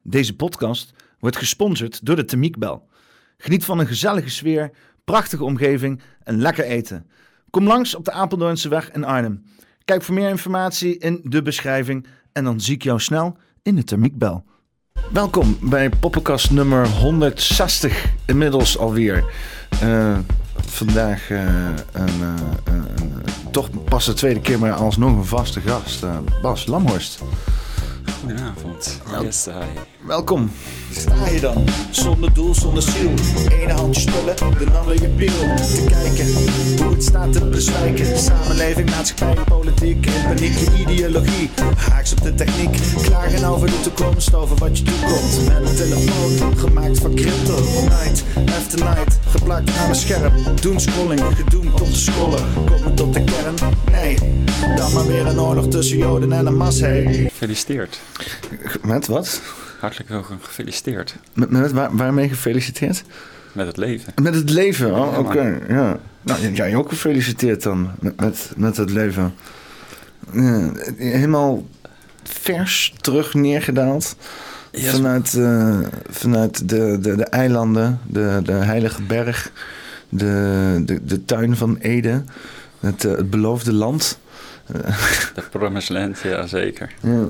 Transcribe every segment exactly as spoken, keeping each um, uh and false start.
Deze podcast wordt gesponsord door de Temiekbel. Geniet van een gezellige sfeer, prachtige omgeving en lekker eten. Kom langs op de Apeldoornse weg in Arnhem. Kijk voor meer informatie in de beschrijving en dan zie ik jou snel in de Temiekbel. Welkom bij Poppenkast nummer honderdzestig inmiddels alweer. Uh, vandaag uh, een, uh, een, toch pas de tweede keer, maar alsnog een vaste gast. Uh, Bas Lamhorst. Goedenavond. Wel- Yes, hi. Welkom. Sta je dan? Zonder doel, zonder ziel. Ene handje spullen, de andere je piel. Te kijken hoe het staat te bezwijken. Samenleving, maatschappij, politiek. In paniek, je ideologie. Haaks op de techniek. Klagen over de toekomst, over wat je toekomt. Met een telefoon, gemaakt van crypto. Night after night, geplakt aan een scherm. Doen scrolling, gedoemd tot de scroller. Komen tot de kern? Nee. Dan maar weer een oorlog tussen Joden en een mas, hey. Gefeliciteerd. Met wat? Hartelijk welkom, gefeliciteerd. Met, met waar, waarmee gefeliciteerd? Met het leven. Met het leven, oh, Ja, oké. Okay, ja. Nou, jij ook gefeliciteerd dan met, met, met het leven. Ja, helemaal vers terug neergedaald. Yes. Vanuit, uh, vanuit de, de, de eilanden, de, de Heilige Berg, de, de, de tuin van Ede, het, uh, het beloofde land. De Promised Land, ja zeker. Ja.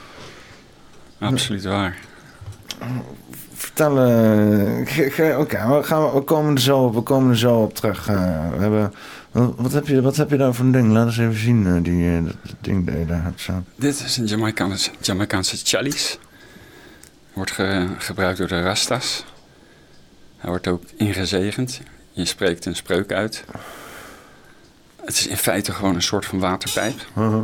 Absoluut waar. Vertel, uh, oké, okay, we, gaan- we komen er zo op, we komen er zo op terug. Uh, we hebben, wat, wat, heb je, wat heb je daar voor een ding? Laat eens even zien, uh, die, uh, dat, dat ding dat je daar hebt staan. Dit is een Jamaicaanse, Jamaicaanse chalice. Wordt ge- gebruikt door de Rastas. Hij wordt ook ingezegend. Je spreekt een spreuk uit. Het is in feite gewoon een soort van waterpijp. Uh-huh.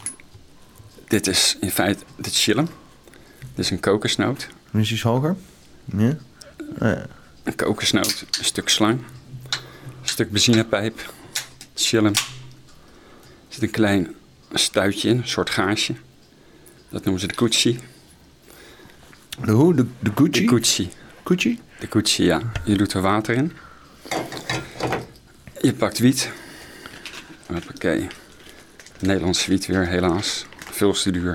Dit is in feite de chillum. Dit is een kokosnoot. Is iets hoger? Ja? Ah, ja. Een kokosnoot, een stuk slang, een stuk benzinepijp, chillum. Er zit een klein stuitje in, een soort gaasje. Dat noemen ze de Gucci. De hoe? De, de Gucci? De Gucci. Gucci? De Gucci, ja. Je doet er water in. Je pakt wiet. Hoppakee. Nederlands wiet weer, helaas. Veel te duur.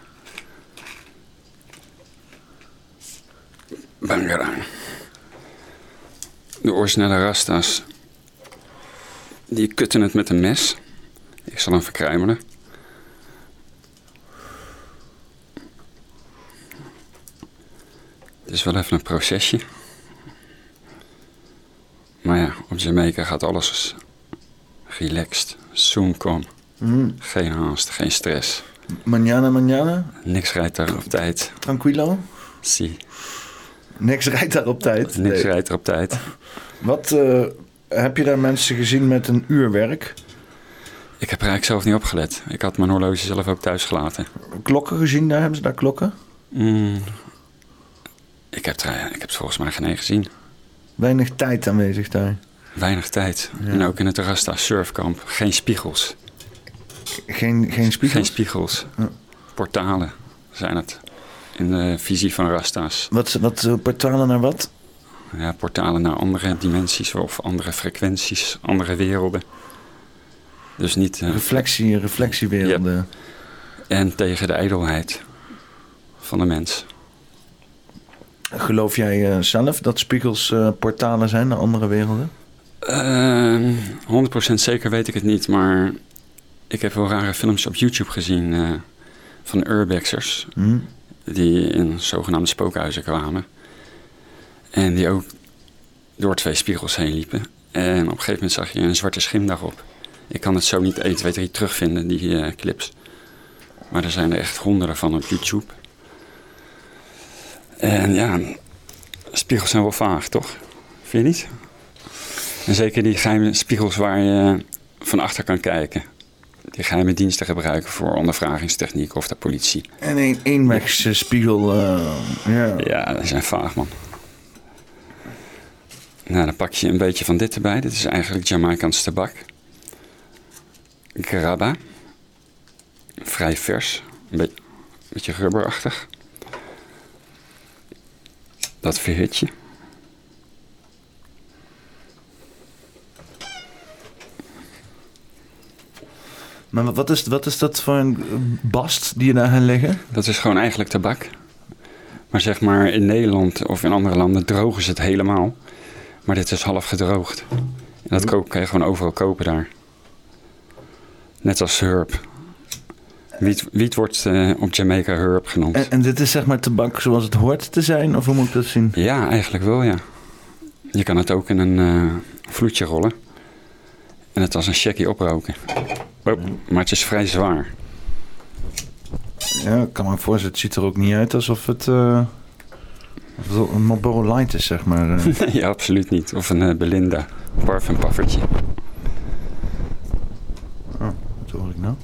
Bangara. De originele Rasta's, die kutten het met een mes. Ik zal hem verkruimelen. Het is wel even een procesje. Maar ja, op Jamaica gaat alles relaxed. Soon come. Mm. Geen haast, geen stress. Manjana, manjana? Niks rijdt daar op tijd. Tranquilo? Zie, Niks rijdt daar op tijd. niks Nee. rijdt er op tijd. Wat, uh, heb je daar mensen gezien met een uurwerk? Ik heb er eigenlijk zelf niet opgelet. Ik had mijn horloge zelf ook thuis gelaten. Klokken gezien daar? Hebben ze daar klokken? Mm. Ik, heb er, ik heb er volgens mij geen één gezien. Weinig tijd aanwezig daar. Weinig tijd. Ja. En ook in het Rasta surfkamp. Geen spiegels. Geen, geen spiegels? Geen spiegels. Ja. Portalen zijn het. In de visie van Rasta's. Wat, wat uh, portalen naar wat? Ja, portalen naar andere dimensies of andere frequenties, andere werelden. Dus niet... Uh, Reflectie, reflectiewerelden. en tegen de ijdelheid van de mens. Geloof jij uh, zelf dat spiegels uh, portalen zijn naar andere werelden? Uh, honderd procent zeker weet ik het niet, maar ik heb wel rare films op YouTube gezien uh, van urbexers. Hm? Die in zogenaamde spookhuizen kwamen. En die ook door twee spiegels heen liepen. En op een gegeven moment zag je een zwarte schim daarop. Ik kan het zo niet één, twee, drie terugvinden, die uh, clips. Maar er zijn er echt honderden van op YouTube. En ja, spiegels zijn wel vaag, toch? Vind je niet? En zeker die geheime spiegels waar je van achter kan kijken. Die geheime diensten gebruiken voor ondervragingstechniek of de politie. En een eenwegs spiegel. Uh, ja. Ja, die zijn vaag, man. Nou, dan pak je een beetje van dit erbij. Dit is eigenlijk Jamaicaans tabak. Grabba. Vrij vers. Een be- beetje rubberachtig. Dat verhit je. Maar wat is, wat is dat voor een bast die je daar gaat leggen? Dat is gewoon eigenlijk tabak. Maar zeg maar in Nederland of in andere landen drogen ze het helemaal. Maar dit is half gedroogd. En dat koop, kan je gewoon overal kopen daar. Net als herb. Wiet, wiet wordt uh, op Jamaica herb genoemd. En, en dit is zeg maar tabak zoals het hoort te zijn? Of hoe moet ik dat zien? Ja, eigenlijk wel, ja. Je kan het ook in een uh, vloedje rollen. En het als een checkie oproken. Oh, maar het is vrij zwaar. Ja, ik kan me voorstellen. Het ziet er ook niet uit alsof het, uh, of het een Marlboro Light is, zeg maar. Uh. Nee, absoluut niet. Of een uh, Belinda parfumpaffertje. Oh, wat hoor ik nou?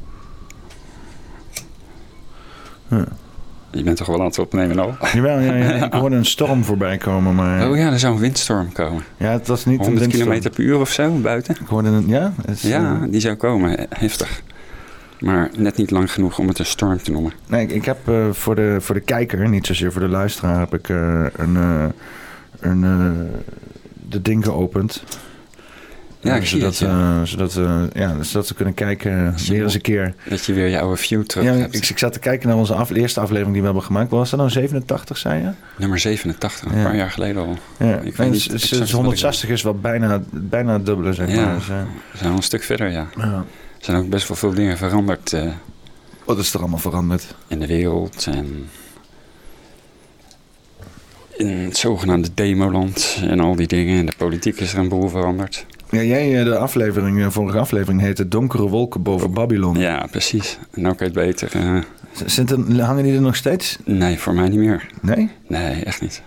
Huh. Je bent toch wel aan het opnemen al? Jawel, ja, ja. Ik hoorde een storm voorbij komen, maar... Oh ja, er zou een windstorm komen. Ja, het was niet honderd een windstorm. kilometer per uur of zo, buiten. Ik hoorde een... Ja? Het, ja, uh... die zou komen. Heftig. Maar net niet lang genoeg om het een storm te noemen. Nee, ik, ik heb uh, voor, de, voor de kijker, niet zozeer voor de luisteraar, heb ik uh, een... Uh, een uh, de ding geopend. Ja, ik uh, zie zodat, het, ja. Uh, zodat, uh, ja, zodat we kunnen kijken uh, weer eens een keer. Dat je weer je oude view terug ja, hebt. Ik, ik zat te kijken naar onze af, eerste aflevering die we hebben gemaakt. Wat was dat nou? zevenentachtig, zei je? Nummer zevenentachtig, een ja. paar jaar geleden al. Ja, ik nee, weet niet, dus honderdzestig is wel bijna, bijna het dubbele, zeg ja, maar. Dus, uh, we zijn al een stuk verder, ja. ja. Er zijn ook best wel veel dingen veranderd. Uh, Wat is er allemaal veranderd? In de wereld en... in het zogenaamde demoland en al die dingen. En de politiek is er een boel veranderd. Ja, jij, de aflevering, de vorige aflevering heette Donkere Wolken boven Babylon. Ja, precies. En nou kan je het beter... Uh... Er, hangen die er nog steeds? Nee, voor mij niet meer. Nee? Nee, echt niet.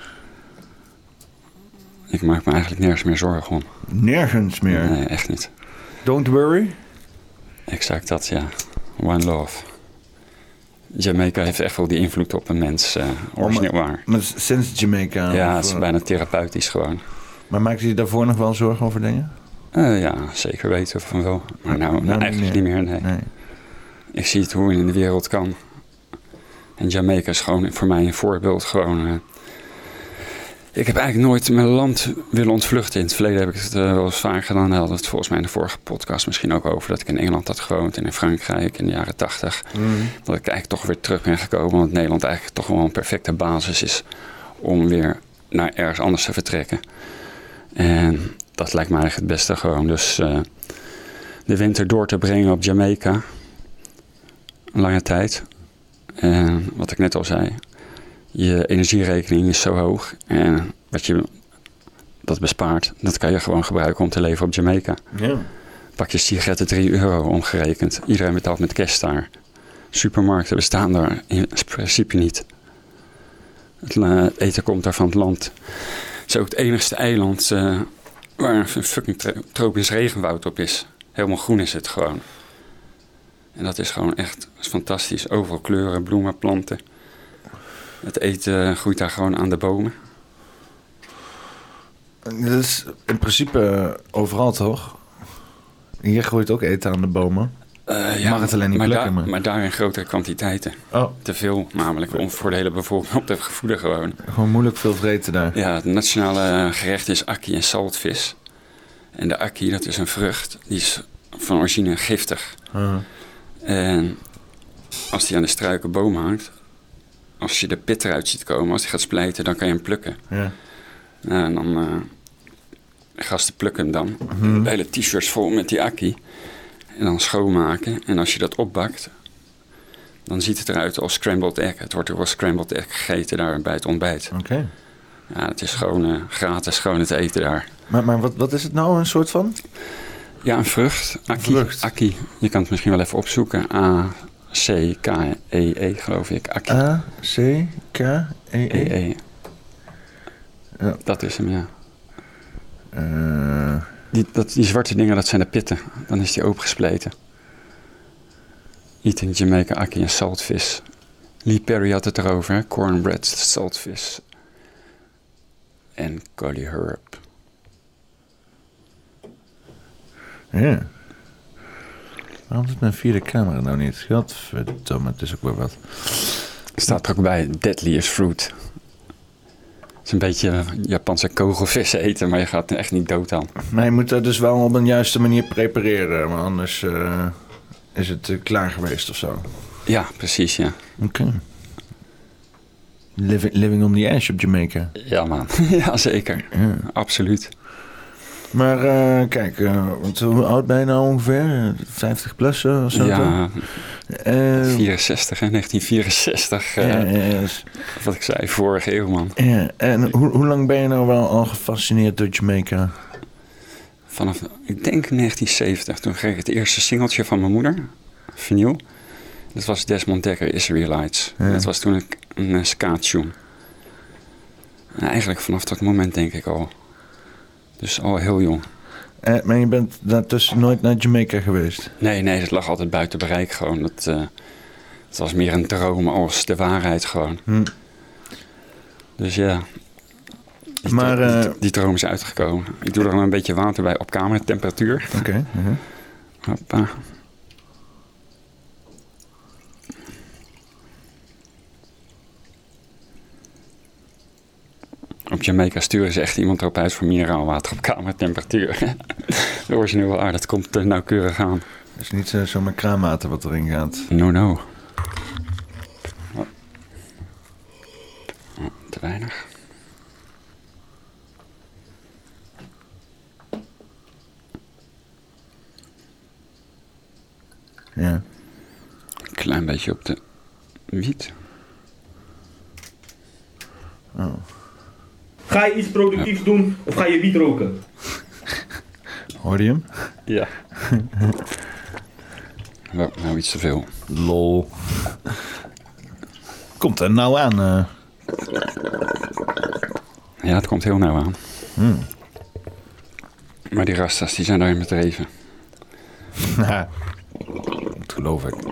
Ik maak me eigenlijk nergens meer zorgen om. Nergens meer? Nee, echt niet. Don't worry? Exact dat, ja. One love. Jamaica heeft echt wel die invloed op een mens, uh, origineel oh, maar, waar. Maar sinds Jamaica? Ja, of, het is bijna therapeutisch gewoon. Maar maakte je daarvoor nog wel zorgen over dingen? Uh, ja, zeker weten van wel. Maar nou, nou eigenlijk niet meer, niet meer nee. nee. Ik zie het hoe het in de wereld kan. En Jamaica is gewoon voor mij een voorbeeld. Gewoon, uh, ik heb eigenlijk nooit mijn land willen ontvluchten. In het verleden heb ik het uh, wel eens vaak gedaan. Daar hadden we het volgens mij in de vorige podcast misschien ook over. Dat ik in Engeland had gewoond en in Frankrijk in de jaren tachtig. Mm. Dat ik eigenlijk toch weer terug ben gekomen. Want Nederland eigenlijk toch wel een perfecte basis is om weer naar ergens anders te vertrekken. En dat lijkt me eigenlijk het beste gewoon. Dus uh, de winter door te brengen op Jamaica. Een lange tijd. En wat ik net al zei. Je energierekening is zo hoog. En wat je dat bespaart, dat kan je gewoon gebruiken om te leven op Jamaica. Ja. Pak je sigaretten drie euro omgerekend. Iedereen betaalt met cash daar. Supermarkten bestaan daar in principe niet. Het uh, eten komt daar van het land. Het is ook het enigste eiland uh, waar een fucking tropisch regenwoud op is. Helemaal groen is het gewoon. En dat is gewoon echt is fantastisch. Overal kleuren, bloemen, planten. Het eten groeit daar gewoon aan de bomen. Dat is in principe overal toch? Hier groeit ook eten aan de bomen. Uh, ja, mag het alleen niet maar plukken. Daar, maar. maar daar in grotere kwantiteiten. Oh. Te veel namelijk, om voor de hele bevolking op te voeden gewoon. Gewoon moeilijk veel vreten daar. Ja, het nationale gerecht is akkie en saltvis. En de akkie, dat is een vrucht. Die is van origine giftig. Uh-huh. En als die aan de struikenboom hangt, als je de pit eruit ziet komen, als die gaat splijten, dan kan je hem plukken. Ja. Nou, en dan uh, gasten plukken hem dan. Mm-hmm. De hele t-shirts vol met die akkie. En dan schoonmaken. En als je dat opbakt, dan ziet het eruit als scrambled egg. Het wordt ook wel scrambled egg gegeten daar bij het ontbijt. Oké. Okay. Ja, het is gewoon uh, gratis gewoon het eten daar. Maar, maar wat, wat is het nou, een soort van? Ja, een vrucht. Akkie. Vrucht. Akkie. Je kan het misschien wel even opzoeken. A C K E E, geloof ik. Akkie. A C K E E. E E. Ja. Dat is hem, ja. Uh... Die, dat, die zwarte dingen, dat zijn de pitten. Dan is die opengespleten. Eating Jamaica akkie en saltvis. Lee Perry had het erover, hè? Cornbread, saltvis. En Collie herb. Ja. Waarom doet mijn vierde camera nou niet? Godverdomme, het is ook wel wat. Staat er ook bij, deadliest fruit. Het is een beetje Japanse kogelvissen eten, maar je gaat er echt niet dood aan. Maar je moet dat dus wel op een juiste manier prepareren, maar anders uh, is het uh, klaar geweest of zo. Ja, precies, ja. Oké. Okay. Living, living on the edge op Jamaica. Ja, man. Ja, zeker. Ja. Absoluut. Maar uh, kijk, uh, want hoe oud ben je nou ongeveer? vijftig plus of zo? Ja, uh, vierenzestig, hè? negentien vierenzestig. Uh, ja, yes. Wat ik zei, vorige eeuw, man. Ja, en hoe, hoe lang ben je nou wel al gefascineerd door Jamaica? Vanaf, ik denk negentien zeventig. Toen kreeg ik het eerste singeltje van mijn moeder, vinyl. Dat was Desmond Dekker, Israelites. Ja. Dat was toen een, een ska-tune. En eigenlijk vanaf dat moment denk ik al. Dus al heel jong. Eh, maar je bent daartussen nooit naar Jamaica geweest? Nee, nee, dat lag altijd buiten bereik gewoon. Dat, uh, het was meer een droom als de waarheid gewoon. Hm. Dus ja, die, maar, uh, die, uh, die droom is uitgekomen. Ik doe er dan een beetje water bij op kamertemperatuur. Oké. Okay, uh-huh. Hoppa. Op Jamaica sturen ze echt iemand erop uit voor mineraalwater op kamertemperatuur. De originele aarde, dat komt er nauwkeurig aan. Het is niet uh, zomaar kraanwater wat erin gaat. No, no. Oh. Oh, te weinig. Ja. Een klein beetje op de wiet. Oh. Ga je iets productiefs doen of ga je wiet roken? Hoorde je hem? Ja. Nou, nou iets te veel. Lol. Komt er nou aan? Uh... Ja, het komt heel nauw aan. Hmm. Maar die rastas, die zijn daarin bedreven. Ja, dat geloof ik.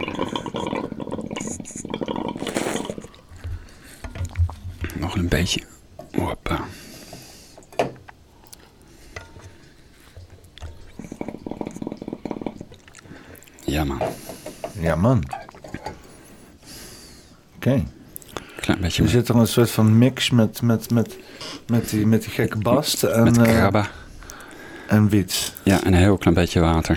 Nog een beetje. Hoppa. Ja, man. Ja, man. Oké. Okay. Klein beetje. Er zit er een soort van mix met, met, met, met, die, met die gekke bast en... Met krabba. Uh, en wiet. Ja, en een heel klein beetje water.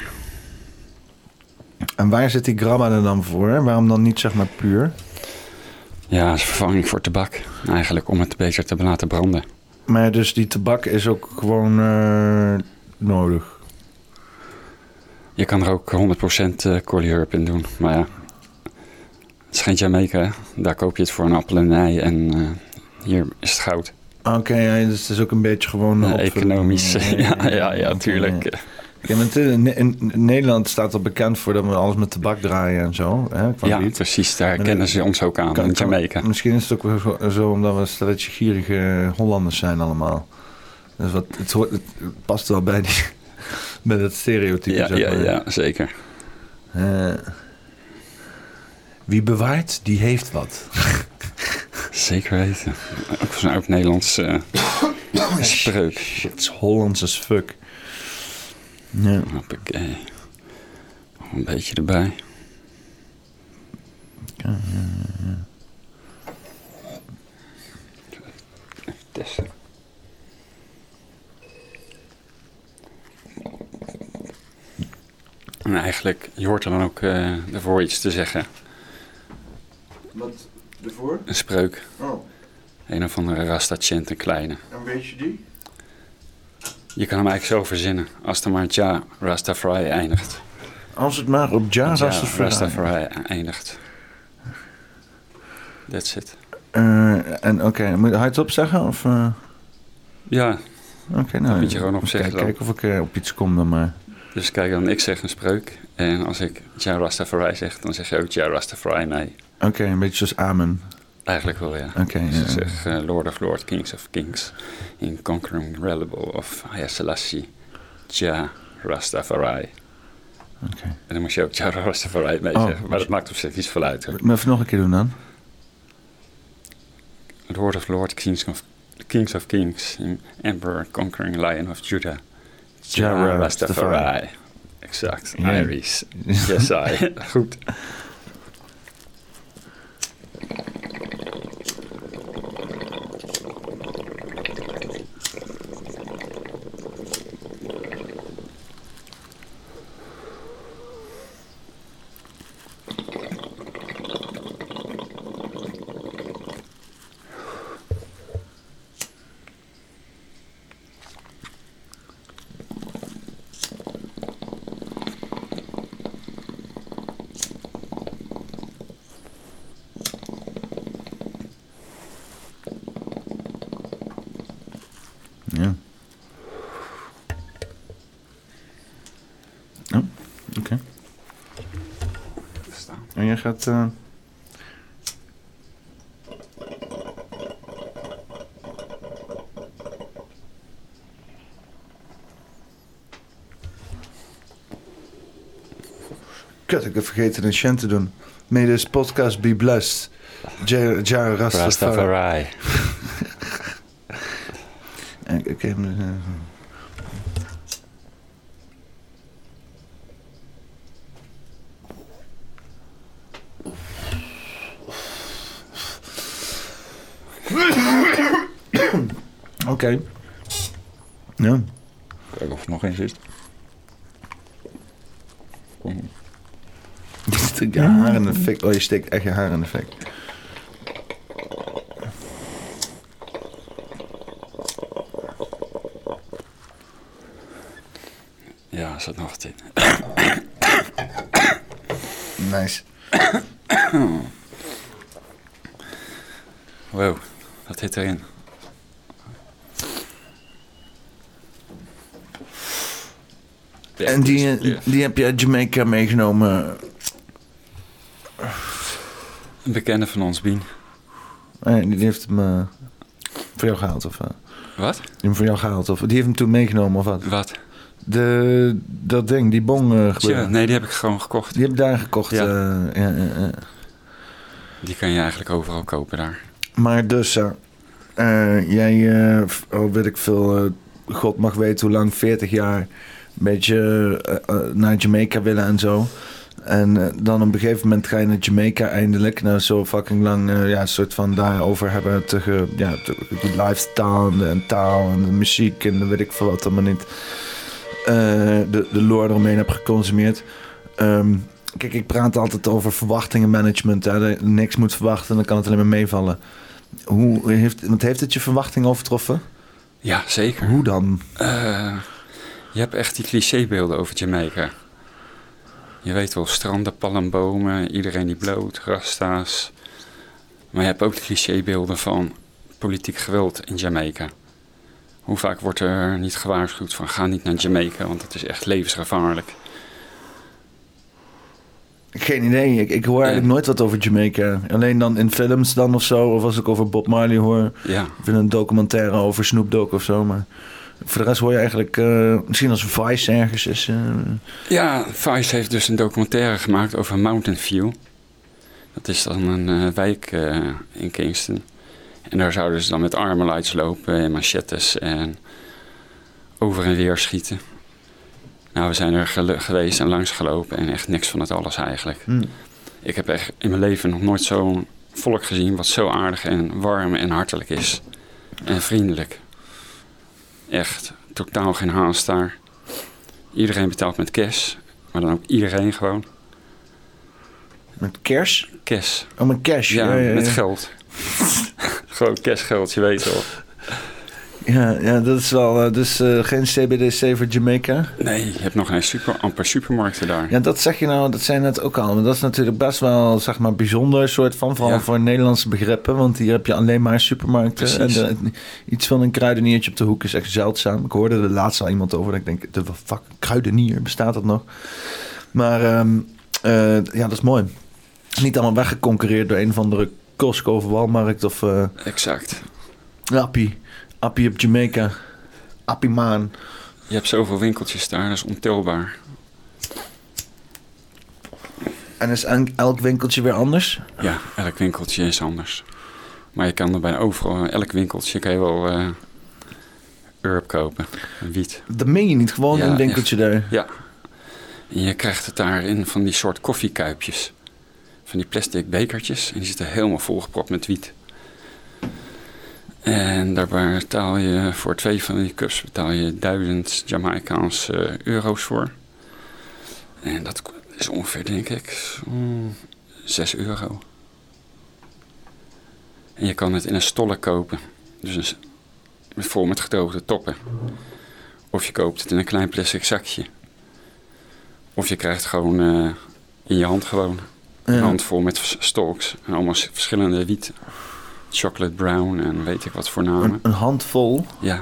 En waar zit die grabba er dan voor? Hè? Waarom dan niet zeg maar puur? Ja, dat is vervanging voor tabak. Eigenlijk om het beter te laten branden. Maar dus die tabak is ook gewoon uh, nodig? Je kan er ook honderd procent Collie-Herb in doen. Maar ja, het is geen Jamaica, hè? Daar koop je het voor een appel en een ei. En uh, hier is het goud. Oké, okay, ja, dus het is ook een beetje gewoon... Uh, economisch, ja, ja, ja, ja, tuurlijk. Ja, want in, in Nederland staat er bekend voor dat we alles met tabak draaien en zo. Hè, ja, wiet. precies. Daar maar kennen ze ons ook aan, kan, in Jamaica. Kan, misschien is het ook wel zo, zo omdat we een stelletje gierige Hollanders zijn allemaal. Dus wat, het, hoort, het past wel bij, die, bij dat stereotype. Ja, zeg maar. ja, ja, zeker. Uh, wie bewaart, die heeft wat. Zeker weten. Ook zo'n oud Nederlands uh, spreuk. Shit, het is Hollands as fuck. Ja. Hoppakee. Nog een beetje erbij. Ja, ja, ja. Even testen. En eigenlijk, je hoort er dan ook uh, ervoor iets te zeggen. Wat ervoor? Een spreuk. Oh. Een of andere Rasta-chant, een kleine. En weet je die? Je kan hem eigenlijk zo verzinnen. Als het maar Ja Rastafari eindigt. Als het maar op Ja Rastafari, Rastafari eindigt. That's it. Uh, en oké, okay, moet je hardop zeggen? Of, uh... Ja. Oké, okay, nou. Dan moet je gewoon op zeggen. Kijk of ik uh, op iets kom dan maar. Dus kijk, dan ik zeg een spreuk. En als ik Ja Rastafari zeg, dan zeg je ook Ja Rastafari mee. Oké, okay, een beetje zoals amen. Eigenlijk wel, ja. Okay, dus ja. ik zeg uh, Lord of Lords, Kings of Kings. In Conquering Rebel of Haile Selassie. Ja Rastafari. Oké. Okay. En dan moest je ook Ja Rastafari mee oh, zeggen. Maar dat maakt op zich iets van uit, hoor. Maar even nog een keer doen dan. Lord of Lords, Kings of, Kings of Kings. In Emperor, Conquering Lion of Judah. Ja, ja Rastafari. Rastafari. Exact. Yeah. Iris. Yes, I. Goed. je gaat... Uh... Kut, ik heb vergeten een chant te doen. May this podcast be blessed. Ja, ja Rastafari. Rastafari. Oké. Okay, uh... Oké. Okay. Ja. Kijk of er nog één zit. Kom. Je steekt je haar in de fik. Oh, je steekt echt je haar in de fik. Ja, er zat nog wat in. Nice. Wow, wat zit erin? En die, die heb je uit Jamaica meegenomen? Een bekende van ons, Bien. Nee, die heeft hem uh, voor jou gehaald, of... Uh, wat? Die heeft hem voor jou gehaald, of... Die heeft hem toen meegenomen, of wat? Wat? De, dat ding, die bong uh, ja, nee, die heb ik gewoon gekocht. Die heb ik daar gekocht, ja. Uh, ja, ja, ja. Die kan je eigenlijk overal kopen daar. Maar dus, uh, uh, jij, uh, oh, weet ik veel... Uh, God mag weten hoe lang, veertig jaar... een beetje uh, uh, naar Jamaica willen en zo. En uh, dan op een gegeven moment ga je naar Jamaica eindelijk. Nou, zo fucking lang, uh, ja, een soort van daarover hebben. Te, ge, ja, de, de lifestyle en de, en taal en de muziek en de weet ik veel wat allemaal niet. Uh, de, de lore eromheen heb geconsumeerd. Um, kijk, ik praat altijd over verwachtingenmanagement. Hè. Dat je niks moet verwachten, dan kan het alleen maar meevallen. Hoe heeft, want heeft het je verwachting overtroffen? Ja, zeker. Hoe dan? Uh, je hebt echt die clichébeelden over Jamaica. Je weet wel, stranden, palmbomen, iedereen die bloot, rasta's. Maar je hebt ook de clichébeelden van politiek geweld in Jamaica. Hoe vaak wordt er niet gewaarschuwd van ga niet naar Jamaica, want het is echt levensgevaarlijk. Geen idee. Ik, ik hoor eigenlijk uh, nooit wat over Jamaica. Alleen dan in films dan of zo. Of als ik over Bob Marley hoor. Ja. Of in een documentaire over Snoop Dogg of zo. Maar voor de rest hoor je eigenlijk... Uh, misschien als Vice ergens is... Uh... Ja, Vice heeft dus een documentaire gemaakt over Mountain View. Dat is dan een uh, wijk uh, in Kingston. En daar zouden ze dan met armorlights lopen en machetes en over en weer schieten. Nou, we zijn er gele- geweest en langs gelopen en echt niks van het alles eigenlijk. Hmm. Ik heb echt in mijn leven nog nooit zo'n volk gezien wat zo aardig en warm en hartelijk is. En vriendelijk. Echt, totaal geen haast daar. Iedereen betaalt met cash, maar dan ook iedereen gewoon. Met cash? Cash. Oh, met cash. Ja, ja, ja, ja. met geld. Gewoon cashgeld, je weet wel. Ja, ja, dat is wel... Uh, dus uh, geen C B D C voor Jamaica? Nee, je hebt nog geen super, amper supermarkten daar. Ja, dat zeg je nou, dat zijn het ook al. Maar dat is natuurlijk best wel, zeg maar, bijzonder soort van... Vooral ja. voor Nederlandse begrippen. Want hier heb je alleen maar supermarkten. En de, iets van een kruideniertje op de hoek is echt zeldzaam. Ik hoorde er laatst al iemand over. Dat ik denk, de fuck, kruidenier, bestaat dat nog? Maar um, uh, ja, dat is mooi. Niet allemaal weggeconcureerd door een of andere Costco of Walmart of... Uh, exact. Appie. Appie op Jamaica. Appie maan. Je hebt zoveel winkeltjes daar, dat is ontelbaar. En is elk winkeltje weer anders? Ja, elk winkeltje is anders. Maar je kan er bijna overal, elk winkeltje kan je wel uh, herb kopen, wiet. Dat meen je niet, gewoon ja, een winkeltje echt. Daar? Ja. En je krijgt het daar in van die soort koffiekuipjes. Van die plastic bekertjes. En die zitten helemaal volgepropt met wiet. En daar betaal je voor twee van die cups betaal je duizend Jamaicaanse euro's voor. En dat is ongeveer, denk ik, mm, zes euro. En je kan het in een stolle kopen. Dus een, vol met gedroogde toppen. Of je koopt het in een klein plastic zakje. Of je krijgt gewoon uh, in je hand gewoon. Een ja. hand vol met stalks. En allemaal verschillende wiet. Chocolate brown en weet ik wat voor namen. Een, een handvol? Ja.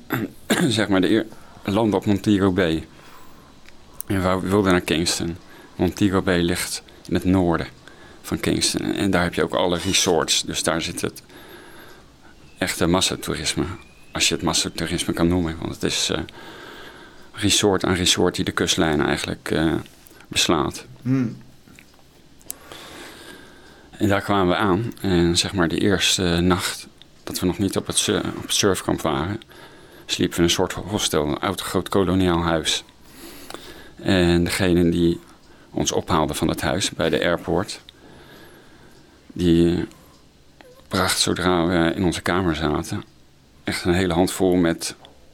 Zeg maar de eer, landen op Montego Bay. En we wilden naar Kingston. Montego Bay ligt in het noorden van Kingston. En daar heb je ook alle resorts. Dus daar zit het echte massatoerisme. Als je het massatoerisme kan noemen. Want het is uh, resort aan resort die de kustlijn eigenlijk uh, beslaat. Hmm. En daar kwamen we aan. En zeg maar de eerste uh, nacht dat we nog niet op het, uh, op het surfkamp waren, sliepen we in een soort hostel, een oud groot koloniaal huis. En degene die ons ophaalde van het huis bij de airport, die bracht zodra we in onze kamer zaten echt een hele handvol met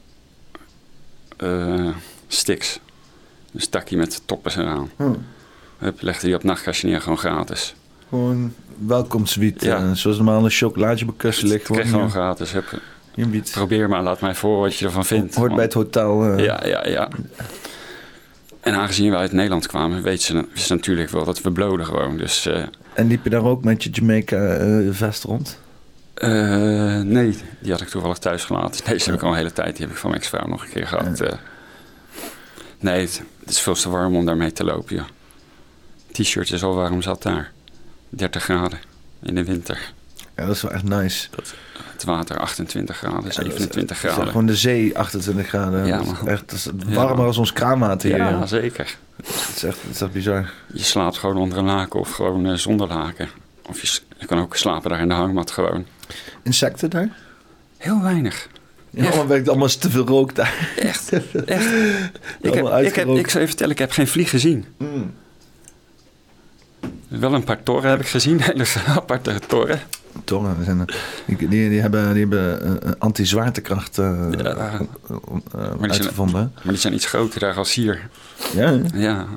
uh, sticks. Een stakje met toppen eraan. Hmm. We legden die op nachtkastje neer, gewoon gratis. Gewoon welkomstwiet. Ja. Uh, zoals normaal een chocolaatje op kussen ligt. Ik kreeg gewoon ja. gratis. Heb, Je biedt. probeer maar, laat mij voor wat je ervan vindt. Hoort bij het hotel. Uh, Ja, ja, ja. En aangezien we uit Nederland kwamen, weet ze, wisten ze natuurlijk wel dat we bloden gewoon. Dus, uh, En liep je daar ook met je Jamaica uh, vest rond? uh, nee, die had ik toevallig thuis gelaten. Deze heb ik al een hele tijd. Die heb ik van mijn ex-vrouw nog een keer gehad. Uh, nee, het, het is veel te warm om daarmee te lopen, ja. T-shirt is al warm zat daar. dertig graden in de winter. Ja, dat is wel echt nice. Het water achtentwintig graden, zevenentwintig ja, graden. Gewoon de zee achtentwintig graden. Ja, dat is man. echt, dat is warmer Ja. als ons kraanwater hier. Ja, Ja. zeker. Dat is echt, dat is echt bizar. Je slaapt gewoon onder een laken of gewoon uh, zonder laken. Of je, je kan ook slapen daar in de hangmat gewoon. Insecten daar? Heel weinig. Ja, maar werkt allemaal te veel rook daar. Echt, echt. Ik, heb, Allemaal ik, heb, uitgerookt. ik zou je vertellen, ik heb geen vlieg gezien. Mm. Wel een paar torren heb ik gezien, hele aparte torren. Torren, zijn er. Die, die, die hebben, die hebben uh, anti-zwaartekracht uh, Ja. uh, uh, zijn- uitgevonden. Maar die zijn iets groter daar als hier. Ja, hè? Ja.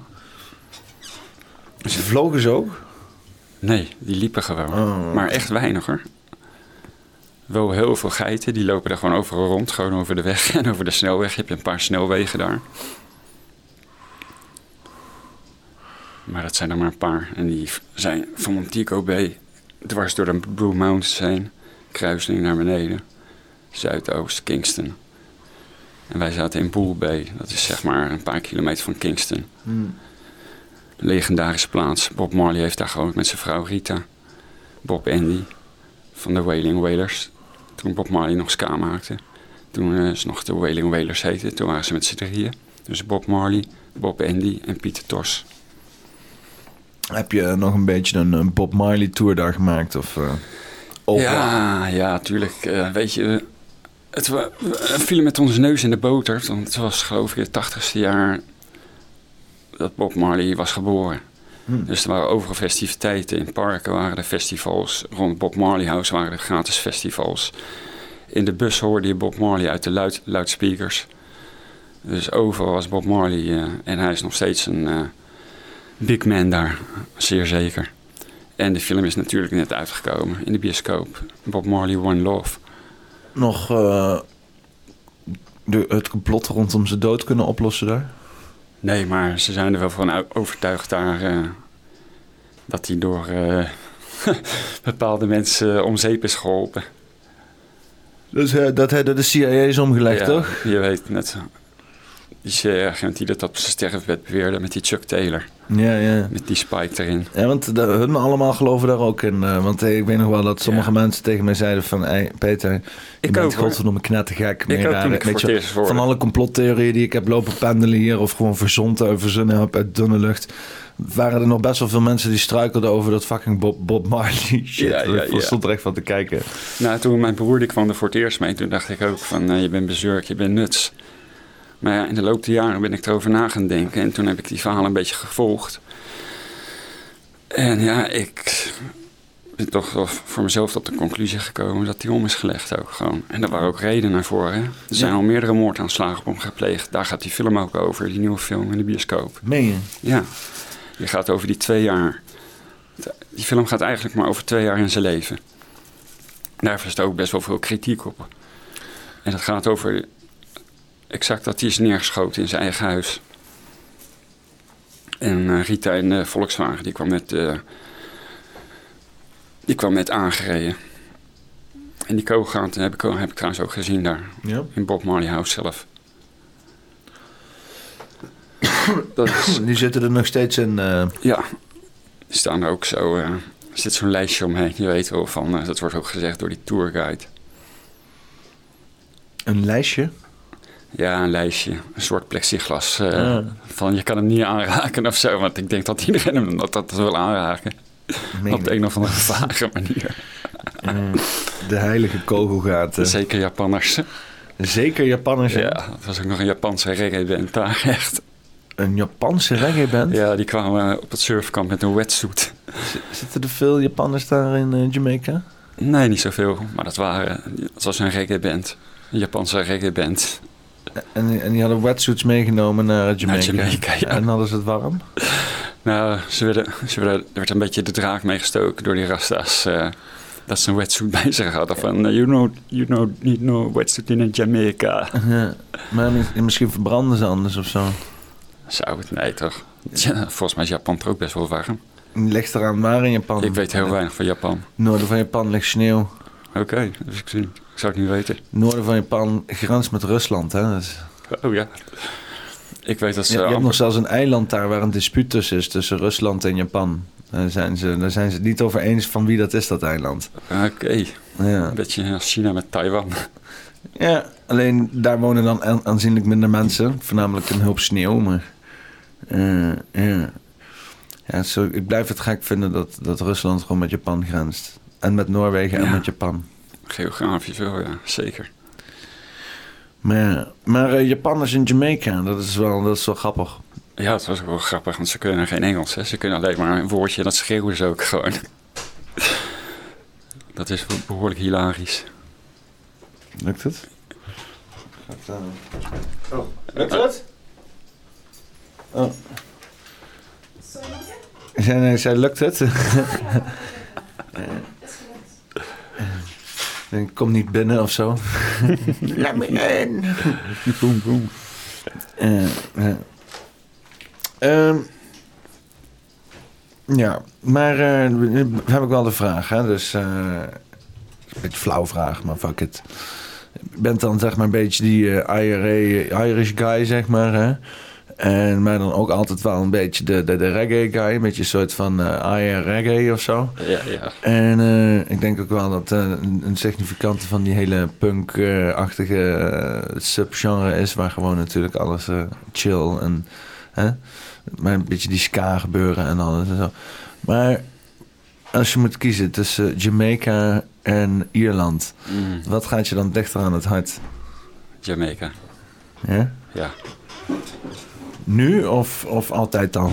Ze vlogen ze ook? Nee, die liepen gewoon. Oh. Maar echt weinig hoor. Wel heel veel geiten, die lopen daar gewoon overal rond. Gewoon over de weg en over de snelweg. Je hebt een paar snelwegen daar. Maar dat zijn er maar een paar. En die zijn van Montego Bay dwars door de Blue Mountains heen. Kruising naar beneden. Zuidoost, Kingston. En wij zaten in Bull Bay. Dat is zeg maar een paar kilometer van Kingston. Hmm. Een legendarische plaats. Bob Marley heeft daar gewoond met zijn vrouw Rita. Bob Andy van de Wailing Wailers. Toen Bob Marley nog ska maakte. Toen uh, ze nog de Wailing Wailers heette. Toen waren ze met z'n drieën. Dus Bob Marley, Bob Andy en Pieter Tosh. Heb je nog een beetje een, een Bob Marley tour daar gemaakt? Of, uh, open? Ja, ja, tuurlijk. Uh, weet je, het we, we vielen met onze neus in de boter. Want het was geloof ik het tachtigste jaar dat Bob Marley was geboren. Hmm. Dus er waren overal festiviteiten. In parken waren er festivals. Rond Bob Marley House waren er gratis festivals. In de bus hoorde je Bob Marley uit de luid, luidspeakers. Dus overal was Bob Marley. Uh, en hij is nog steeds een uh, big man daar. Zeer zeker. En de film is natuurlijk net uitgekomen in de bioscoop. Bob Marley One Love. Nog uh, de, het complot rondom zijn dood kunnen oplossen daar? Nee, maar ze zijn er wel van overtuigd daar uh, dat hij door uh, bepaalde mensen om zeep is geholpen. Dus uh, dat hij door de C I A is omgelegd, Ja, toch? je weet net. Die C I A-agent die dat op zijn sterfbed beweerde met die Chuck Taylor. Ja, ja. Met die spike erin. Ja, want de, hun allemaal geloven daar ook in. Uh, want uh, ik weet nog wel dat sommige Ja. mensen tegen mij zeiden van... Hey, Peter, je Ik bent ook, hoor. godverdomme knettergek. Ik meer ook rare- toen ik voor weet het je, eerst hoorde. van alle complottheorieën die ik heb lopen pendelen hier... of gewoon verzonnen, verzonnen heb uit dunne lucht... waren er nog best wel veel mensen die struikelden over dat fucking Bob, Bob Marley shit. Ja, ja, ik ja. stond er echt van te kijken. Nou, toen mijn broer die kwam er voor het eerst mee, toen dacht ik ook van, uh, je bent bezurk, je bent nuts. Maar ja, in de loop der jaren ben ik erover na gaan denken en toen heb ik die verhalen een beetje gevolgd. En ja, ik ben toch wel voor mezelf tot de conclusie gekomen dat die om is gelegd ook gewoon. En daar waren ook redenen voor, hè. Er zijn Ja. al meerdere moordaanslagen op hem gepleegd. Daar gaat die film ook over, die nieuwe film in de bioscoop. Meen je? Ja, die gaat over die twee jaar. Die film gaat eigenlijk maar over twee jaar in zijn leven. Daar is er ook best wel veel kritiek op. En dat gaat over exact dat hij is neergeschoten in zijn eigen huis. En uh, Rita in de Volkswagen, die kwam net, uh, die kwam net aangereden. En die kogelgaat heb ik, heb ik trouwens ook gezien daar. Ja. In Bob Marley House zelf. Dat is, Die zitten er nog steeds in. Uh... ja, die staan er ook zo. Uh, er zit zo'n lijstje omheen. Je weet wel van, uh, dat wordt ook gezegd door die tourguide. Een lijstje? Ja, een lijstje. Een soort plexiglas. Uh, ah. Van je kan hem niet aanraken of zo. Want ik denk dat iedereen hem dat, dat wil aanraken. Meen op de een of andere vage manier. Uh, de heilige kogelgaten. Zeker Japanners. Zeker Japanners? Ja, dat was ook nog een Japanse reggae-band daar, echt. Een Japanse reggae-band? Ja, die kwamen op het surfkamp met een wetsuit. Z- zitten er veel Japanners daar in uh, Jamaica? Nee, niet zoveel. Maar dat, waren, dat was een reggae-band. Een Japanse reggae-band. En, en die hadden wetsuits meegenomen naar Jamaica? Naar Jamaica, ja. En hadden ze het warm? Nou, ze werden, ze werden, er werd een beetje de draak meegestoken door die rasta's. Uh, dat ze een wetsuit bij zich hadden. Van, uh, you know, you know, need no wetsuit in Jamaica. Ja, maar misschien verbranden ze anders of zo. Zou het? Nee, toch? Ja, volgens mij is Japan er ook best wel warm. Ligt eraan waar in Japan? Ik weet heel ja. weinig van Japan. Noorden van Japan ligt sneeuw. Oké, okay, dus ik, ik zou het niet weten. Noorden van Japan grenst met Rusland, hè? Dus... Oh ja. Ik weet dat ze... Ja, je amper... hebt nog zelfs een eiland daar waar een dispuut tussen is, tussen Rusland en Japan. Daar zijn ze, daar zijn ze het niet over eens van wie dat is, dat eiland. Oké. Okay. Ja. Een beetje als China met Taiwan. Ja, alleen daar wonen dan aanzienlijk minder mensen. Voornamelijk een hoop sneeuw, maar... Uh, ja, ja zo, ik blijf het gek vinden dat, dat Rusland gewoon met Japan grenst. En met Noorwegen ja. en met Japan. Geografisch wel, ja, zeker. Maar, maar uh, Japanners in Jamaica, dat is, wel, dat is wel grappig. Ja, dat was ook wel grappig, want ze kunnen geen Engels. Hè. Ze kunnen alleen maar een woordje en dat schreeuwen ze ook gewoon. Dat is behoorlijk hilarisch. Lukt het? Oh, lukt het? Oh. Zij, nee, zij lukt het. Ik kom niet binnen of zo. Laat me in. Boom, boom. Uh, uh. Um, ja, maar uh, nu heb ik wel de vraag. Hè? Dus, uh, een beetje flauw vraag, maar fuck it. Je bent dan zeg maar een beetje die uh, I R A, Irish guy, zeg maar. Hè? En, maar dan ook altijd wel een beetje de, de, de reggae guy. Een beetje een soort van uh, I R reggae of zo. Ja, ja. En uh, ik denk ook wel dat uh, een, een significante van die hele punk-achtige uh, subgenre is. Waar gewoon natuurlijk alles uh, chill en... Hè? Maar een beetje die ska gebeuren en alles en zo. Maar als je moet kiezen tussen Jamaica en Ierland... Mm. Wat gaat je dan dichter aan het hart? Jamaica. Ja? Ja. Nu of, of altijd al?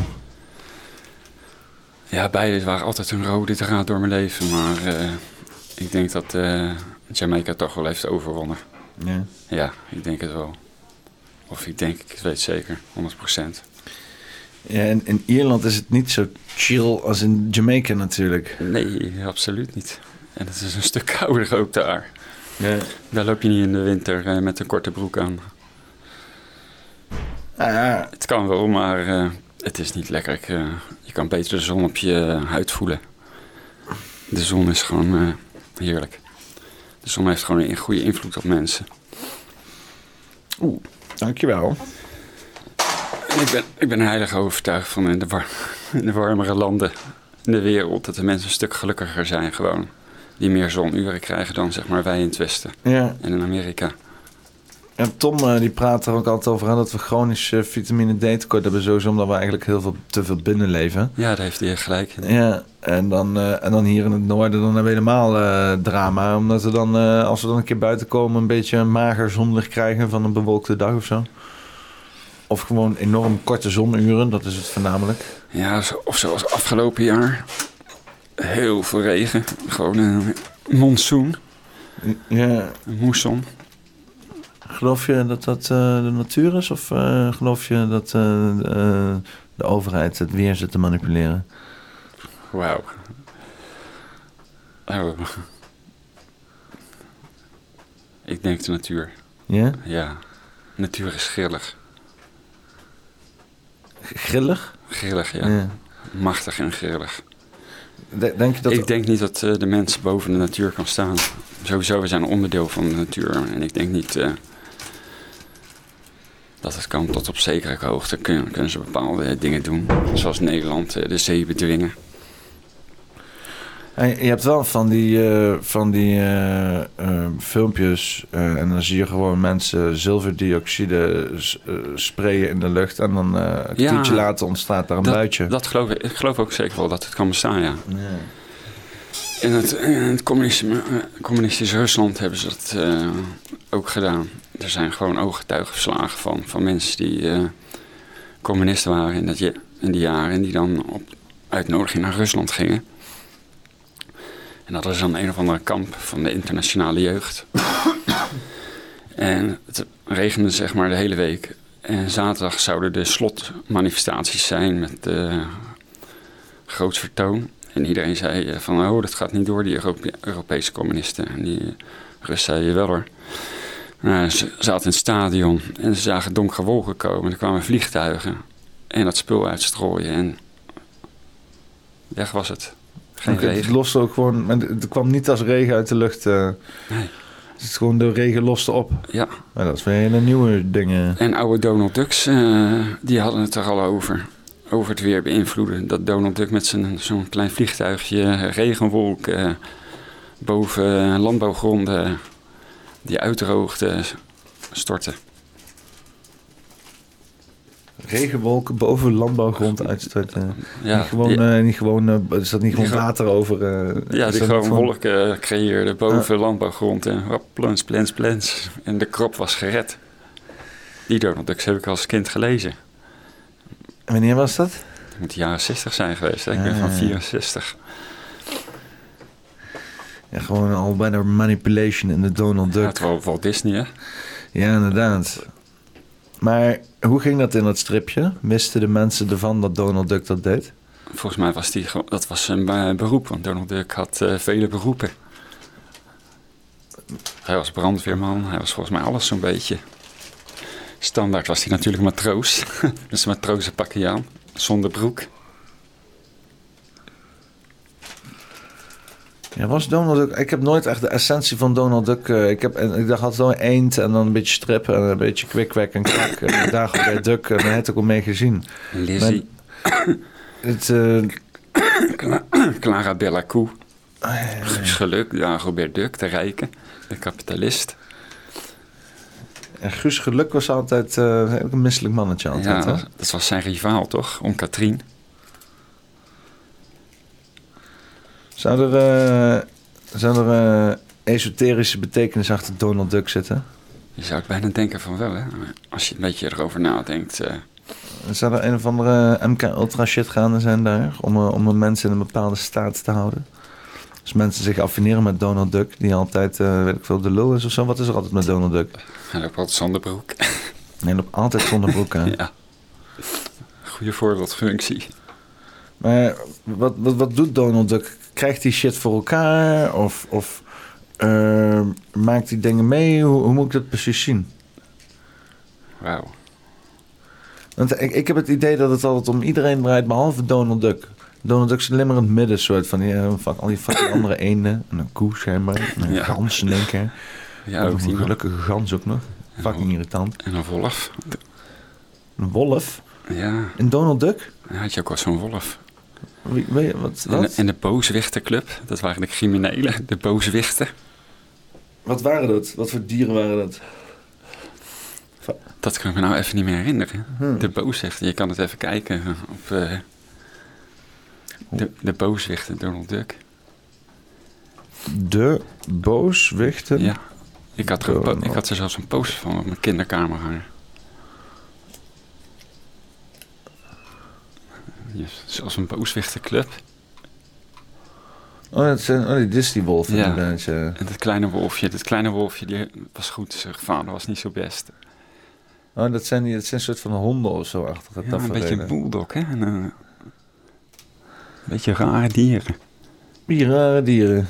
Ja, beide waren altijd een rode draad door mijn leven. Maar uh, ik denk dat uh, Jamaica toch wel heeft overwonnen. Ja? Ja, ik denk het wel. Of ik denk, ik weet het zeker, honderd procent. Ja, en in Ierland is het niet zo chill als in Jamaica natuurlijk. Nee, absoluut niet. En het is een stuk kouder ook daar. Ja. Daar loop je niet in de winter uh, met een korte broek aan. Ah, ja. Het kan wel, maar uh, het is niet lekker. Ik, uh, je kan beter de zon op je huid voelen. De zon is gewoon uh, heerlijk. De zon heeft gewoon een goede invloed op mensen. Oeh, dankjewel. Ik ben, ik ben er heilig overtuigd van in de, war, in de warmere landen in de wereld... dat de mensen een stuk gelukkiger zijn gewoon. Die meer zonuren krijgen dan zeg maar wij in het Westen. Ja. En in Amerika. En Tom uh, die praat er ook altijd over aan dat we chronisch uh, vitamine D tekort hebben. Sowieso omdat we eigenlijk heel veel te veel binnenleven. Ja, daar heeft hij gelijk in. Ja, en dan, uh, en dan hier in het noorden dan hebben we helemaal uh, drama. Omdat we dan, uh, als we dan een keer buiten komen, een beetje een mager zonlicht krijgen van een bewolkte dag of zo. Of gewoon enorm korte zonuren, dat is het voornamelijk. Ja, of zoals afgelopen jaar. Heel veel regen. Gewoon een monsoon. Ja. Een moesson. Geloof je dat dat uh, de natuur is? Of uh, geloof je dat uh, de, uh, de overheid het weer zit te manipuleren? Wauw. Oh. Ik denk de natuur. Ja? Ja. Natuur is grillig. Grillig? Grillig, ja. ja. Machtig en grillig. Denk je dat ik denk niet dat uh, de mens boven de natuur kan staan. Sowieso, we zijn een onderdeel van de natuur. En ik denk niet uh, dat het kan tot op zekere hoogte. Kunnen, kunnen ze bepaalde dingen doen. Zoals Nederland uh, de zee bedwingen. En je hebt wel van die, uh, van die uh, uh, filmpjes uh, en dan zie je gewoon mensen zilverdioxide uh, sprayen in de lucht en dan uh, een kwartiertje Ja, later ontstaat daar een dat, buitje. Dat geloof ik. Ik geloof ook zeker wel dat het kan bestaan, ja. Ja. In het, in het communisme, uh, communistische Rusland hebben ze dat uh, ook gedaan. Er zijn gewoon ooggetuigenverslagen van, van mensen die uh, communisten waren in, dat, in die jaren en die dan op uitnodiging naar Rusland gingen. En dat was dan een of andere kamp van de internationale jeugd. En het regende zeg maar de hele week. En zaterdag zouden de slotmanifestaties zijn met uh, groot vertoon. En iedereen zei van, oh, dat gaat niet door, die Europe- Europese communisten. En die uh, Russen zeiden, wel hoor. Nou, ze zaten in het stadion en ze zagen donkere wolken komen. Er kwamen vliegtuigen en dat spul uitstrooien. En weg was het. Geen Okay, regen. het loste ook gewoon, maar het kwam niet als regen uit de lucht. Uh, Nee. Het is gewoon de regen loste op. Ja. Maar dat is weer hele nieuwe dingen. En oude Donald Ducks, uh, die hadden het er al over. Over het weer beïnvloeden. Dat Donald Duck met zijn, zo'n klein vliegtuigje, regenwolk, uh, boven landbouwgronden, die uitdroogde, stortte. Regenwolken boven landbouwgrond uitstorten. Ja, niet gewoon, die, uh, niet gewoon uh, is dat niet gewoon die water over? Uh, ja, is die dat gewoon gewoon- wolken creëerde boven landbouwgrond. En hop, plens, plens, plens. En de krop was gered. Die Donald Ducks heb ik als kind gelezen. Wanneer was dat? Het moet de jaren zestig zijn geweest. Hè? Ik ben Ah. van vierenzestig. Ja, gewoon al bijna manipulation in de Donald Ja, Duck. het was Walt Disney, hè? Ja, inderdaad. Maar hoe ging dat in dat stripje? Wisten de mensen ervan dat Donald Duck dat deed? Volgens mij was die, gewoon- dat was zijn uh, beroep, want Donald Duck had uh, vele beroepen. Hij was brandweerman, hij was volgens mij alles zo'n beetje. Standaard was hij natuurlijk matroos, dus een matrozenpakje aan, zonder broek. Ja, was Donald Duck... Ik heb nooit echt de essentie van Donald Duck... Uh, ik, heb, en ik dacht altijd wel een eend en dan een beetje strip en een beetje kwik-kwek en kwak. En daar bij Duck, en daar heb ik ook mee gezien. Lizzie, Het, uh, Cla- Clara Bella Koe, Guus Geluk, Dagobert Duck, de rijke, de kapitalist. en Guus Geluk was altijd uh, ook een misselijk mannetje altijd. Ja, hè? dat was zijn rivaal toch, om Katrien. Zou er, uh, zou er uh, esoterische betekenis achter Donald Duck zitten? Je zou het bijna denken van wel, hè. Als je een beetje erover nadenkt. Uh, Zou er een of andere M K Ultra shit gaande zijn daar? Om, uh, om een mensen in een bepaalde staat te houden? Als mensen zich affineren met Donald Duck, die altijd, uh, weet ik veel, de lul is of zo. Wat is er altijd met Donald Duck? hij loopt altijd zonder broek. Nee, loopt altijd zonder broek aan. Ja. Goede voorbeeldfunctie. Maar wat, wat, wat doet Donald Duck? Krijgt hij shit voor elkaar? Of, of uh, maakt hij dingen mee? Hoe, hoe moet ik dat precies zien? Wauw. Want ik, ik heb het idee dat het altijd om iedereen draait, behalve Donald Duck. Donald Duck is alleen maar in het midden, soort van, ja, van al die fucking andere eenden. En een koe, schijnbaar. En een Ja. gans in één keer. Ja, Of ook een die man. gelukkige gans ook nog. En Fucking een- irritant. En een wolf. Een wolf? Ja, In Donald Duck? dan had je ook wel zo'n wolf. Wie, weet je, wat, En de, wat? en de booswichtenclub, dat waren de criminelen, de booswichten. wat waren dat? Wat voor dieren waren dat? Dat kan ik me nou even niet meer herinneren. Hm. De booswichten, je kan het even kijken op uh, de, de booswichten, Donald Duck. De booswichten? Ja, ik had, er, een po- Donald. ik had er zelfs een poster van op mijn kinderkamer hangen. Yes, zoals een booswichtenclub. Oh, dat zijn oh, die Disney-wolven Ja. inderdaad. Ja. En dat kleine wolfje, dat kleine wolfje, die was goed. Zijn vader was niet zo best. Oh, dat zijn, die, dat zijn een soort van honden of zo achter het Ja, een beetje tafereel. een bulldog, hè? En, uh, een beetje rare dieren. Die rare dieren.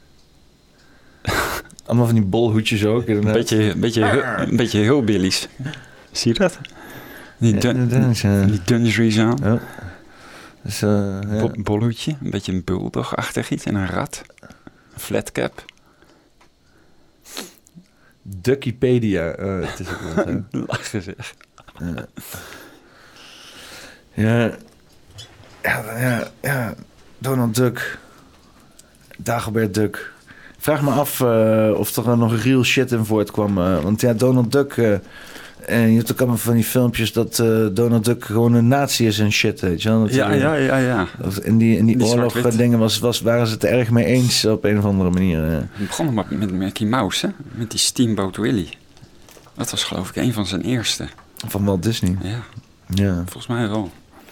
Allemaal van die bolhoedjes ook. Een beetje, een beetje, heel- een beetje heel billies. Zie je dat? Die, Ja, dun, inderdaad, ja. die dungeries aan. Ja. Dus, uh, ja. Bo- bolhoedje, een beetje een bulldog-achtig iets. En een rat. Een flatcap. Duckipedia. Uh, het is ook wat, hè. Lachen zeg. Uh, ja, ja, ja, ja, Donald Duck. Dagobert Duck. Ik vraag me af uh, of er nog real shit in voortkwam. Uh, want ja, Donald Duck... Uh, en je hebt ook allemaal van die filmpjes dat uh, Donald Duck gewoon een nazi is en shit, weet je wel. Dat, ja, uh, ja, ja, ja. In die, in die, die oorlog dingen was, was, waren ze het er erg mee eens op een of andere manier. Uh. Het begon maar met Mickey Mouse, hè? Met die Steamboat Willie. Dat was geloof ik een van zijn eerste. Van Walt Disney? Ja, ja. Volgens mij wel.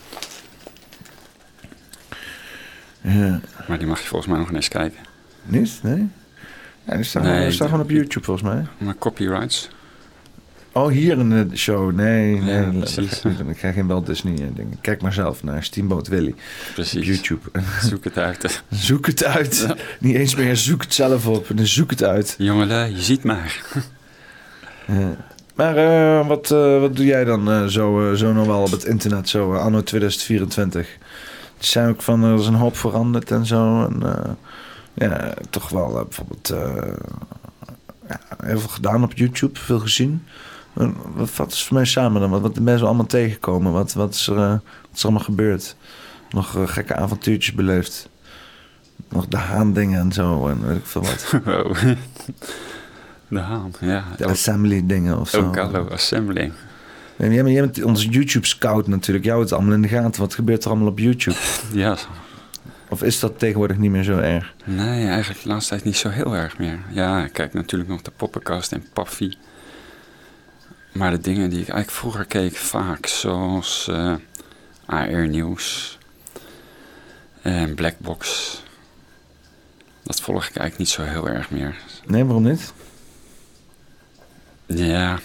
Ja. Maar die mag je volgens mij nog eens kijken. Niet? Nee? Ja, die staan, nee, staan gewoon op YouTube volgens mij. Maar copyrights. Oh, hier in de show. Nee, nee. Ja, precies. Ik ga geen Walt Disney dingen. Kijk maar zelf naar Steamboat Willie. Precies. Op YouTube. Zoek het uit. Zoek het uit. Ja. Niet eens meer zoek het zelf op. Zoek het uit. Jongelui, je ziet maar. Ja. Maar uh, wat, uh, wat doe jij dan uh, zo, uh, zo nog wel op het internet, zo uh, anno tweeduizend vierentwintig? Het zijn ook van, er is een hoop veranderd en zo. En, uh, ja, toch wel uh, bijvoorbeeld uh, ja, heel veel gedaan op YouTube, veel gezien. Wat, wat is voor mij samen dan? Wat, wat ben je zo allemaal tegengekomen? Wat, wat, is er, uh, wat is er allemaal gebeurd? Nog uh, gekke avontuurtjes beleefd? Nog de Haan dingen en zo en weet ik veel wat. Oh. De Haan, ja. De assembly dingen of zo. Ook hallo, assembly. Ja, jij, jij bent onze YouTube scout natuurlijk. Jou het allemaal in de gaten. Wat gebeurt er allemaal op YouTube? Ja. Of is dat tegenwoordig niet meer zo erg? Nee, eigenlijk de laatste tijd niet zo heel erg meer. Ja, ik kijk natuurlijk nog de Poppenkast en Paffy. Maar de dingen die ik eigenlijk vroeger keek vaak, zoals uh, A R Nieuws en Blackbox, dat volg ik eigenlijk niet zo heel erg meer. Nee, waarom niet? Ja,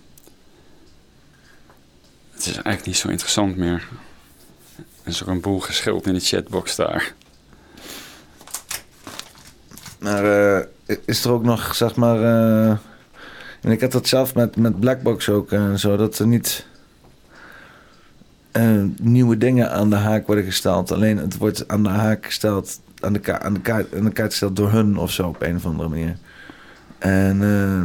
het is eigenlijk niet zo interessant meer. Er is ook een boel geschild in de chatbox daar. Maar uh, is er ook nog, zeg maar... Uh, en ik had dat zelf met, met Blackbox ook en uh, zo, dat er niet uh, nieuwe dingen aan de haak worden gesteld. Alleen het wordt aan de haak gesteld, aan de, ka- aan de, kaart, aan de kaart gesteld door hun of zo op een of andere manier. En uh,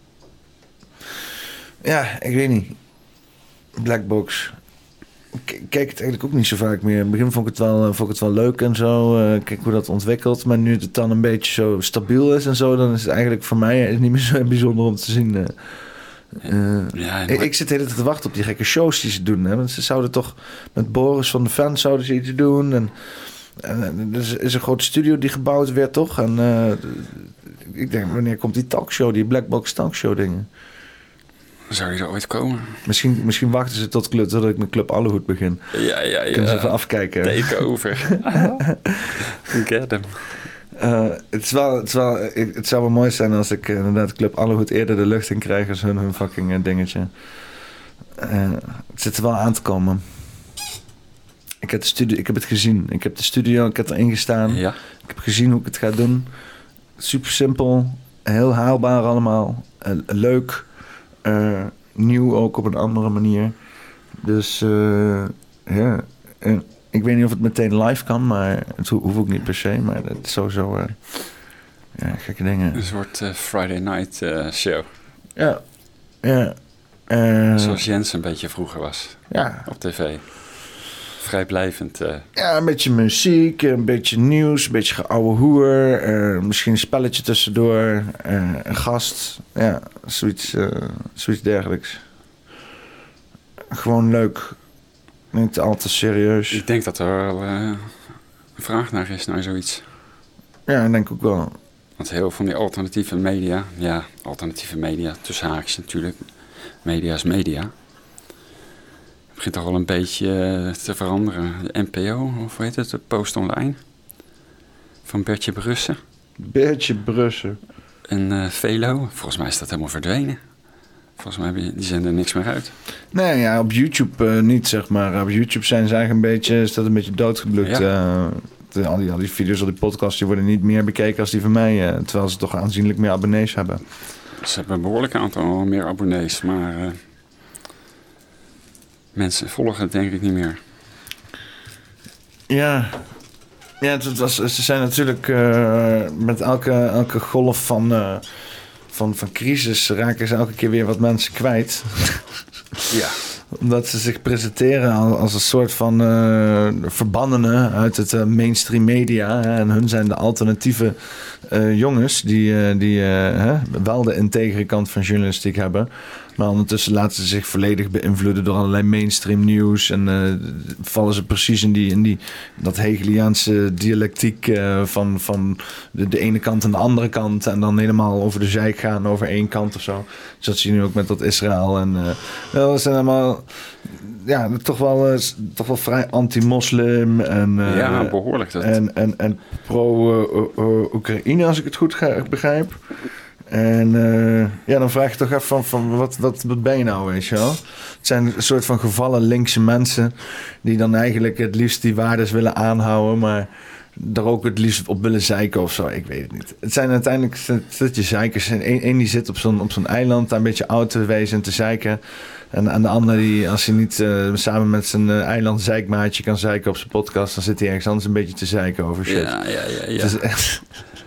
ja, ik weet niet. Blackbox. Ik kijk het eigenlijk ook niet zo vaak meer. In het begin vond ik het wel, vond ik het wel leuk en zo. Uh, kijk hoe dat ontwikkelt. Maar nu het dan een beetje zo stabiel is en zo, dan is het eigenlijk voor mij niet meer zo bijzonder om te zien. Uh, uh, ja, ik, ik zit de hele tijd te wachten op die gekke shows die ze doen. Hè? Want ze zouden toch met Boris van de Fans zouden ze iets doen. En, en er is een grote studio die gebouwd werd, toch? En uh, ik denk, wanneer komt die talkshow, die Blackbox talkshow dingen? Zou je er ooit komen? Misschien, misschien wachten ze tot, club, tot ik met Club Allehoed begin. Ja, ja, ja. Kunnen ze even afkijken. Take over. Get hem. Uh, het, is wel, het, is wel, het zou wel mooi zijn als ik uh, inderdaad Club Allehoed eerder de lucht in krijg als hun, hun fucking uh, dingetje. Uh, het zit er wel aan te komen. Ik heb, de studio, ik heb het gezien. Ik heb de studio, ik heb erin gestaan. Ja. Ik heb gezien hoe ik het ga doen. Super simpel. Heel haalbaar allemaal. Uh, leuk. Uh, nieuw ook op een andere manier. Dus uh, ja, en ik weet niet of het meteen live kan, maar het ho- hoeft ook niet per se. Maar het is sowieso uh, ja, gekke dingen. Een soort uh, Friday night uh, show. Ja, ja. Uh, Zoals Jens een beetje vroeger was. Ja. Op tv. Vrijblijvend. Uh. Ja, een beetje muziek, een beetje nieuws, een beetje geouwe hoer. Uh, misschien een spelletje tussendoor. Uh, een gast. Ja, zoiets, uh, zoiets dergelijks. Gewoon leuk. Niet al te serieus. Ik denk dat er wel uh, een vraag naar is, naar zoiets. Ja, ik denk ook wel. Want heel van die alternatieve media... Ja, alternatieve media, tussen haakjes natuurlijk. Media is media. Het begint toch wel een beetje te veranderen. De N P O, of hoe heet het? De Post Online. Van Bertje Brussen. Bertje Brussen. En uh, Velo. Volgens mij is dat helemaal verdwenen. Volgens mij hebben die zenden er niks meer uit. Nee, ja, op YouTube uh, niet, zeg maar. Op YouTube zijn ze eigenlijk een beetje, is dat een beetje doodgebloed. Ja. Uh, de, al, die, al die video's, al die podcasts, die worden niet meer bekeken als die van mij. Uh, terwijl ze toch aanzienlijk meer abonnees hebben. Ze hebben een behoorlijk aantal meer abonnees, maar... Uh, mensen volgen het denk ik niet meer. Ja, ja het was, ze zijn natuurlijk uh, met elke, elke golf van, uh, van, van crisis raken ze elke keer weer wat mensen kwijt. Ja. Omdat ze zich presenteren als een soort van uh, verbannenen uit het uh, mainstream media. Hè? En hun zijn de alternatieve uh, jongens die, uh, die uh, hè, wel de integere kant van journalistiek hebben. Maar ondertussen laten ze zich volledig beïnvloeden door allerlei mainstream nieuws. En uh, vallen ze precies in, die, in die, dat Hegeliaanse dialectiek uh, van, van de, de ene kant en de andere kant. En dan helemaal over de zijk gaan over één kant of zo. Dus dat zie je nu ook met dat Israël. En uh, dat zijn allemaal ja, toch wel, uh, toch wel vrij anti-moslim. En, uh, ja, behoorlijk. Dat. En, en, en pro-Oekraïne, als ik het goed ga, begrijp. En uh, ja, dan vraag je toch even van, van wat, wat, wat ben je nou, weet je wel? Het zijn een soort van gevallen linkse mensen die dan eigenlijk het liefst die waardes willen aanhouden, maar daar ook het liefst op willen zeiken of zo. Ik weet het niet. Het zijn uiteindelijk dat je zeikers. Eén één die zit op zo'n op zo'n eiland daar een beetje oud te wezen en te zeiken. En aan de ander die, als hij niet uh, samen met zijn uh, eiland zeikmaatje kan zeiken op zijn podcast, dan zit hij ergens anders een beetje te zeiken over shit. Ja, ja, ja. ja. Het is echt...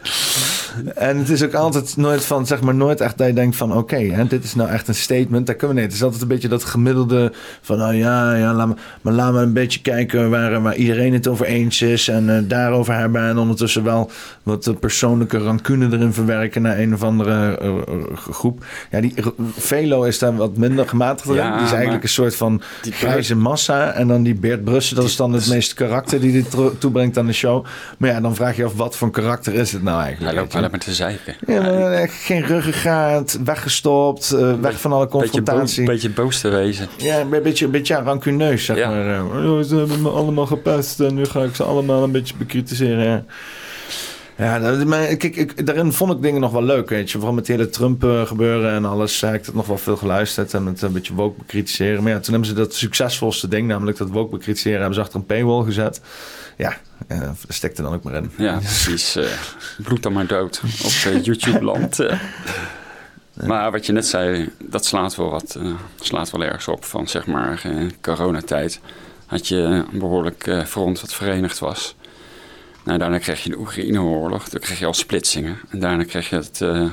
En het is ook altijd nooit van, zeg maar, nooit echt dat je denkt van, oké, okay, dit is nou echt een statement. Daar kunnen we niet. Het is altijd een beetje dat gemiddelde van, nou ja, ja, laat me, maar laten we een beetje kijken waar, waar iedereen het over eens is en uh, daarover hebben en ondertussen wel wat uh, persoonlijke rancune erin verwerken naar een of andere uh, uh, groep. Ja, die Velo is daar wat minder gematigd in. Ja, die is eigenlijk een soort van grijze massa. En dan die Beert Brussen, dat is dan het meeste karakter die hij tro- toebrengt aan de show. Maar ja, dan vraag je af, wat voor een karakter is het nou eigenlijk? Hij loopt alleen maar te zeiken. Ja, maar echt geen ruggengraat, weggestopt, uh, weg van alle confrontatie. Een beetje, bo- beetje boos te wezen. Ja, een beetje, een beetje ja, rancuneus, zeg ja. maar. Uh, ze hebben me allemaal gepest en nu ga ik ze allemaal een beetje bekritiseren. Ja. Ja, dat, maar kijk, ik, daarin vond ik dingen nog wel leuk, weet je. Vooral met het hele Trump uh, gebeuren en alles. Heb ik het nog wel veel geluisterd en met een beetje woke bekritiseren. Maar ja, toen hebben ze dat succesvolste ding, namelijk dat woke bekritiseren, hebben ze achter een paywall gezet. Ja, uh, stek er dan ook maar in. Ja, precies. Uh, bloed dan maar dood op uh, YouTube-land. Uh. Maar wat je net zei, dat slaat wel wat, uh, slaat wel ergens op. Van zeg maar uh, coronatijd had je een behoorlijk uh, front wat verenigd was. Nou, daarna kreeg je de Oekraïne-oorlog. Toen kreeg je al splitsingen. En daarna kreeg je het, uh,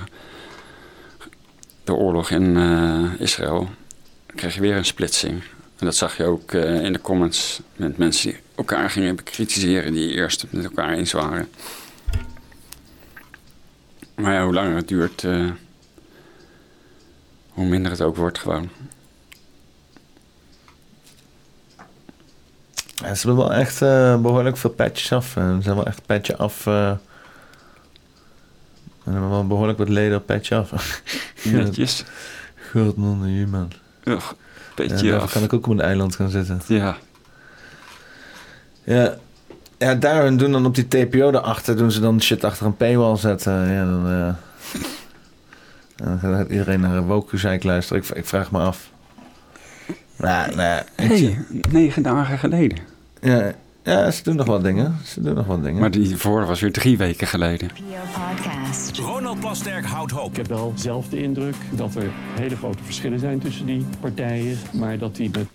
de oorlog in uh, Israël. Dan kreeg je weer een splitsing. En dat zag je ook uh, in de comments met mensen die elkaar gingen bekritiseren, die eerst met elkaar eens waren. Maar ja, hoe langer het duurt, uh, hoe minder het ook wordt gewoon. Ja, ze hebben wel echt uh, behoorlijk veel patches af. Ze zijn wel echt patchen af. Uh, en hebben wel behoorlijk wat leden op patch af. Netjes. God man, hier man. Ugh, petje ja, af. Kan ik ook op een eiland gaan zitten. Ja. Ja. Ja, daar doen dan op die T P O daarachter, doen ze dan shit achter een paywall zetten. Ja, dan, uh, dan gaat iedereen naar een woke-gezeik luisteren. Ik, ik vraag me af. Nou, nou, hey, negen dagen geleden. Ja, ja, ze doen nog wat dingen. Ze doen nog wat dingen. Maar die vorige was weer drie weken geleden. Ronald Plasterk houdt hoop. Ik heb wel zelf de indruk dat er hele grote verschillen zijn tussen die partijen. Maar dat die met...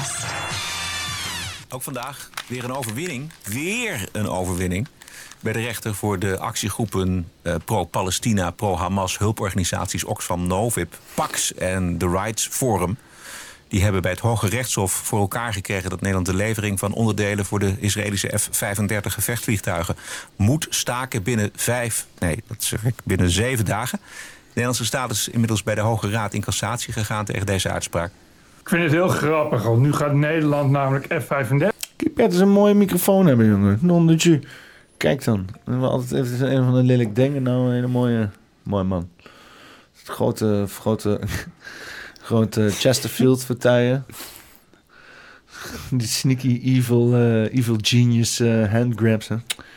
Ook vandaag weer een overwinning. Weer een overwinning. Bij de rechter voor de actiegroepen uh, pro-Palestina, pro-Hamas, hulporganisaties Oxfam Novib, Pax en The Rights Forum. Die hebben bij het Hoge Rechtshof voor elkaar gekregen dat Nederland de levering van onderdelen voor de Israëlische F vijfendertig gevechtsvliegtuigen moet staken binnen vijf, nee, dat zeg ik, binnen zeven dagen. De Nederlandse staat is inmiddels bij de Hoge Raad in cassatie gegaan tegen deze uitspraak. Ik vind het heel grappig, want nu gaat Nederland namelijk F vijfendertig. Kijk, Bert is een mooie microfoon hebben, jongen. Non-de-ju. Kijk dan. We hebben altijd even een van de lelijk dingen. Nou, een hele mooie, mooie man. Grote, grote, grote Chesterfield-partijen. Die sneaky evil, uh, evil genius uh, hand grabs, hè.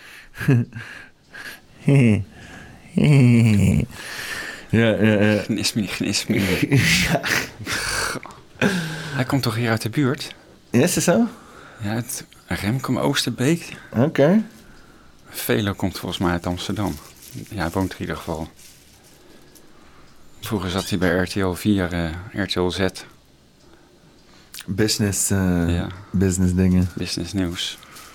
ja, ja, ja. Gnis me niet, gnis me niet. ja. Hij komt toch hier uit de buurt? Ja, is dat zo? Ja, het Remkom Oosterbeek. Oké. Okay. Velo komt volgens mij uit Amsterdam. Ja, hij woont er in ieder geval. Vroeger zat hij bij R T L vier, uh, R T L Z. Business, uh, ja. business dingen. Business nieuws.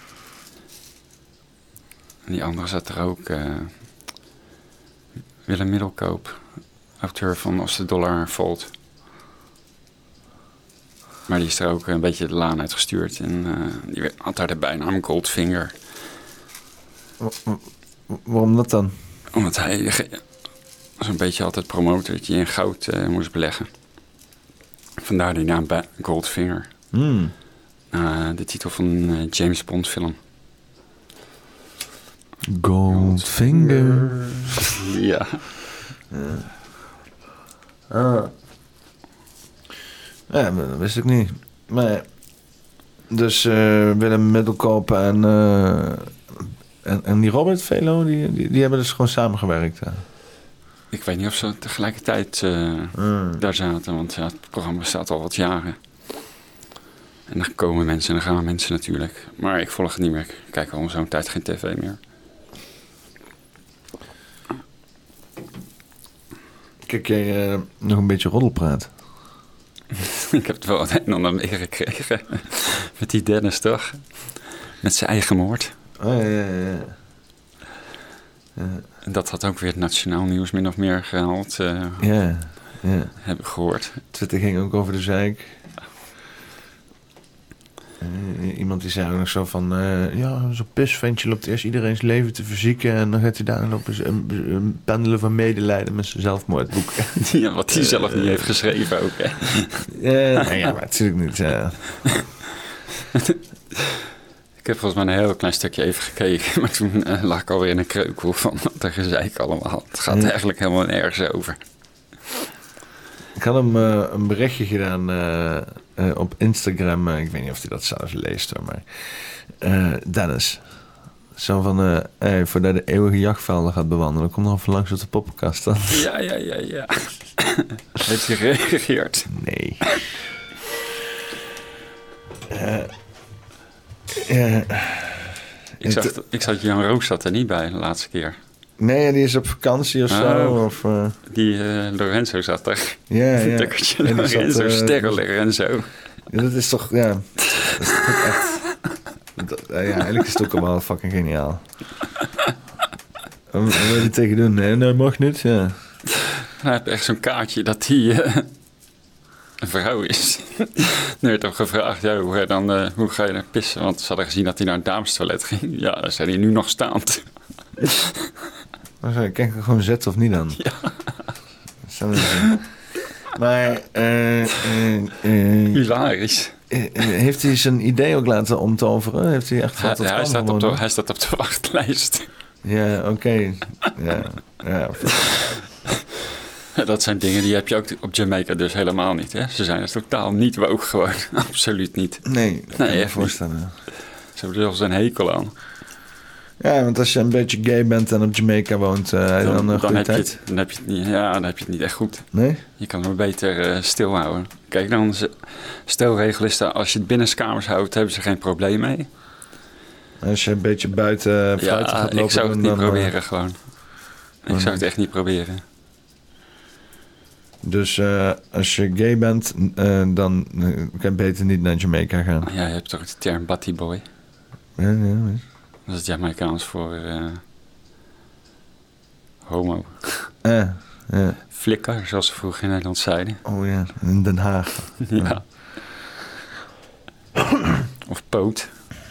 En die andere zat er ook. Uh, Willem Middelkoop, auteur van Als de Dollar Valt. Maar die is er ook een beetje de laan uitgestuurd. En uh, die had daar de bijnaam Goldfinger. Wa- wa- waarom dat dan? Omdat hij zo'n beetje altijd promoten dat je in goud uh, moest beleggen. Vandaar die naam ba- Goldfinger. Hmm. Uh, de titel van een uh, James Bond film. Goldfinger. Ja. Ah. Ja, maar dat wist ik niet. Maar, dus uh, Willem Middelkoop en, uh, en, en die Robert Velo, die, die, die hebben dus gewoon samengewerkt. Hè? Ik weet niet of ze tegelijkertijd uh, Mm. daar zaten, want ja, het programma bestaat al wat jaren. En dan komen mensen en dan gaan mensen natuurlijk. Maar ik volg het niet meer. Ik kijk al zo'n tijd geen tv meer. Kijk jij uh, nog een beetje roddelpraat? Ik heb het wel het een en ander meegekregen. Met die Dennis toch? Met zijn eigen moord. Oh ja, ja, ja. ja. En dat had ook weer het nationaal nieuws min of meer gehaald. Uh, Ja, ja. heb ik gehoord. Twitter ging ook over de zeik. Uh, iemand die zei ook nog zo van... Uh, ja, zo'n pisventje loopt eerst iedereen's leven te verzieken... en dan gaat hij daar lopen een, een pendelen van medelijden met zijn zelfmoordboek. Ja, wat hij zelf niet heeft geschreven ook, hè. Uh, nee, ja, maar natuurlijk niet. Uh. Ik heb volgens mij een heel klein stukje even gekeken... maar toen uh, lag ik alweer in een kreukel van wat er gezeik allemaal. Het gaat Ja. eigenlijk helemaal nergens over. Ik had hem uh, een berichtje gedaan uh, uh, op Instagram. Uh, ik weet niet of hij dat zelfs leest hoor, maar... Uh, Dennis. Zo van... Uh, hey, voordat je de eeuwige jachtvelden gaat bewandelen... kom nog even langs op de poppenkast dan. Ja, ja, ja, ja. Heeft hij gereageerd? Nee. Uh, uh, Ik zag, ik zag Jan Roos zat er niet bij de laatste keer. Nee, die is op vakantie of zo. Oh. Of, uh, Die uh, Lorenzo zat er. ja, ja. Tukkertje En die zat, Lorenzo, uh, sterren Lorenzo. Ja, dat is toch... Ja, dat is toch echt... Dat, uh, ja, eigenlijk is het ook allemaal fucking geniaal. Wat wat wil je tegen doen? Nee, dat mag niet, ja. Hij heeft echt zo'n kaartje dat hij uh, een vrouw is. Nu werd hem gevraagd, ja, hoe, ga je dan, uh, hoe ga je dan pissen? Want ze hadden gezien dat hij naar het damestoilet ging. Ja, dan zei hij nu nog staand. Kan ik gewoon zetten of niet dan? Ja. Maar, uh, uh, uh, Hilarisch. uh, heeft hij zijn idee ook laten omtoveren? Heeft hij echt Hij, wat hij, staat op de, hij staat op de wachtlijst. Ja, oké. Okay. Ja, ja. Dat zijn dingen die heb je ook op Jamaica dus helemaal niet. Hè? Ze zijn er totaal niet woke gewoon. Absoluut niet. Nee, dat kan Nee, ik me echt voorstellen. Ze hebben er zelfs een hekel aan. Ja, want als je een beetje gay bent en op Jamaica woont, uh, dan, dan, een dan, goede heb je tijd. het, dan heb je het niet. Ja, dan heb je het niet echt goed. Nee? Je kan het maar beter uh, stilhouden. Kijk, dan is- stelregel is dat als je het binnenskamers houdt, hebben ze geen probleem mee. Als je een beetje buiten uh, buiten Ja, gaat lopen... ik zou het dan, niet dan, proberen gewoon. Ik Oh, zou het nee. echt niet proberen. Dus uh, als je gay bent, uh, dan uh, kan je beter niet naar Jamaica gaan. Ja, je hebt toch de term Batty Boy. Ja, ja, ja. Dat is het Jamaicaans voor uh, homo. Uh, ja. Flikker, zoals ze vroeger in Nederland zeiden. Oh ja, in Den Haag. Ja. Of poot.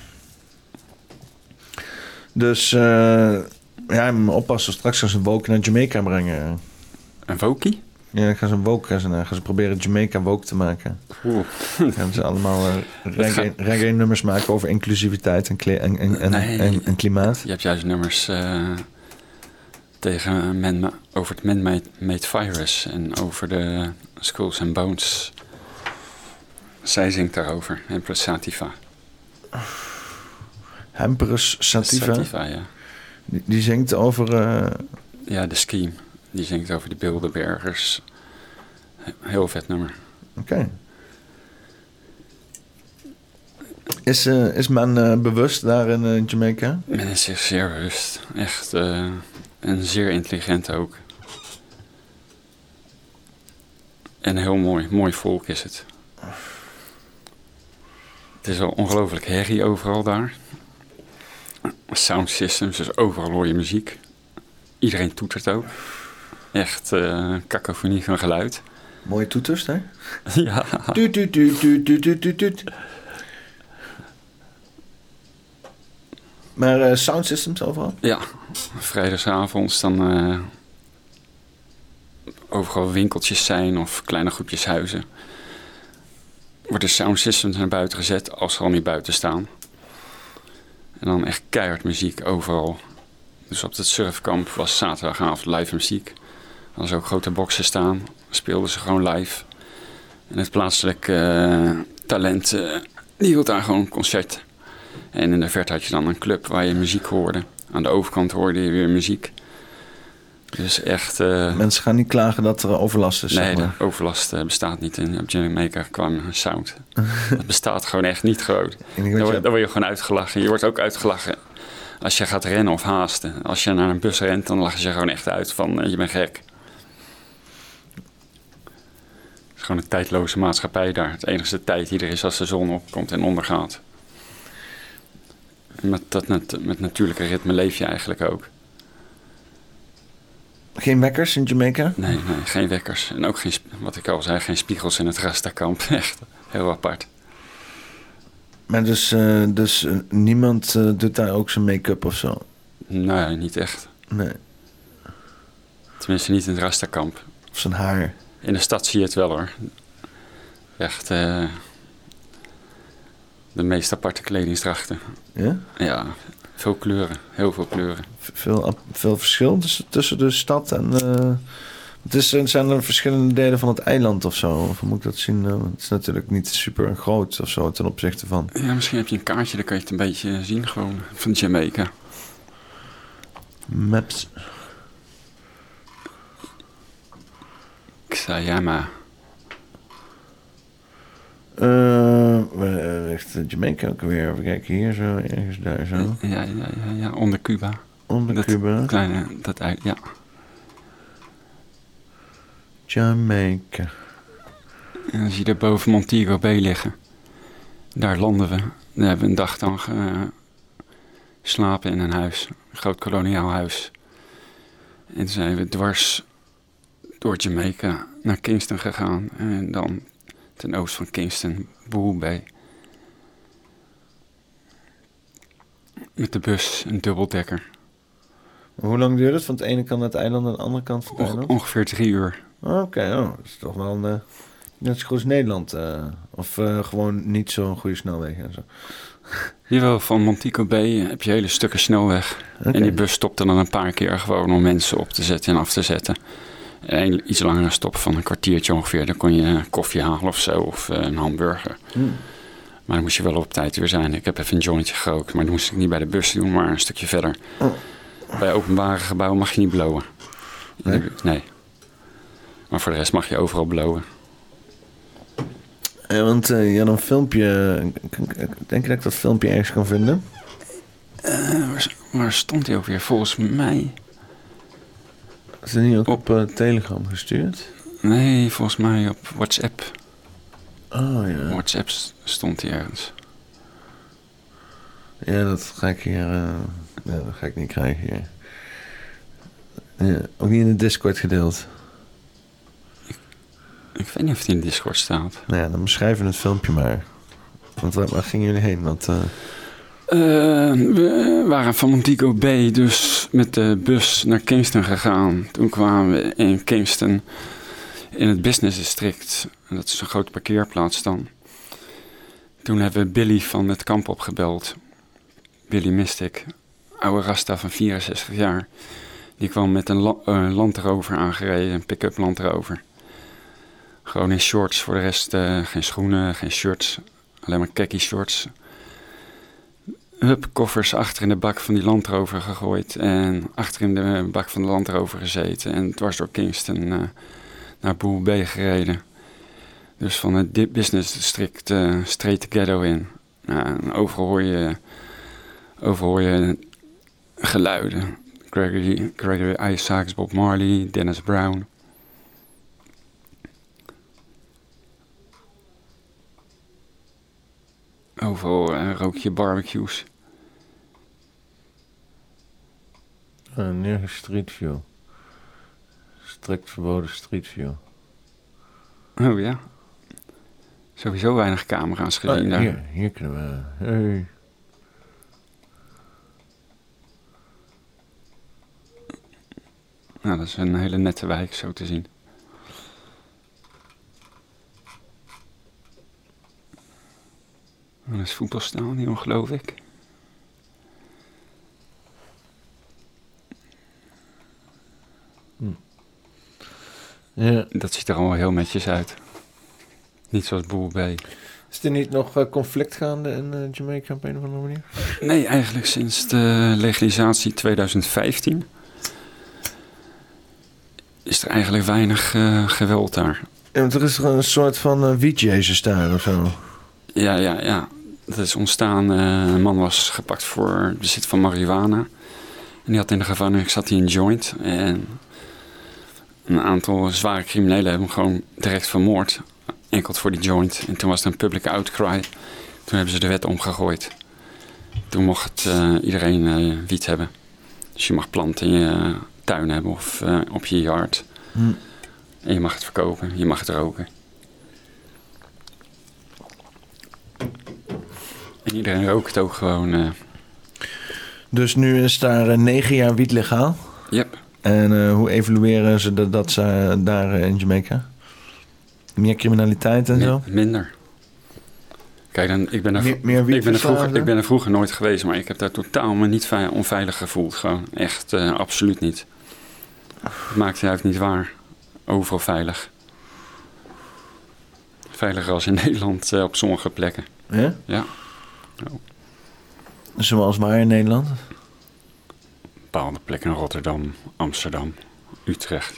Dus uh, ja, ik moet oppassen. Straks gaan ze een woke naar Jamaica brengen. Een vokie? Ja, dan gaan ze een woke gaan ze, naar. gaan ze proberen Jamaica woke te maken. Oeh. Dan gaan ze allemaal uh, reggae, reggae nummers maken over inclusiviteit en, kli- en, en, en, Nee. en, en klimaat. Je hebt juist nummers uh, tegen man, over het man-made made virus en over de Skulls and Bones. Zij zingt daarover, Empress Sativa. Empress Sativa, Sativa, ja. die, die zingt over... Uh, Ja, de Scheme. Die zingt over de Bilderbergers. Heel vet nummer. Oké. Okay. Is, uh, is men uh, bewust daar in uh, Jamaica? Men is zich zeer bewust. Echt uh, en zeer intelligent ook. En heel mooi. Mooi volk is het. Het is wel ongelooflijk herrie overal daar. Sound systems, dus overal hoor je muziek. Iedereen toetert ook. Echt uh, cacophonie van geluid. Mooie toeters, hè? Ja. Tuut, tuut, tuut, tuut, tuut, tuut, tuut, tuut. Maar uh, sound systems overal? Ja, vrijdagavond dan uh, overal winkeltjes zijn of kleine groepjes huizen. Worden sound systems naar buiten gezet als ze al niet buiten staan. En dan echt keihard muziek overal. Dus op het surfkamp was zaterdagavond live muziek. Er hadden ze ook grote boxen staan. Speelden ze gewoon live. En het plaatselijke uh, talent uh, die hield daar gewoon een concert. En in de verte had je dan een club waar je muziek hoorde. Aan de overkant hoorde je weer muziek. Dus echt... Uh, Mensen gaan niet klagen dat er overlast is. Nee, zeg maar. de overlast uh, bestaat niet in op Jamaica qua sound. Dat bestaat gewoon echt niet gewoon. Dan word, dan word je gewoon uitgelachen. Je wordt ook uitgelachen als je gaat rennen of haasten. Als je naar een bus rent, dan lachen ze gewoon echt uit van uh, je bent gek. Het is gewoon een tijdloze maatschappij daar. Het enige tijd die er is als de zon opkomt en ondergaat. Met dat met, met natuurlijke ritme leef je eigenlijk ook. Geen wekkers in Jamaica? Nee, nee, geen wekkers. En ook geen, wat ik al zei, geen spiegels in het Rastakamp. Echt heel apart. Maar dus, uh, dus uh, niemand uh, doet daar ook zijn make-up of zo? Nee, niet echt. Nee. Tenminste niet in het Rastakamp. Of zijn haar? In de stad zie je het wel hoor. Echt uh, de meest aparte kledingsdrachten. Ja? Ja, veel kleuren. Heel veel kleuren. Veel, veel verschil tussen, tussen de stad en... Uh, het is, zijn er verschillende delen van het eiland of zo? Of hoe moet ik dat zien? Uh, het is natuurlijk niet super groot of zo ten opzichte van... Ja, misschien heb je een kaartje, dan kan je het een beetje zien gewoon. Van Jamaica. Maps. Xayama. Uh, waar ligt Jamaica ook weer? Even kijken, hier zo, ergens daar zo. Ja, ja, ja, ja. Onder Cuba. Onder dat Cuba? Kleine, dat uit, ja. Jamaica. En dan zie je daar boven Montego Bay liggen. Daar landen we. Daar hebben we een dag dan geslapen in een huis. Een groot koloniaal huis. En toen zijn we dwars door Jamaica naar Kingston gegaan. En dan ten oosten van Kingston, Bull Bay. Met de bus, een dubbeldekker. Hoe lang duurde het van de ene kant naar het eiland naar de andere kant van het eiland? Ongeveer drie uur. Oké, okay, oh, dat is toch wel een, uh, net zo goed als Nederland. Uh, of uh, gewoon niet zo'n goede snelweg en zo. Jawel, van Montego Bay heb je hele stukken snelweg. Okay. En die bus stopte dan een paar keer gewoon om mensen op te zetten en af te zetten. En een iets langere stop van een kwartiertje ongeveer. Dan kon je koffie halen of zo, of uh, een hamburger. Hmm. Maar dan moest je wel op tijd weer zijn. Ik heb even een jointje gerookt, maar dat moest ik niet bij de bus doen, maar een stukje verder. Oh. Bij openbare gebouwen mag je niet blowen. Nee? Nee. Maar voor de rest mag je overal blowen. Ja, want uh, je had een filmpje... Denk je dat ik dat filmpje ergens kan vinden? Uh, waar, waar stond hij ook weer? Volgens mij... Is het niet ook op uh, Telegram gestuurd? Nee, volgens mij op WhatsApp. Oh ja. WhatsApp stond hij ergens. Ja, dat ga ik hier... Uh, ja, dat ga ik niet krijgen hier. Ja, ook niet in de Discord gedeeld. Ik, ik weet niet of het in de Discord staat. Nou ja, dan beschrijven we het filmpje maar. Want waar, waar gingen jullie heen? Want... Uh... Uh, we waren van Montego Bay dus met de bus naar Kingston gegaan. Toen kwamen we in Kingston in het business district. En dat is een grote parkeerplaats dan. Toen hebben we Billy van het kamp opgebeld. Billy Mystic, oude rasta van vierenzestig jaar. Die kwam met een la- uh, Land Rover aangereden, een pick-up Land Rover. Gewoon in shorts, voor de rest uh, geen schoenen, geen shirts. Alleen maar khaki shorts. Hup, koffers achter in de bak van die Land Rover gegooid. En achter in de bak van de Land Rover gezeten. En dwars door Kingston uh, naar Bull Bay gereden. Dus van het business district uh, straight the ghetto in. Nou, en overal hoor je, overal hoor je geluiden. Gregory, Gregory Isaacs, Bob Marley, Dennis Brown. Overal uh, rook je barbecues. Uh, nergens Street View. Strikt verboden Street View. Oh ja. Sowieso weinig camera's gezien Oh, daar. hier, hier kunnen we... Hey. Nou, dat is een hele nette wijk, zo te zien. Dat is voetbalstadion, geloof ik. Ja. Dat ziet er allemaal heel netjes uit. Niet zoals Bull Bay. Is er niet nog uh, conflict gaande in uh, Jamaica op een of andere manier? Nee, eigenlijk sinds de legalisatie tweeduizend vijftien... is er eigenlijk weinig uh, geweld daar. Ja, want er is toch een soort van uh, wiet-jezus daar of zo? Ja, ja, ja. Dat is ontstaan. Uh, een man was gepakt voor het bezit van marihuana. En die had in de gevangenis zat hij een joint. En een aantal zware criminelen hebben hem gewoon direct vermoord. Enkel voor die joint. En toen was er een public outcry. Toen hebben ze de wet omgegooid. Toen mocht uh, iedereen uh, wiet hebben. Dus je mag planten in je tuin hebben of uh, op je yard. Hm. En je mag het verkopen. Je mag het roken. En iedereen rookt het ook gewoon. Uh... Dus nu is daar uh, negen jaar wiet legaal? Yep. En uh, hoe evalueren ze dat, dat ze uh, daar uh, in Jamaica? Meer criminaliteit en Mi- zo? Minder. Kijk, dan, ik, ben er, meer, meer ik, ben er vroeger, ik ben er vroeger nooit geweest, maar ik heb daar totaal me niet vei- onveilig gevoeld. Gewoon echt uh, absoluut niet. Het maakt het niet waar. Overal veilig. Veiliger als in Nederland uh, op sommige plekken. Ja? Ja. Oh. Zoals waar in Nederland? Bepaalde plekken in Rotterdam, Amsterdam, Utrecht.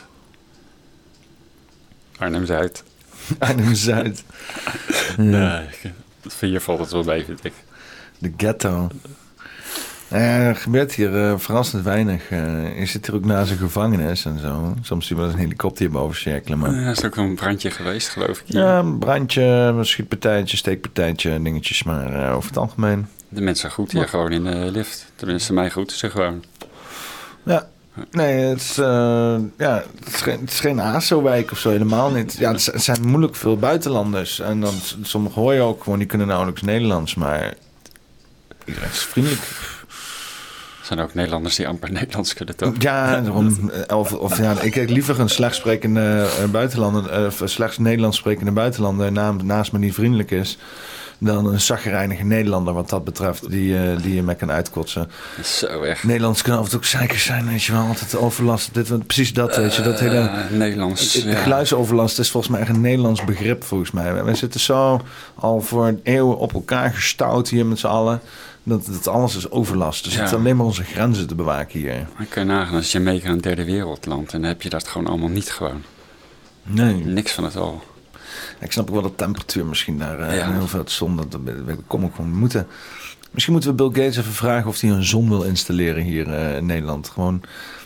Arnhem-Zuid. Arnhem-Zuid. Ja. Nee, hier valt het wel bij, vind ik. De ghetto. Nou ja, er gebeurt hier uh, verrassend weinig. Uh, je zit hier ook naast een gevangenis en zo. Soms zie je wel eens een helikopter hierboven cirkelen. Maar... Ja, er is ook een brandje geweest, geloof ik. Hier. Ja, een brandje, een schietpartijtje, steekpartijtje, dingetjes. Maar uh, over het algemeen... De mensen groeten hier gewoon in de lift. Tenminste, mij groeten ze gewoon. Ja, nee, het is, uh, ja, het is geen, het is geen A S O-wijk of zo, helemaal niet. Ja, het zijn moeilijk veel buitenlanders. En dan sommigen hoor je ook gewoon, die kunnen nauwelijks Nederlands. Maar iedereen is vriendelijk. Er zijn ook Nederlanders die amper Nederlands kunnen, toch? Ja, daarom, of, of ja, ik heb liever een slecht sprekende uh, buitenlander, of uh, slechts Nederlands sprekende buitenlander na, naast me die vriendelijk is, dan een zaggerijnige Nederlander wat dat betreft, die, uh, die je me kan uitkotsen. Zo echt. Nederlands kan af en toe ook zeikers zijn, weet je wel, altijd overlast. Dit, precies dat, weet je, dat hele... Uh, Nederlands, de, de ja. geluidsoverlast is volgens mij echt een Nederlands begrip, volgens mij. We zitten zo al voor eeuwen op elkaar gestouwd hier met z'n allen, dat, dat alles is overlast. Dus Ja. het is alleen maar onze grenzen te bewaken hier. Dan kun je nagaan, als je meegaat naar een derde wereldland, en dan heb je dat gewoon allemaal niet gewoon. Nee. Niks van het al. Ik snap ook wel de temperatuur misschien daar. Uh, Ja. en heel veel het zon, dat, dat, dat kom ik gewoon moeten. Misschien moeten we Bill Gates even vragen of hij een zon wil installeren hier uh, in Nederland. Gewoon...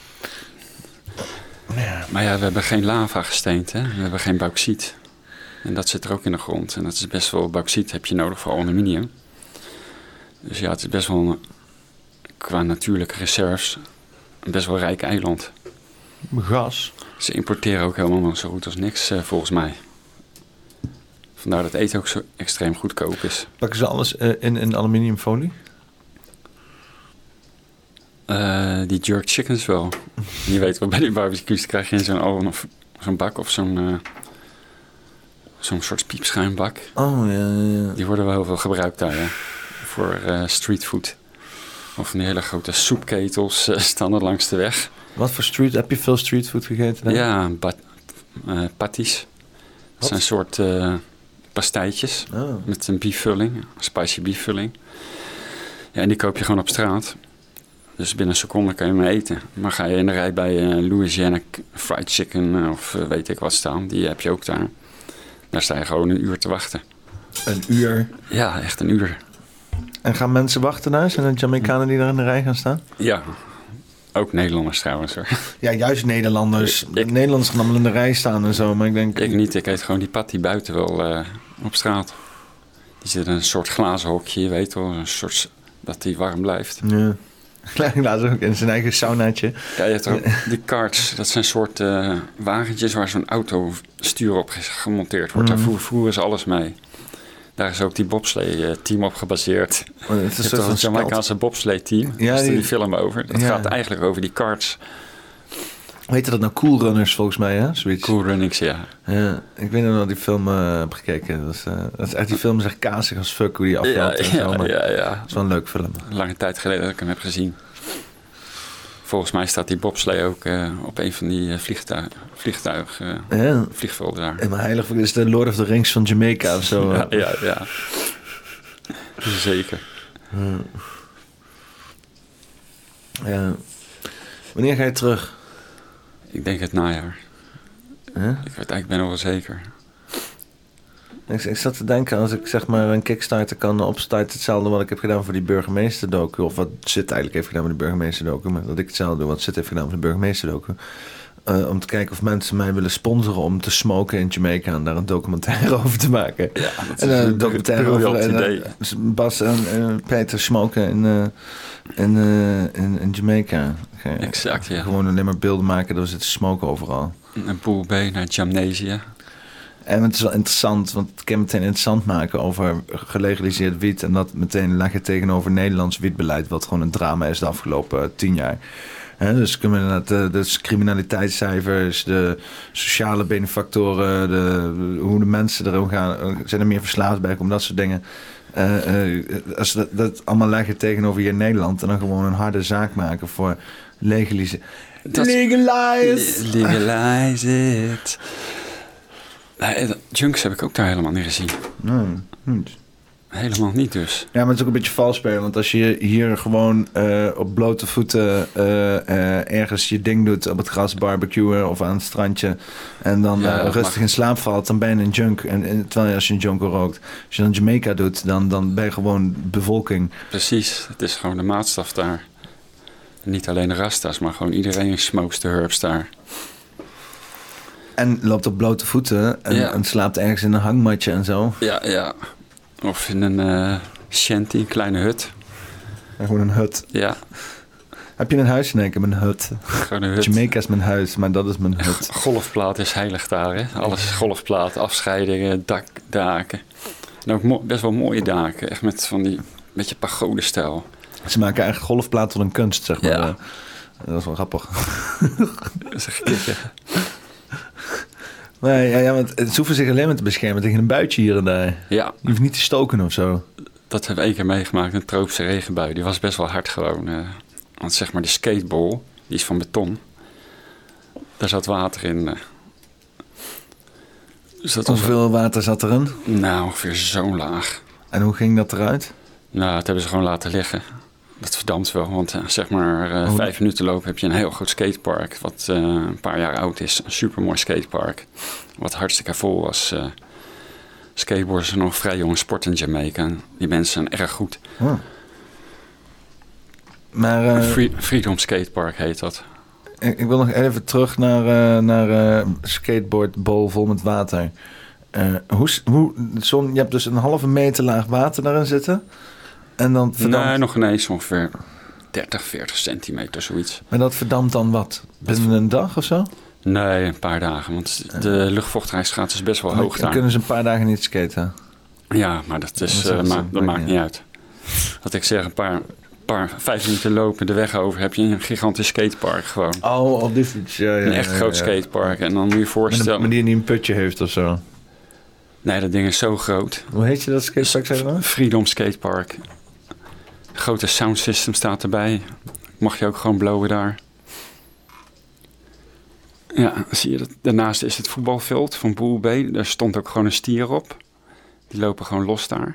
Ja. Maar ja, we hebben geen lava gesteend, hè? We hebben geen bauxiet. En dat zit er ook in de grond. En dat is best wel, bauxiet heb je nodig voor aluminium. Dus ja, het is best wel een, qua natuurlijke reserves een best wel rijk eiland. Gas. Ze importeren ook helemaal nog zo goed als niks, uh, volgens mij. Vandaar dat eten ook zo extreem goedkoop is. Pakken ze alles uh, in, in aluminiumfolie? Uh, die jerk chickens wel. Je weet wel, bij die barbecues krijg je in zo'n oven of zo'n bak of zo'n, uh, zo'n soort piepschuimbak. Oh, ja, ja, ja. Die worden wel heel veel gebruikt daar, ja. Voor uh, streetfood. Of van die hele grote soepketels uh, staan er langs de weg. Wat voor street? Heb je veel streetfood gegeten? Dan? Ja, bat, uh, patties. Dat zijn soort uh, pastijtjes Oh. met een beefvulling, een spicy beefvulling. Ja, en die koop je gewoon op straat. Dus binnen een seconde kan je hem eten. Maar ga je in de rij bij uh, Louisiana Fried Chicken uh, of uh, weet ik wat staan, die heb je ook daar. Daar sta je gewoon een uur te wachten. Een uur? Ja, echt een uur. En gaan mensen wachten daar? Zijn er Jamaicanen die daar in de rij gaan staan? Ja, ook Nederlanders trouwens hoor. Ja, juist Nederlanders. Ik- Nederlanders gaan allemaal in de rij staan en zo, maar ik denk... Ik niet, ik eet gewoon die patty buiten wel uh, op straat. Die zit in een soort glazen hokje, je weet wel, een soort dat die warm blijft. Ja. Laat ook in zijn eigen saunaatje. Ja, je hebt ook die karts. Dat zijn soort uh, wagentjes waar zo'n autostuur op gemonteerd wordt. Mm. Daar voeren ze alles mee. Daar is ook die bobslee-team op gebaseerd. Oh, het is toch een Jamaicaanse bobslee-team. Ja, die, die film over. Dat ja. gaat eigenlijk over die karts. Weet je dat nou? Cool Runners volgens mij, hè? Zoiets. Cool Runnings, ja. Ja. Ik weet nog dat die film uh, heb gekeken. Dat is, uh, dat is echt, die film is echt kazig als fuck hoe die afloopt. Ja, en zo, ja, ja, ja. Het is wel een leuk film. Lange tijd geleden dat ik hem heb gezien. Volgens mij staat die bobslee ook uh, op een van die uh, vliegtuig, vliegtuig uh, ja. vliegvelden daar. En maar heilig, dit is de Lord of the Rings van Jamaica of zo. ja, ja, ja. Zeker. Hmm. Ja. Wanneer ga je terug? Ik denk het najaar. Huh? Ik weet eigenlijk ben nog wel zeker. Ik, ik zat te denken, als ik zeg maar een Kickstarter kan opstarten, hetzelfde wat ik heb gedaan voor die burgemeester-docu, of wat Zit eigenlijk heeft gedaan met de burgemeester-docu, maar dat ik hetzelfde doe wat Zit heeft gedaan voor de burgemeester-docu. Uh, om te kijken of mensen mij willen sponsoren om te smoken in Jamaica en daar een documentaire over te maken. Ja, dat is en, uh, een documentaire over en, idee. Uh, Bas en uh, Peter smoken in, uh, in, uh, in, in Jamaica. Ge- exact, ja. Gewoon alleen maar beelden maken door ze te smoken overal. Een Pool B naar Jamnesia. En het is wel interessant, want het kan meteen interessant maken over gelegaliseerd wiet. En dat meteen leggen tegenover Nederlands wietbeleid, wat gewoon een drama is de afgelopen uh, tien jaar. He, dus kunnen de, de criminaliteitscijfers, de sociale benefactoren, de, hoe de mensen erom gaan, zijn er meer verslaafd bij, om dat soort dingen. Uh, uh, als we dat, dat allemaal leggen tegenover hier in Nederland en dan gewoon een harde zaak maken voor legaliseren. Legalize! Legalize it. Nee, Junks heb ik ook daar helemaal niet gezien. Nee, niet. Helemaal niet dus. Ja, maar het is ook een beetje vals spelen. Want als je hier gewoon uh, op blote voeten uh, uh, ergens je ding doet op het gras barbecuen of aan het strandje en dan ja, uh, rustig mag... in slaap valt, dan ben je een junk. En, en terwijl je als je een junko rookt, als je dan Jamaica doet, dan, dan ben je gewoon bevolking. Precies, het is gewoon de maatstaf daar. Niet alleen de Rasta's, maar gewoon iedereen smokes de herbs daar. En loopt op blote voeten en, ja. en slaapt ergens in een hangmatje en zo. Ja, ja. Of in een uh, shanty, een kleine hut. Ja, gewoon een hut. Ja. Heb je een huis? Nee, ik heb een hut. Gewoon een hut. Jamaica is mijn huis, maar dat is mijn hut. Golfplaat is heilig daar, hè. Alles golfplaat, afscheidingen, dak, daken. En ook mo- best wel mooie daken. Echt met van die beetje pagode-stijl. Ze maken eigenlijk golfplaat tot een kunst, zeg maar. Ja. Dat is wel grappig. Dat is echt kikker. Nee, ja, ja, want ze hoeven zich alleen maar te beschermen tegen een buitje hier en daar. Ja. Je hoeft niet te stoken of zo. Dat hebben we één keer meegemaakt, een tropische regenbui. Die was best wel hard gewoon. Uh, want zeg maar de skateball, die is van beton. Daar zat water in. Uh. Dus dat Hoeveel was... water zat erin? Nou, ongeveer zo laag. En hoe ging dat eruit? Nou, dat hebben ze gewoon laten liggen. Dat verdampt wel, want uh, zeg maar uh, oh. vijf minuten lopen heb je een heel groot skatepark. Wat uh, een paar jaar oud is. Een supermooi skatepark. Wat hartstikke vol was. Uh, skateboarden is nog een vrij jonge sport in Jamaica. En die mensen zijn erg goed. Oh. Maar, uh, Free, Freedom Skatepark heet dat. Ik, ik wil nog even terug naar, uh, naar uh, skateboardbol vol met water. Uh, hoe, hoe, zo'n, je hebt dus een halve meter laag water daarin zitten. En dan verdampt... Nee, nog ineens ongeveer dertig, veertig centimeter, zoiets. Maar dat verdampt dan wat? Binnen een dag of zo? Nee, een paar dagen. Want de luchtvochtigheidsgraad is best wel hoog daar. Dan kunnen ze een paar dagen niet skaten? Ja, maar dat, is, dat, uh, ma- dat maakt niet uit. Wat ik zeg, een paar, paar vijf minuten lopen de weg over heb je een gigantisch skatepark gewoon. Oh, op die fiets. Ja, ja, een echt ja, groot ja, ja. skatepark. En dan moet je je voorstellen... Maar die niet een putje heeft of zo? Nee, dat ding is zo groot. Hoe heet je dat skatepark, zeg maar? Freedom Skatepark. Grote sound system staat erbij. Mag je ook gewoon blowen daar. Ja, zie je dat. Daarnaast is het voetbalveld van Pool B. Daar stond ook gewoon een stier op. Die lopen gewoon los daar.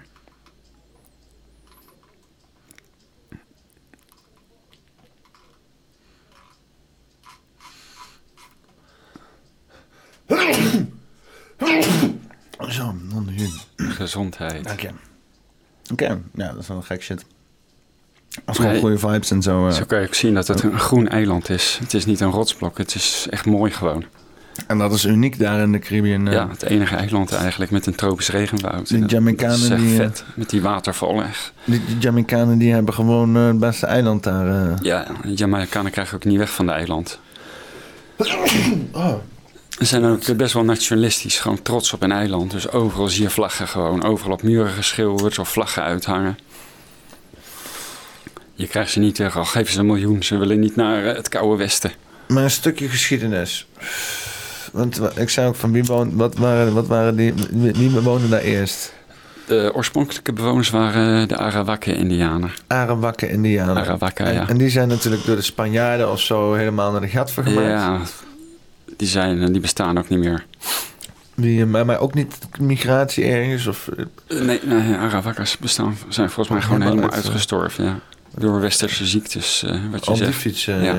Zo, non gezondheid. Dank je. Oké, okay. Ja, dat is wel een gek shit. Als gewoon nee, goede vibes en zo. Uh. Zo kan je ook zien dat het een groen eiland is. Het is niet een rotsblok, het is echt mooi gewoon. En dat is uniek daar in de Caribbean. Uh, ja, het enige eiland eigenlijk met een tropisch regenwoud. Die Jamaicanen dat is die... vet, met die watervallen. Die, die Jamaicanen die hebben gewoon uh, het beste eiland daar. Uh. Ja, de Jamaicanen krijgen ook niet weg van de eiland. Oh. Ze zijn ook best wel nationalistisch, gewoon trots op een eiland. Dus overal zie je vlaggen gewoon, overal op muren geschilderd of vlaggen uithangen. Je krijgt ze niet weg, al geven ze een miljoen. Ze willen niet naar uh, het koude westen. Maar een stukje geschiedenis. Want ik zei ook van wie woont, wat waren, wat waren die, wie woonde daar eerst? De oorspronkelijke bewoners waren de Arawakken-Indianen. Arawakken-Indianen. Arawakken, ja. En, en die zijn natuurlijk door de Spanjaarden of zo helemaal naar de gat vergemaakt. Ja, die, zijn, die bestaan ook niet meer. Die, maar, maar ook niet migratie ergens? Of... Nee, nee, Arawakkers bestaan, zijn volgens mij gewoon helemaal, helemaal uitgestorven, ja. Door westerse ziektes, uh, wat je Op zegt. die fietsen. Ja. Uh,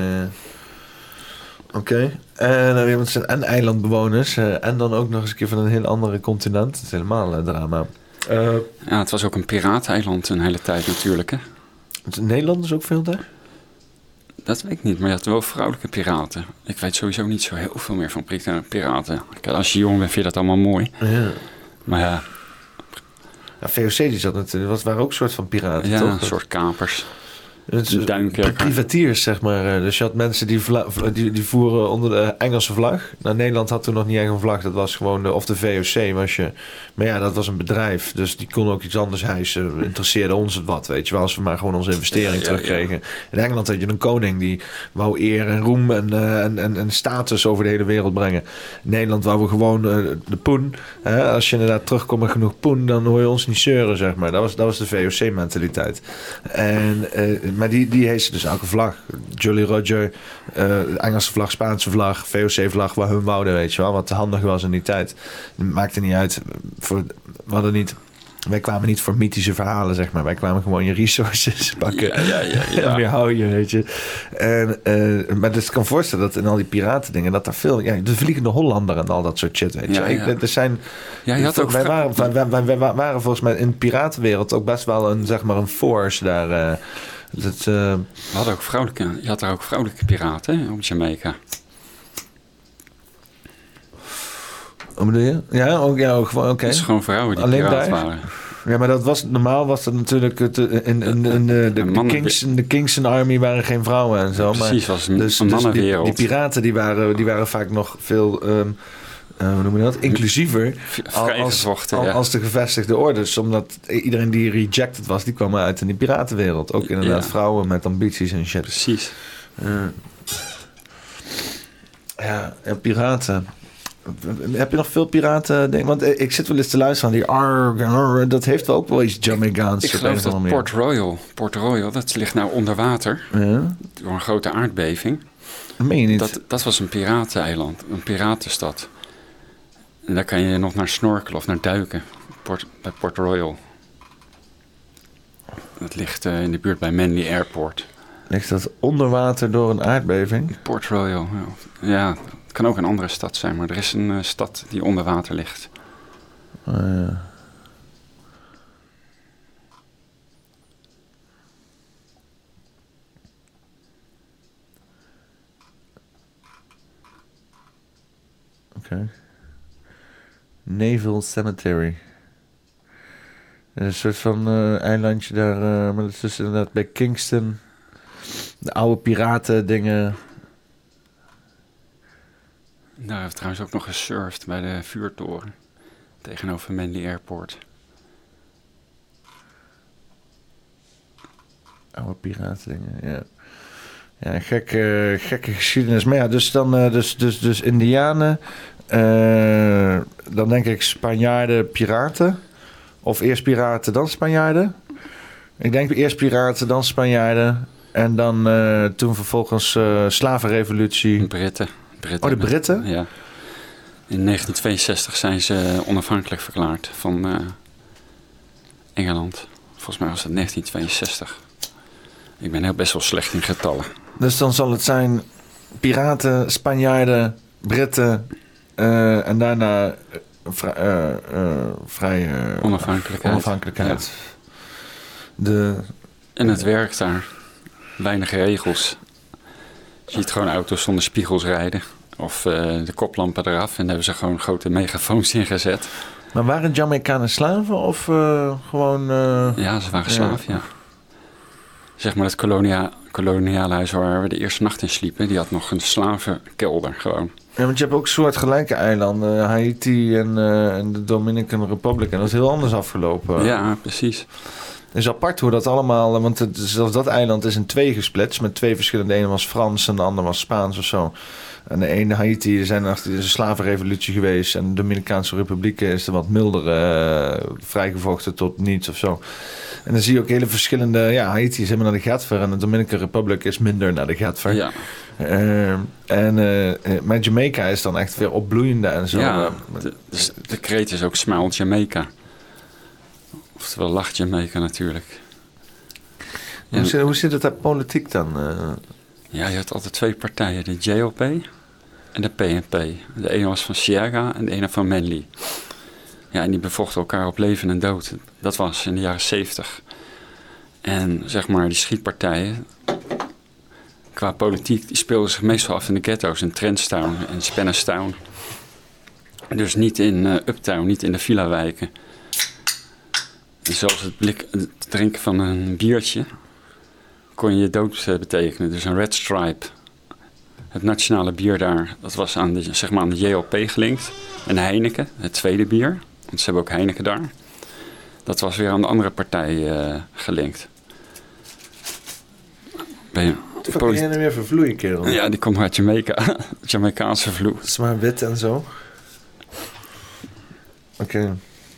Oké. Okay. En, uh, het zijn en eilandbewoners. Uh, en dan ook nog eens een keer van een heel andere continent. Het is helemaal een drama. Uh, ja, het was ook een pirateneiland een hele tijd natuurlijk, hè. Nederlanders ook veel daar? Dat weet ik niet, maar je had wel vrouwelijke piraten. Ik weet sowieso niet zo heel veel meer van piraten. Als je jong bent, vind je dat allemaal mooi. Ja. Maar ja... Ja, V O C die zat natuurlijk, dat waren ook een soort van piraten, ja, toch? een soort kapers. Duinkerker. Privateers, zeg maar. Dus je had mensen die, vla- die, die voeren onder de Engelse vlag. Nou, Nederland had toen nog niet echt een vlag. Dat was gewoon de, of de V O C was je. Maar ja, dat was een bedrijf. Dus die kon ook iets anders hijsen. Interesseerde ons het wat, weet je wel. Als we maar gewoon onze investering ja, ja, terugkregen. Ja. In Engeland had je een koning die wou eer en roem en, uh, en, en, en status over de hele wereld brengen. In Nederland wou we gewoon uh, de poen. Hè? Als je inderdaad terugkomt met genoeg poen, dan hoor je ons niet zeuren, zeg maar. Dat was, dat was de V O C-mentaliteit. En... Uh, Maar die, die heesten dus elke vlag. Jolly Roger, uh, Engelse vlag, Spaanse vlag, V O C-vlag, waar hun wouden, weet je wel. Wat handig was in die tijd. Het maakte niet uit. Voor, we hadden niet... Wij kwamen niet voor mythische verhalen, zeg maar. Wij kwamen gewoon je resources pakken. Ja, ja, ja. ja. En weer houden, weet je. En, uh, maar dus ik kan voorstellen dat in al die piratendingen... dat daar veel... Ja, de Vliegende Hollander en al dat soort shit, weet je. Ja, ja. Ik, er zijn... Ja, je had ook wij, waren, wij, wij, wij waren volgens mij in de piratenwereld... ook best wel een, zeg maar, een force daar... Uh, dat, uh... We hadden ook vrouwelijke... Je had daar ook vrouwelijke piraten, hè, op Jamaica. Wat bedoel je? Ja, ook, ja, ook gewoon, oké. Okay. Het is gewoon vrouwen die alleen piraat daar? waren. Ja, maar dat was, normaal was dat natuurlijk... Het, in, in, in, in de, de, de, Kingston, de Kingston Army waren geen vrouwen en zo. Ja, precies, maar, was een, dus, een mannenwereld. Dus die, die piraten die waren, die waren vaak nog veel... Um, Uh, hoe noem je dat? Inclusiever als, als, ja. als de gevestigde orders. Omdat iedereen die rejected was, die kwam uit in die piratenwereld. Ook inderdaad ja. vrouwen met ambities en shit. Precies. Uh, ja, ja, piraten. Heb je nog veel piraten? Denk, want ik zit wel eens te luisteren aan die arg, arg, dat heeft wel ook wel iets Jamaicaans. Ik, ik geloof dat Port Royal, Port Royal, dat ligt nou onder water. Ja. Door een grote aardbeving. Dat meen je niet? Dat, dat was een pirateneiland, een piratenstad. En daar kan je nog naar snorkelen of naar duiken. Port, bij Port Royal. Dat ligt uh, in de buurt bij Manly Airport. Ligt dat onder water door een aardbeving? Port Royal, ja. ja. Het kan ook een andere stad zijn, maar er is een uh, stad die onder water ligt. Uh, ja. Oké. Okay. Naval Cemetery. Een soort van uh, eilandje daar, uh, maar dat is dus inderdaad bij Kingston. De oude piraten dingen. Daar hebben we trouwens ook nog gesurfd bij de vuurtoren. Tegenover Manly Airport. Oude piraten dingen, ja. Ja, gekke, gekke geschiedenis. Maar ja, dus dan, uh, dus, dus, dus Indianen... Uh, dan denk ik Spanjaarden, piraten. Of eerst piraten, dan Spanjaarden. Ik denk eerst piraten, dan Spanjaarden. En dan uh, toen vervolgens uh, slavenrevolutie. Britten. Britten. Oh, de Britten? Ja. In negentien tweeënzestig zijn ze onafhankelijk verklaard van uh, Engeland. Volgens mij was het negentien tweeënzestig. Ik ben heel best wel slecht in getallen. Dus dan zal het zijn piraten, Spanjaarden, Britten... Uh, en daarna uh, vrij, uh, uh, vrij uh, onafhankelijkheid. onafhankelijkheid. Ja. De, en het uh, werkt daar. Weinig regels. Je ziet gewoon auto's zonder spiegels rijden. Of uh, de koplampen eraf. En daar hebben ze gewoon grote megafoons in gezet. Maar waren Jamaicanen slaven of uh, gewoon... Uh... Ja, ze waren slaaf, ja. ja. Zeg maar het kolonia- koloniale huis waar we de eerste nacht in sliepen... die had nog een slavenkelder gewoon. Ja, want je hebt ook soortgelijke eilanden. Haiti en, uh, en de Dominican Republic. En dat is heel anders afgelopen. Ja, precies. Het is apart hoe dat allemaal... Want het, zelfs dat eiland is in twee gesplitst... met twee verschillende... De ene was Frans en de andere was Spaans of zo. En de ene Haiti, er zijn achter is een slavenrevolutie geweest... en de Dominicaanse Republiek is er wat milder uh, vrijgevochten tot niets of zo. En dan zie je ook hele verschillende... Ja, Haiti is helemaal naar de Gatver... en de Dominican Republic is minder naar de Gatver. Ja. Uh, en uh, maar Jamaica is dan echt weer opbloeiende en zo. Ja, de, de, de kreet is ook Smile Jamaica. Oftewel Lach Jamaica natuurlijk. Hoe, zit, hoe zit het daar politiek dan? Uh? Ja, je had altijd twee partijen. De J L P en de P N P. De ene was van Siaga en de ene van Manley. Ja, en die bevochten elkaar op leven en dood. Dat was in de jaren zeventig. En zeg maar, die schietpartijen... qua politiek, die speelden zich meestal af in de ghetto's... in Trentstown en Spanish Town. Dus niet in uh, Uptown, niet in de villa-wijken. En zelfs het, blik, het drinken van een biertje... kon je dood uh, betekenen. Dus een Red Stripe. Het nationale bier daar, dat was aan de, zeg maar aan de J L P gelinkt. En Heineken, het tweede bier. Want ze hebben ook Heineken daar. Dat was weer aan de andere partij uh, gelinkt. Ben je... Wat kun je nu weer vervloeien, kerel? Ja, die komt uit Jamaica. Jamaicaanse vloei. Het is maar wit en zo. Oké. Okay.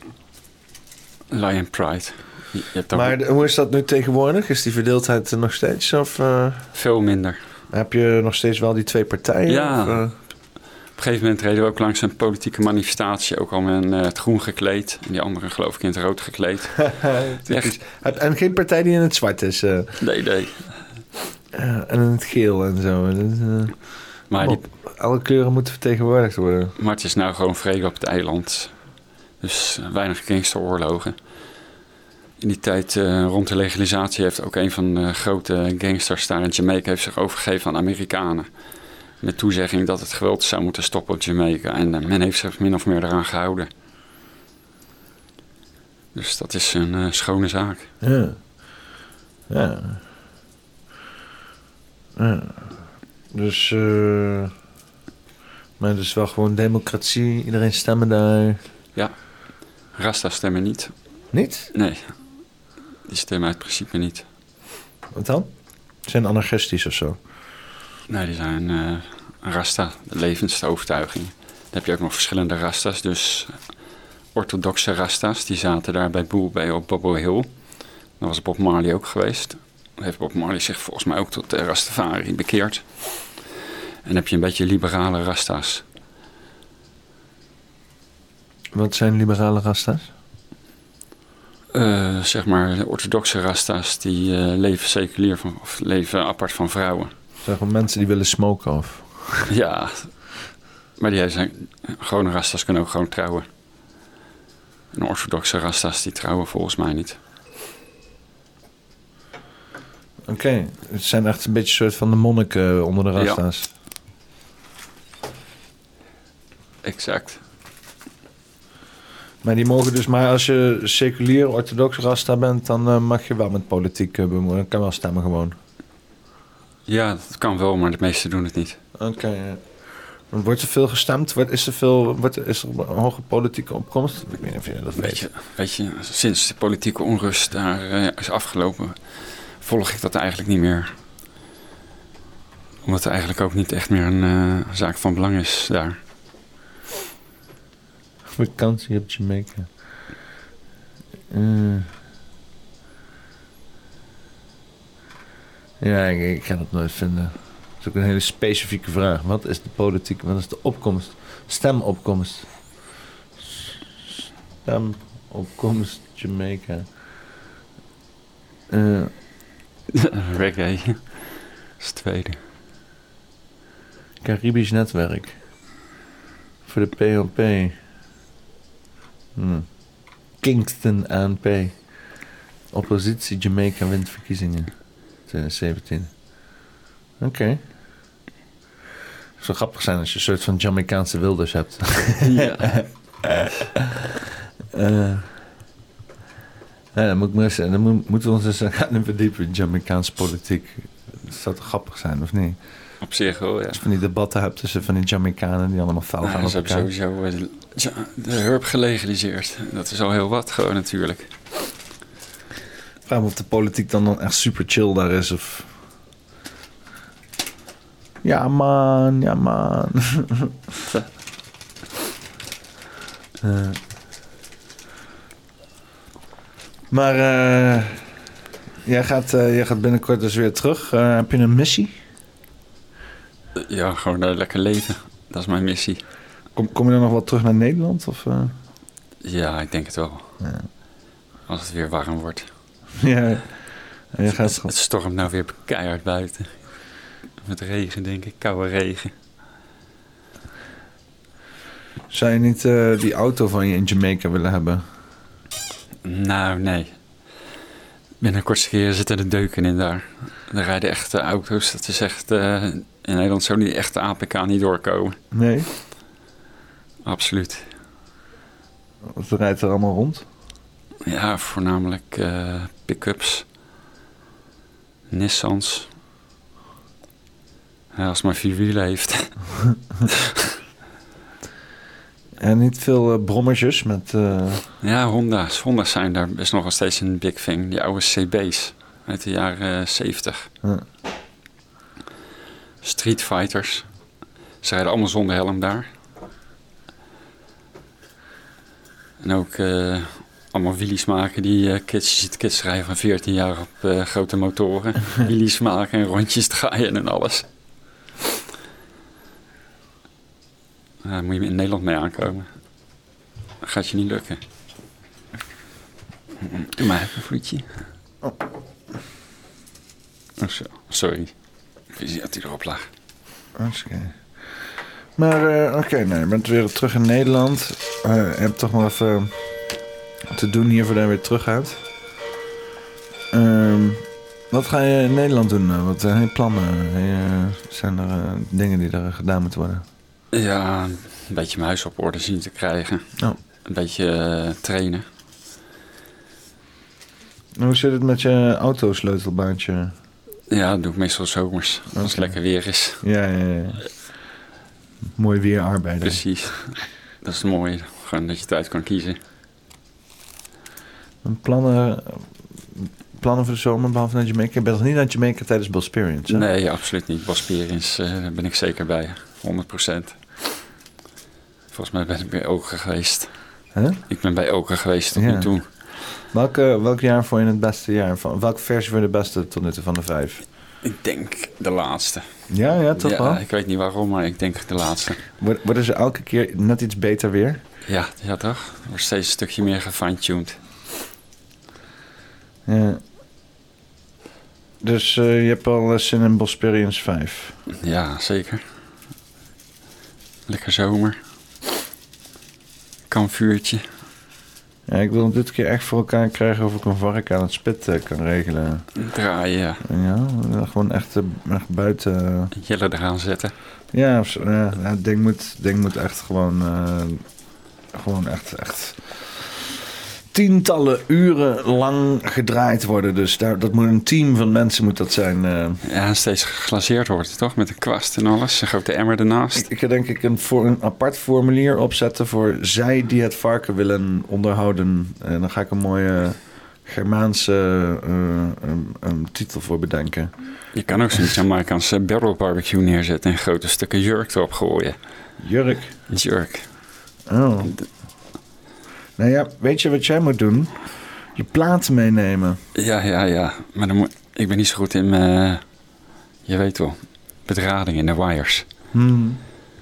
Lion Pride. Je hebt maar de, hoe is dat nu tegenwoordig? Is die verdeeldheid nog steeds? Of, uh... Veel minder. Heb je nog steeds wel die twee partijen? Ja. Of, uh... Op een gegeven moment reden we ook langs een politieke manifestatie. Ook al in uh, het groen gekleed. En die andere geloof ik in het rood gekleed. Echt. En geen partij die in het zwart is? Uh... Nee, nee. Uh, en in het geel en zo. Dus, uh... maar die... Alle kleuren moeten vertegenwoordigd worden. Maar het is nou gewoon vrede op het eiland. Dus uh, weinig gangsteroorlogen. In die tijd uh, rond de legalisatie heeft ook een van de grote gangsters daar in Jamaica... heeft zich overgegeven aan Amerikanen. Met toezegging dat het geweld zou moeten stoppen op Jamaica. En uh, men heeft zich min of meer eraan gehouden. Dus dat is een uh, schone zaak. Ja. Ja. Ja. Dus... Uh... Maar dus wel gewoon democratie. Iedereen stemmen daar. Ja. Rasta stemmen niet. Niet? Nee. Die stemmen uit principe niet. Wat dan? Ze zijn anarchistisch of zo? Nee, die zijn uh, Rasta, de levendste overtuiging. Dan heb je ook nog verschillende Rastas. Dus orthodoxe Rasta's, die zaten daar bij Bull Bay op Bobo Hill. Daar was Bob Marley ook geweest. Dan heeft Bob Marley zich volgens mij ook tot de Rastafari bekeerd. En dan heb je een beetje liberale Rasta's. Wat zijn liberale Rasta's? Uh, zeg maar de orthodoxe Rasta's die uh, leven seculier van, of leven apart van vrouwen. Zijn gewoon mensen die willen smoken of? Ja, maar die zijn, gewone Rasta's kunnen ook gewoon trouwen. En orthodoxe Rasta's die trouwen volgens mij niet. Oké, okay. Het zijn echt een beetje een soort van de monniken onder de Rasta's. Ja. Exact. Maar die mogen dus maar als je seculier orthodox Rasta bent, dan uh, mag je wel met politiek uh, bemoeien. Dan kan wel stemmen gewoon. Ja, dat kan wel, maar de meesten doen het niet. Oké, okay, ja. Wordt er veel gestemd? Wordt, is er veel, wordt, is er een hoge politieke opkomst? Ik weet niet of je dat weet. Weet je, weet je sinds de politieke onrust daar uh, is afgelopen, volg ik dat eigenlijk niet meer. Omdat er eigenlijk ook niet echt meer een uh, zaak van belang is daar. Vakantie op Jamaica. Uh. Ja, ik, ik ga dat nooit vinden. Dat is ook een hele specifieke vraag. Wat is de politiek? Wat is de opkomst? Stemopkomst. Stemopkomst Jamaica. Uh. Reggae. Dat is het tweede. Caribisch netwerk. Voor de P N P. Hmm. Kingston A N P. Oppositie Jamaica wint verkiezingen. twintig zeventien. Oké. Okay. Het zou grappig zijn als je een soort van Jamaicaanse Wilders hebt. Ja. uh, ja, dan, moet ik maar eens, dan moet, moeten we ons eens gaan verdiepen in Jamaicaanse politiek. Dat zou toch grappig zijn, of niet? Op zich wel, ja. Als je van die debatten hebt tussen van die Jamaicanen die allemaal fout Nou, gaan op ze hebben elkaar. sowieso uh, de, de hurp gelegaliseerd. Dat is al heel wat gewoon natuurlijk. Ik vraag me of de politiek dan, dan echt super chill daar is. Of... Ja man, ja man. uh. Maar uh, jij, gaat, uh, jij gaat binnenkort dus weer terug. Uh, heb je een missie? Ja, gewoon uh, lekker leven. Dat is mijn missie. Kom, kom je dan nog wel terug naar Nederland? Of, uh? Ja, ik denk het wel. Ja. Als het weer warm wordt. Ja, je gaat het, het stormt nou weer keihard buiten. Met regen, denk ik. Koude regen. Zou je niet uh, die auto van je in Jamaica willen hebben? Nou, nee. Binnenkort keer zitten de deuken in daar. Er rijden echte auto's. Dat is echt... Uh, in Nederland zou die echte A P K niet doorkomen. Nee? Absoluut. Wat rijdt er allemaal rond? Ja, voornamelijk uh, pick-ups. Nissans. Ja, als het maar vier wielen heeft. En niet veel uh, brommertjes met... Uh... Ja, Honda's. Honda's zijn daar best nog wel steeds een big thing. Die oude C B's uit de jaren zeventig. Uh, huh. Street Fighters. Ze rijden allemaal zonder helm daar. En ook uh, allemaal wheelies maken. Die uh, kids, je ziet kids rijden van veertien jaar op uh, grote motoren. Wheelies maken en rondjes draaien en alles. Daar uh, moet je in Nederland mee aankomen. Dat gaat je niet lukken. Doe maar even een voetje. Oh. Oh, zo. Sorry. Ik wist niet dat hij erop lag. Oké. Okay. Maar uh, oké, okay, nee, je bent weer terug in Nederland. Uh, je hebt toch nog even te doen hier voordat je weer terug gaat. Uh, wat ga je in Nederland doen? Wat zijn je plannen? Uh, zijn er uh, dingen die er gedaan moeten worden? Ja, een beetje mijn huis op orde zien te krijgen. Oh. Een beetje uh, trainen. Hoe zit het met je autosleutelbaantje? Ja, dat doe ik meestal zomers. Okay. Als het lekker weer is. Ja, ja, ja. Mooi weer arbeiden. Precies. Dat is het mooie. Gewoon dat je het uit kan kiezen. En plannen, plannen voor de zomer, behalve naar Jamaica? Je bent nog niet naar Jamaica tijdens Bosperience, hè? Nee, absoluut niet. Bosperience, uh, daar ben ik zeker bij. honderd procent. Volgens mij ben ik bij Oker geweest. Huh? Ik ben bij Oker geweest tot ja. nu toe. Welke, welk jaar vond je het beste jaar? Van, welke versie vond je de beste tot nu toe van de vijf? Ik denk de laatste. Ja, ja, toch ja, wel? Ik weet niet waarom, maar ik denk de laatste. Worden ze elke keer net iets beter weer? Ja, ja toch? Er wordt steeds een stukje meer gefine-tuned. Ja. Dus uh, je hebt al zin in Bosperience vijf? Ja, zeker. Lekker zomer. Kampvuurtje. Ja, ik wil dit keer echt voor elkaar krijgen of ik een vark aan het spit uh, kan regelen. Draaien, ja. Ja, gewoon echt, uh, echt buiten... Uh... Jelle eraan zetten. Ja, ja het ding moet, ding moet echt gewoon... Uh, gewoon echt, echt... tientallen uren lang gedraaid worden. Dus daar, dat moet een team van mensen moet dat zijn. Uh. Ja, steeds geglaseerd worden, toch? Met een kwast en alles. Een grote emmer ernaast. Ik, ik ga denk ik een, voor, een apart formulier opzetten voor zij die het varken willen onderhouden. En dan ga ik een mooie Germaanse uh, um, um, titel voor bedenken. Je kan ook zo'n Jamaicaanse barrel barbecue neerzetten en grote stukken jurk erop gooien. Jurk? Jurk. Oh. Nou ja, weet je wat jij moet doen? Je platen meenemen. Ja, ja, ja. Maar dan moet, ik ben niet zo goed in mijn... Je weet wel. Bedrading in de wires. Hmm.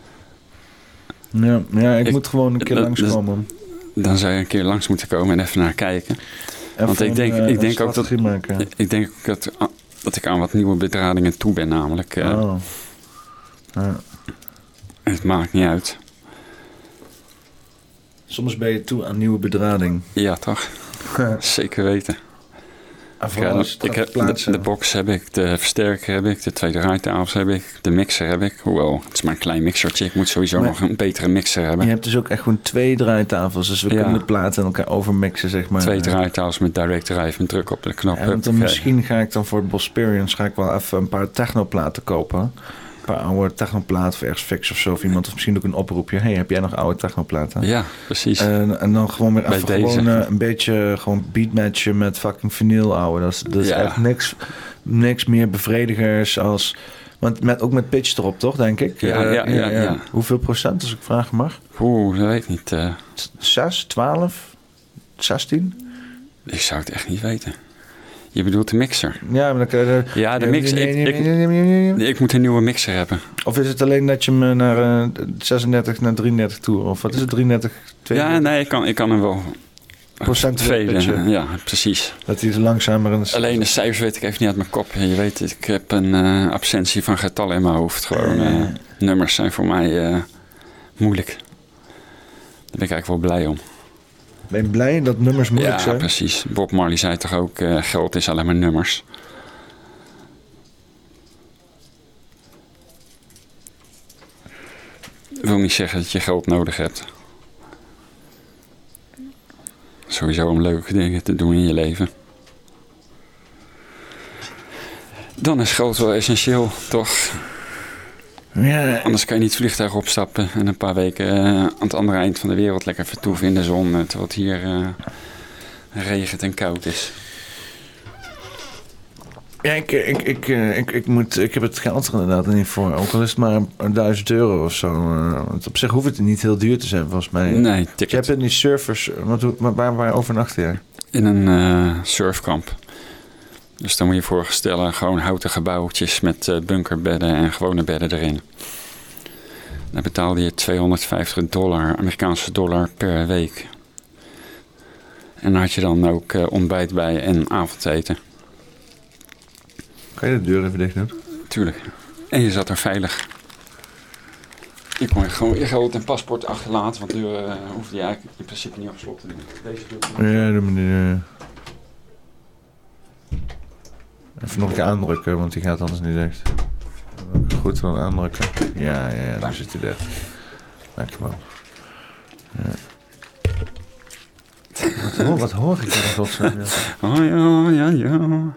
Ja, ja, ik, ik moet gewoon een keer uh, langskomen. Dan zou je een keer langs moeten komen en even naar kijken. Even Want ik denk, uh, ik denk ook dat... Maken. Ik denk ook dat, dat ik aan wat nieuwe bedradingen toe ben, namelijk. Uh, oh. Ja. Het maakt niet uit. Soms ben je toe aan nieuwe bedrading. Ja, toch? Zeker weten. En Ja, vooral dan- als je het ik gaat heb de, plaatsen. de box heb ik, de versterker heb ik, de twee draaitafels heb ik, de mixer heb ik. Hoewel, het is maar een klein mixertje. Ik moet sowieso Maar- nog een betere mixer hebben. Je hebt dus ook echt gewoon twee draaitafels. Dus we Ja. kunnen de platen aan elkaar overmixen, zeg maar. Twee draaitafels met direct drive met druk op de knop. Ja, want dan Huppakee. misschien ga ik dan voor het Bosperians ga ik wel even een paar technoplaten kopen. Een paar oude technoplaten of ergens fix of zo. Of iemand, of misschien ook een oproepje. Hey, heb jij nog oude technoplaten? Ja, precies. En, en dan gewoon weer Bij even deze. gewoon eh, een beetje gewoon beatmatchen met fucking vinyl, ouwe. Dat is, dat is Ja. echt niks, niks meer bevredigers als... Want met, ook met pitch erop, toch, denk ik? Ja, Eh, ja, ja, ja. Hoeveel procent, als ik vragen mag? Oeh, dat weet ik niet. eh. Zes, twaalf, zestien? ik zou het echt niet weten. Je bedoelt de mixer? Ja, maar dan kan je... Ja, de mixer. Ik, ik, ik moet een nieuwe mixer hebben. Of is het alleen dat je me naar eh, zesendertig naar drieëndertig toe? Of wat is het, drieëndertig, Ja, tweeëndertig? nee, ik kan, ik kan hem wel Procent velen. pitchen. Ja, precies. Dat hij langzamer... In de... Alleen de cijfers weet ik even niet uit mijn kop. Je weet, ik heb een eh, absentie van getallen in mijn hoofd. Gewoon, eh, nummers zijn voor mij eh, moeilijk. Daar ben ik eigenlijk wel blij om. Ben je blij dat nummers moeilijk Ja, zijn? precies. Bob Marley zei toch ook, eh, geld is alleen maar nummers. Dat wil niet zeggen dat je geld nodig hebt. Sowieso om leuke dingen te doen in je leven. Dan is geld wel essentieel, toch? Ja, Anders kan je niet het vliegtuig opstappen en een paar weken eh, aan het andere eind van de wereld lekker vertoeven in de zon, eh, terwijl het hier eh, regent en koud is. ja ik, ik, ik, eh, ik, ik, moet, ik heb het geld er inderdaad niet voor. Ook al is het maar een, een duizend euro of zo. eh, Want op zich hoeft het niet heel duur te zijn, volgens mij. Nee, Je ticket hebt in die surfers... Wat, doe- maar waar, waar overnachtte jij? in een eh, surfkamp. Dus dan moet je je voorstellen, gewoon houten gebouwtjes met eh, bunkerbedden en gewone bedden erin. Dan betaalde je tweehonderdvijftig dollar, Amerikaanse dollar per week. En dan had je dan ook eh, ontbijt bij en avondeten. Kan je de deur even dicht doen? Tuurlijk. En je zat er veilig. Je kon je gewoon je geld en paspoort achterlaten, want de deur uh, hoefde je eigenlijk in principe niet op slot te doen. Deze deur. Ja, doe me die... eh. Even nog een keer aandrukken, want die gaat anders niet dicht. Goed van aandrukken. Ja, ja, ja, daar zit hij dicht. Dankjewel. Ja. Wat, hoor, wat hoor ik daar godsnaam? Ja. Oh ja, ja, ja.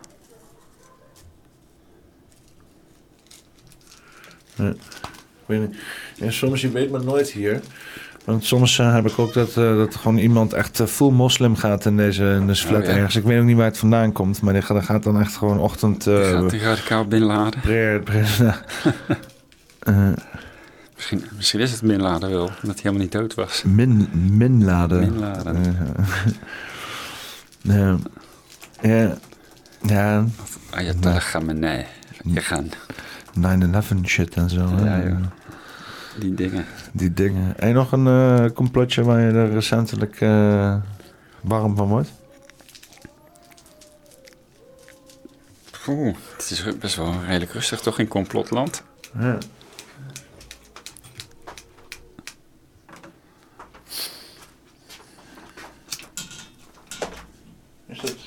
Ja. Ik weet niet. Ja, soms, je weet maar nooit hier. Want soms uh, heb ik ook dat, uh, dat gewoon iemand echt uh, full moslim gaat in deze, in deze flat Oh, ja. ergens. Ik weet ook niet waar het vandaan komt, maar die gaat, die gaat dan echt gewoon ochtend... Uh, Die gaat die radicaal binnenladen. prayer, prayer, uh, Misschien, misschien is het binnenladen wel, omdat hij helemaal niet dood was. min, minladen. Minladen. Uh, ja. Ja. Ja. Ayatollah Khamenei. Je gaan. nine eleven shit en zo. hè. Ja, joh. Die dingen. Die dingen. En nog een uh, complotje waar je er recentelijk uh, warm van wordt? Oeh, het is best wel redelijk rustig toch in complotland. Ja. Is dat...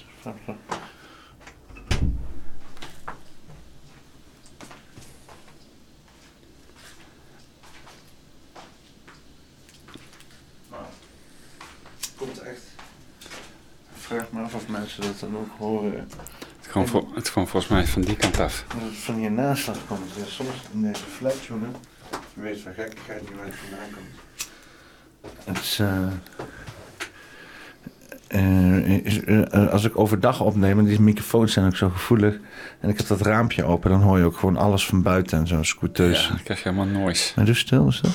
Komt echt. Ik vraag me af of mensen dat dan ook horen. Het kwam, vol, het kwam volgens mij van die kant af. Dat het van hiernaast af komt. Ja, soms in deze flatjoenen. Je weet van gekkigheid niet waar het vandaan komt. Het is, uh, uh, is, uh, als ik overdag opneem, en die microfoons zijn ook zo gevoelig. En ik heb dat raampje open, dan hoor je ook gewoon alles van buiten en zo'n scooteus. Ja, dan krijg je helemaal noise. Maar doe stil, is dat?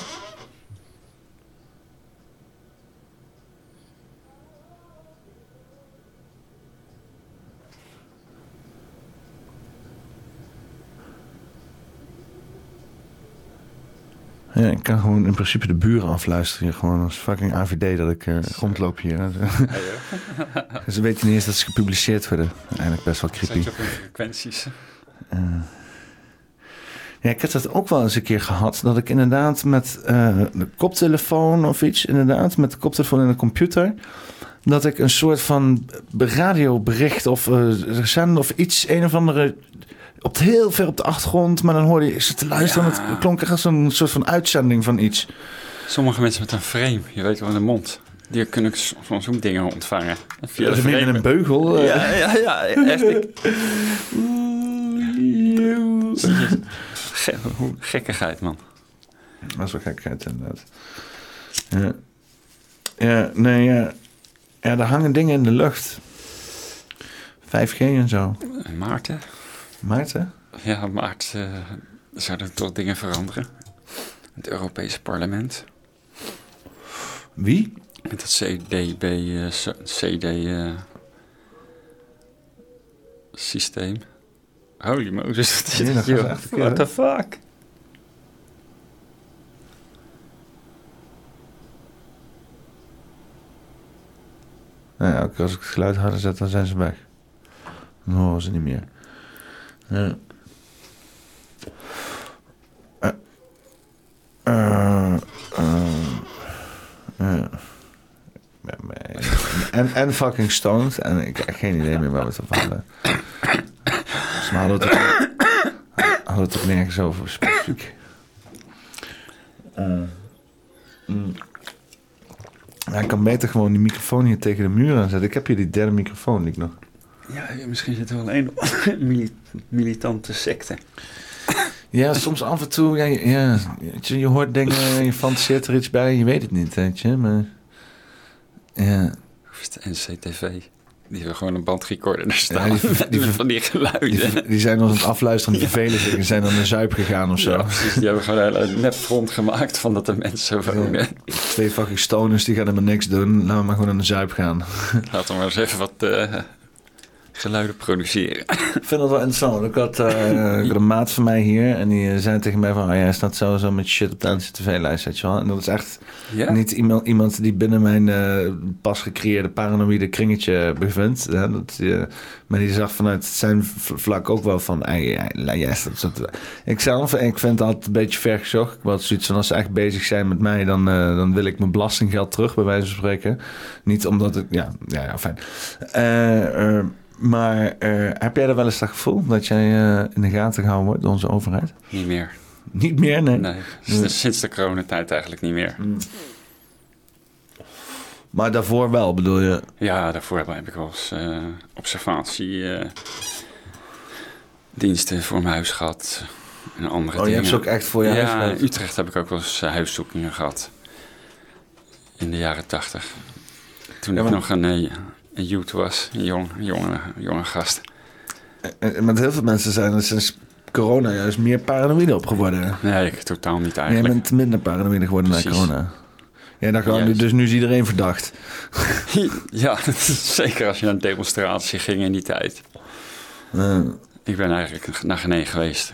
Ja, ik kan gewoon in principe de buren afluisteren hier. Gewoon als fucking A V D dat ik uh, rondloop hier. Ja, ja. Ze weten niet eens dat ze gepubliceerd worden. Eigenlijk best wel creepy. Zet je op hun frequenties. Uh, ja, ik heb dat ook wel eens een keer gehad. Dat ik inderdaad met uh, de koptelefoon of iets... inderdaad, met de koptelefoon en de computer... dat ik een soort van radiobericht of uh, zend of iets, een of andere, op het heel ver op de achtergrond, maar dan hoorde je, ik zit te luisteren, ja. Het klonk echt als een soort van uitzending van iets. Sommige mensen met een frame, je weet wel, in de mond, die kunnen soms ook dingen ontvangen. Via ja, de frame. Met een beugel. Uh. Ja, ja, ja, echt. Ik... Ge- gekkigheid, man. Dat is wel gekkigheid, inderdaad. Ja. Ja, nee, ja. Ja, er hangen dingen in de lucht. vijf G en zo. Maarten? Maarten? Ja, maart uh, zouden toch dingen veranderen. Het Europese parlement. Wie? Met dat C D B, uh, C D uh, systeem. Holy Moses, dat nee, dat is echt what the fuck? Nou ja, als ik het geluid harder zet, dan zijn ze weg. Dan horen ze niet meer. Ja. Uh, uh, uh, uh. En, en fucking stoned. En ik heb geen idee meer waar we het over hadden. Dus we hadden het ook, hadden het ook nergens over specifiek. Uh, mm. Ja, ik kan beter gewoon die microfoon hier tegen de muur aanzetten. Ik heb hier die derde microfoon die ik nog... Ja, misschien zit er wel een mili- militante secte. Ja, soms af en toe... Ja, ja, je, je hoort dingen, je fantaseert er iets bij. Je weet het niet, weet je. Maar... Ja. Of is het N C T V? Die hebben gewoon een bandrecorder daar staan. Ja, die, die, van die geluiden. Die, die zijn ons aan het afluisteren en die vervelen zich en zijn dan naar Zuip gegaan of zo. Ja, precies. Die hebben gewoon een hele nepfront gemaakt van dat de mensen wonen. Ja. Twee fucking stoners, die gaan helemaal niks doen. Laten we maar gewoon naar de Zuip gaan. Laten we maar eens even wat uh, geluiden produceren. Ik vind dat wel interessant. Ik had, uh, ik had een maat van mij hier en die zei tegen mij van... Oh, jij staat sowieso met shit op de N C T V-lijst, weet je wel. En dat is echt ja? niet iemand, iemand die binnen mijn uh, pas gecreëerde paranoïde kringetje bevindt. Ja, dat, uh, maar die zag vanuit zijn vlak ook wel van... Hey, hey, yes, dat, dat, ik zelf, ik vind het altijd een beetje ver gezocht. Ik had zoiets van, als ze echt bezig zijn met mij... Dan, uh, dan wil ik mijn belastinggeld terug, bij wijze van spreken. Niet omdat ik... Ja, ja, ja fijn. Uh, uh, Maar uh, heb jij er wel eens dat gevoel dat jij uh, in de gaten gehouden wordt door onze overheid? Niet meer. Niet meer, nee? Nee, nee. Sinds de coronatijd eigenlijk niet meer. Mm. Maar daarvoor wel, bedoel je? Ja, daarvoor heb ik wel eens uh, observatiediensten uh, voor mijn huis gehad. En andere oh, dingen. je hebt ze ook echt voor je ja, huis gehad? Ja, in Utrecht heb ik ook wel eens uh, huiszoekingen gehad. In de jaren tachtig. Toen ja, ik maar... nog een... Uh, een youth was, een jong, jonge, jonge gast. En met heel veel mensen zijn er sinds corona juist meer paranoïde op geworden. Nee, ik totaal niet eigenlijk. Jij bent minder paranoïde geworden na corona. Ja, dan gewoon, dus nu is iedereen verdacht. Ja, zeker als je naar een demonstratie ging in die tijd. Uh. Ik ben eigenlijk naar geen één geweest.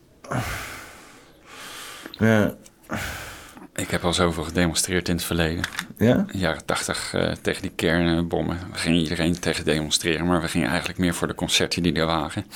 Ja. Ik heb al zoveel gedemonstreerd in het verleden. Ja? In de jaren tachtig uh, tegen die kernbommen. We gingen iedereen tegen demonstreren, maar we gingen eigenlijk meer voor de concerten die er waren.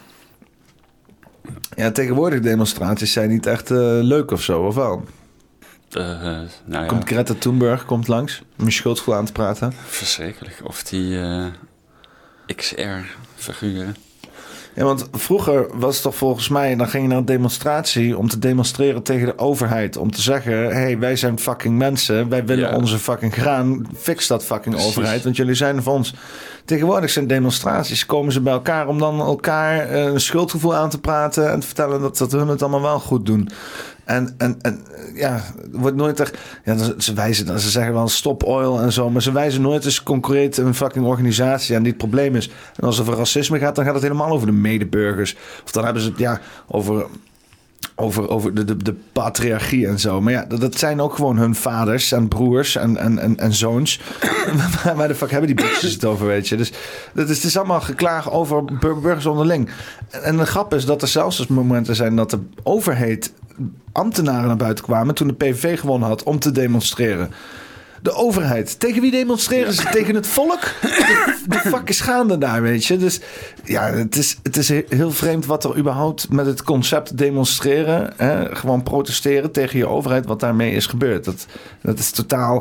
Ja, tegenwoordig demonstraties zijn niet echt uh, leuk of zo, of wel? Uh, nou ja. Komt Greta Thunberg komt langs om je schuldgevoel aan te praten? Verschrikkelijk. Of die uh, X R-figuren. Ja, want vroeger was het toch volgens mij... dan ging je naar een demonstratie om te demonstreren tegen de overheid. Om te zeggen, hé, hey, wij zijn fucking mensen. Wij willen ja. onze fucking graan. Fix dat fucking Precies. overheid, want jullie zijn er voor ons. Tegenwoordig zijn demonstraties. Komen ze bij elkaar om dan elkaar uh, een schuldgevoel aan te praten... en te vertellen dat, dat hun het allemaal wel goed doen. En, en, en ja, wordt nooit echt... Ja, ze wijzen, ze zeggen wel stop oil en zo... maar ze wijzen nooit eens concreet een fucking organisatie aan die het probleem is. En als het over racisme gaat, dan gaat het helemaal over de medeburgers. Of dan hebben ze het ja over... Over, over de, de, de patriarchie en zo. Maar ja, dat, dat zijn ook gewoon hun vaders en broers en, en, en, en zoons. Waar de fuck hebben die bitches het over, weet je? Dus dat is, het is allemaal geklaag over burgers onderling. En, en de grap is dat er zelfs dus momenten zijn dat de overheid ambtenaren naar buiten kwamen toen de P V V gewonnen had om te demonstreren. De overheid. Tegen wie demonstreren ze? Ja. Tegen het volk? De, de fuck is gaande daar, weet je. Dus ja, het is, het is heel vreemd wat er überhaupt met het concept demonstreren... Hè, gewoon protesteren tegen je overheid... wat daarmee is gebeurd. Dat, dat is totaal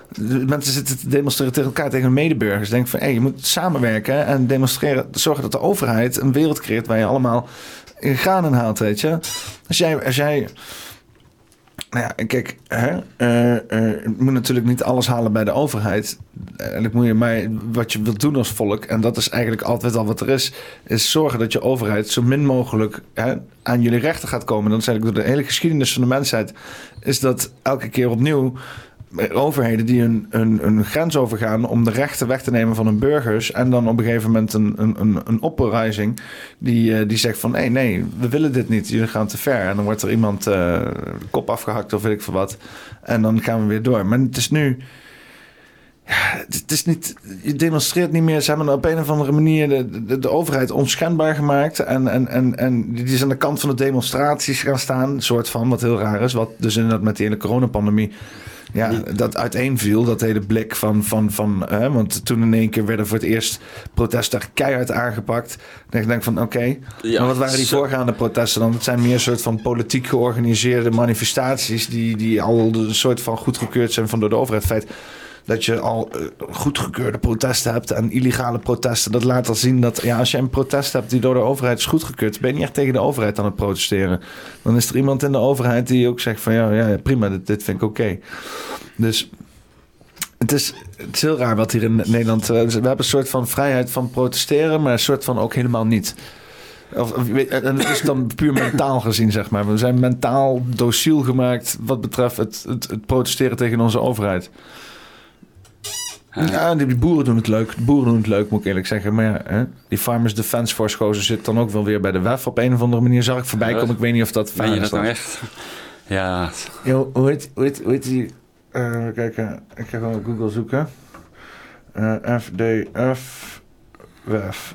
De mensen zitten te demonstreren tegen elkaar, tegen hun medeburgers. Denk van, hey, je moet samenwerken en demonstreren. Zorgen dat de overheid een wereld creëert waar je allemaal in granen haalt, weet je. Als jij... Als jij nou ja, kijk, hè, uh, uh, je moet natuurlijk niet alles halen bij de overheid. Eigenlijk moet je maar wat je wilt doen als volk, en dat is eigenlijk altijd al wat er is, is zorgen dat je overheid zo min mogelijk hè, aan jullie rechten gaat komen. Dat is eigenlijk door de hele geschiedenis van de mensheid, is dat elke keer opnieuw overheden die een, een, een grens overgaan om de rechten weg te nemen van hun burgers. En dan op een gegeven moment een, een, een uprising die, die zegt van hey, nee, we willen dit niet. Jullie gaan te ver. En dan wordt er iemand uh, de kop afgehakt of weet ik veel wat. En dan gaan we weer door. Maar het is nu... Ja, het is niet... Je demonstreert niet meer. Ze hebben op een of andere manier de, de, de overheid onschendbaar gemaakt. En, en, en, en die is aan de kant van de demonstraties gaan staan. Een soort van, wat heel raar is. Wat dus inderdaad met die hele coronapandemie... Ja, dat uiteenviel, dat hele blik van... van, van hè, want toen in één keer werden voor het eerst protesten keihard aangepakt. Dan denk ik van, oké, okay, ja, maar wat waren die zo... voorgaande protesten dan? Het zijn meer een soort van politiek georganiseerde manifestaties... die, die al een soort van goedgekeurd zijn van door de overheid. Het feit dat je al uh, goedgekeurde protesten hebt en illegale protesten... dat laat al zien dat ja, als je een protest hebt die door de overheid is goedgekeurd... ben je niet echt tegen de overheid aan het protesteren. Dan is er iemand in de overheid die ook zegt van... ja, ja prima, dit, dit vind ik oké. Okay. Dus het is, het is heel raar wat hier in Nederland... We hebben een soort van vrijheid van protesteren... maar een soort van ook helemaal niet... Of, en het is dan puur mentaal gezien, zeg maar. We zijn mentaal dociel gemaakt... wat betreft het, het, het protesteren tegen onze overheid... Ja, die boeren doen het leuk. De boeren doen het leuk, moet ik eerlijk zeggen. Maar ja, hè, die Farmers Defence Force gozer zit dan ook wel weer bij de W E F op een of andere manier. Zag ik voorbij komen. Ik weet niet of dat fijn is. Ben je dat nou echt? Ja. Yo, hoe, heet, hoe, heet, hoe heet die... Uh, kijken, ik ga gewoon op Google zoeken. Uh, F D F W E F.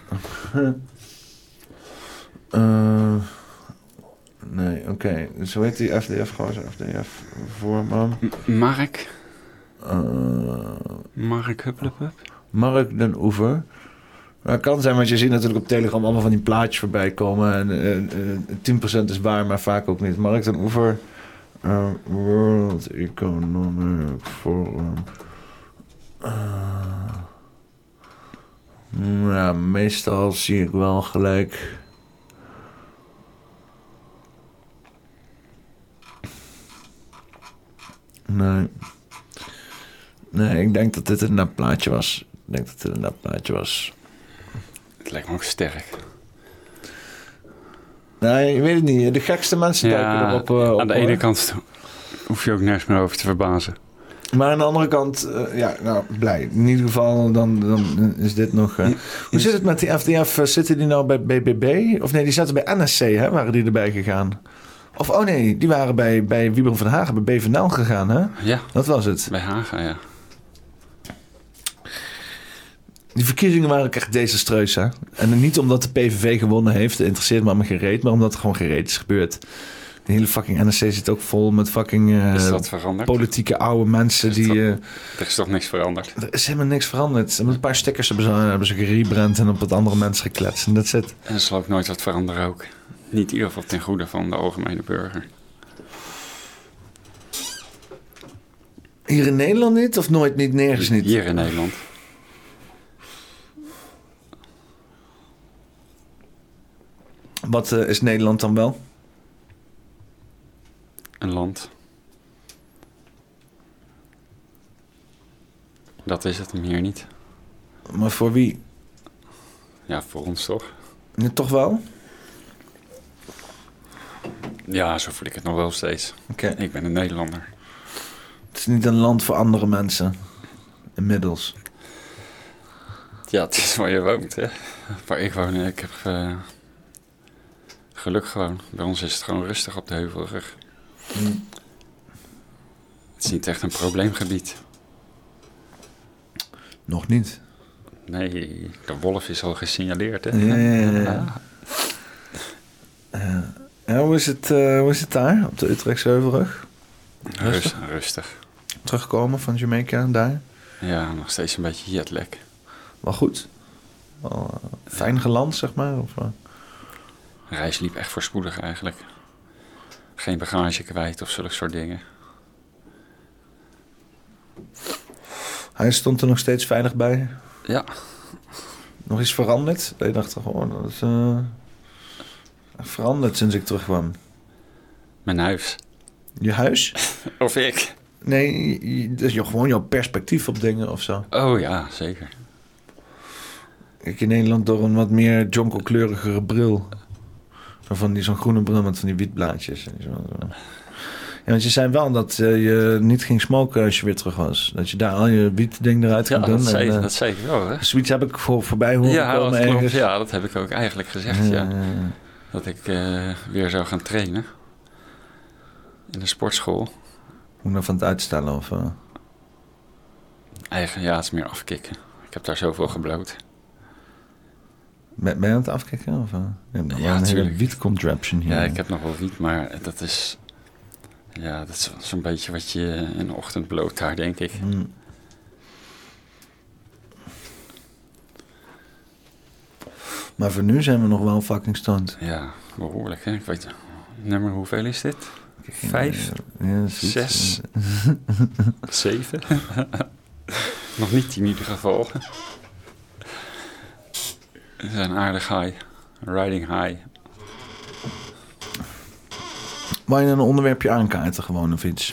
uh, nee, oké. Okay. Dus hoe heet die F D F gozer? F D F voorman. M- Mark... Uh, Mark Hupplepup? Mark den Oever. Dat kan zijn, want je ziet natuurlijk op Telegram allemaal van die plaatjes voorbij komen. En uh, uh, tien procent is waar, maar vaak ook niet. Mark den Oever. Uh, World Economic Forum. Uh, ja, meestal zie ik wel gelijk... Nee... Nee, ik denk dat dit een nep plaatje was. Ik denk dat dit een nep plaatje was. Het lijkt me ook sterk. Nee, ik weet het niet. De gekste mensen ja, duiken erop. Uh, op, aan de ene hoor. kant hoef je ook nergens meer over te verbazen. Maar aan de andere kant, uh, ja, nou, blij. In ieder geval, dan, dan is dit nog... Uh, hoe zit het met die F D F? Zitten die nou bij B B B? Of nee, die zaten bij N S C, hè? Waren die erbij gegaan? Of, oh nee, die waren bij, bij Wiebren van Hagen, bij B V N L gegaan, hè? Ja. Dat was het. Bij Hagen, ja. Die verkiezingen waren ook echt desastreus, hè? En niet omdat de P V V gewonnen heeft, dat interesseert me allemaal gereed, maar omdat er gewoon gereed is gebeurd. De hele fucking N S C zit ook vol met fucking uh, is dat veranderd? Politieke oude mensen is die... Dat, uh, er is toch niks veranderd? Er is helemaal niks veranderd. Ze hebben een paar stickers hebben ze, hebben ze gerebrand en op wat andere mensen gekletst. En dat zit. En er zal ook nooit wat veranderen ook. Niet in ieder geval ten goede van de algemene burger. Hier in Nederland niet? Of nooit niet? Nergens niet? Hier in Nederland. Wat uh, is Nederland dan wel? Een land. Dat is het, meer niet. Maar voor wie? Ja, voor ons toch? Ja, toch wel? Ja, zo voel ik het nog wel steeds. Okay. Ik ben een Nederlander. Het is niet een land voor andere mensen. Inmiddels. Ja, het is waar je woont, hè. Waar ik woon, ik heb uh, geluk gewoon. Bij ons is het gewoon rustig op de Heuvelrug. Hmm. Het is niet echt een probleemgebied. Nog niet. Nee, de wolf is al gesignaleerd, hè. Ja, ja, ja. ja. Uh, ja hoe, is het, uh, hoe is het daar, op de Utrechtse Heuvelrug? Rustig? Rustig, rustig. Terugkomen van Jamaica daar? Ja, nog steeds een beetje jetlag. Wel goed? Wel uh, fijn geland, zeg maar? Of, uh... De reis liep echt voorspoedig eigenlijk. Geen bagage kwijt of zulke soort dingen. Hij stond er nog steeds veilig bij. Ja. Nog iets veranderd? Ik dacht gewoon, dat is uh, veranderd sinds ik terugkwam. Mijn huis. Je huis? Of ik? Nee, dus je, gewoon jouw perspectief op dingen of zo. Oh ja, zeker. Ik in Nederland door een wat meer jonkelkleurigere bril. Zo van die, zo'n groene bril met van die wietblaadjes. En zo, zo. Ja, want je zei wel dat uh, je niet ging smoken als je weer terug was. Dat je daar al je wietding eruit ging ja, doen. Dat zei, en, uh, dat zei ik wel, hè? Zoiets heb ik voor, voorbij horen ja, komen dat klopt. ergens. Ja, dat heb ik ook eigenlijk gezegd, ja. Uh, Dat ik uh, weer zou gaan trainen. In de sportschool. Hoe nou van het uitstellen of... Uh... Eigen, ja, het is meer afkicken. Ik heb daar zoveel gebloot. Ben, ben je aan het afkicken? Of, uh... Je hebt nog Ja, wel een natuurlijk. hele wiet-contraption hier. Ja, ik heb nog wel wiet, maar dat is... Ja, dat is zo'n beetje wat je in de ochtend bloot daar, denk ik. Hmm. Maar voor nu zijn we nog wel fucking stoned. Ja, behoorlijk, hè? Ik weet... Nummer, hoeveel is dit? Vijf? Ja, Zes? Zeven? Nog niet tien in ieder geval. We zijn aardig high. Riding high. Wou je een onderwerpje aankaarten gewoon of iets?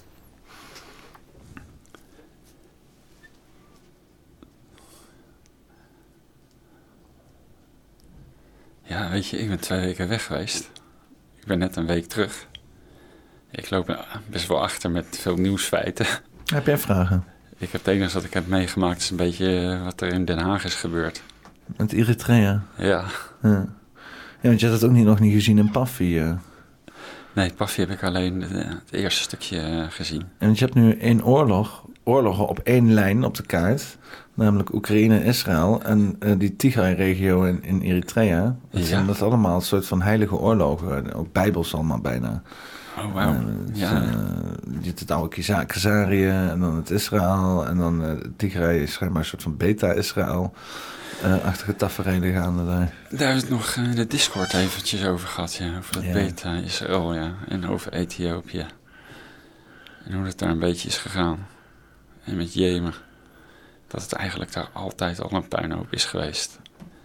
Ja, weet je, ik ben twee weken weg geweest. Ik ben net een week terug. Ik loop best wel achter met veel nieuwsfeiten. Heb jij vragen? Ik heb het enige wat ik heb meegemaakt is een beetje wat er in Den Haag is gebeurd. Met Eritrea? Ja. Ja, ja want je had het ook niet, nog niet gezien in Paffy. Uh. Nee, Paffy heb ik alleen de, het eerste stukje uh, gezien. En je hebt nu één oorlog, oorlogen op één lijn op de kaart. Namelijk Oekraïne en Israël. En uh, die Tigray-regio in, in Eritrea. Dat Ja. zijn dat allemaal een soort van heilige oorlogen. Ook bijbels allemaal bijna. Oh, wauw. Uh, dus, Ja. uh, je hebt het oude Kiza- Khazarië en dan het Israël. En dan uh, Tigray is schijnbaar een soort van beta-Israël. Uh, achtige tafereelen gaande daar. Daar is het nog uh, de Discord eventjes over gehad, ja. Over dat Ja. beta Israël, ja. En over Ethiopië. En hoe het daar een beetje is gegaan. En met Jemen. Dat het eigenlijk daar altijd al een puinhoop is geweest.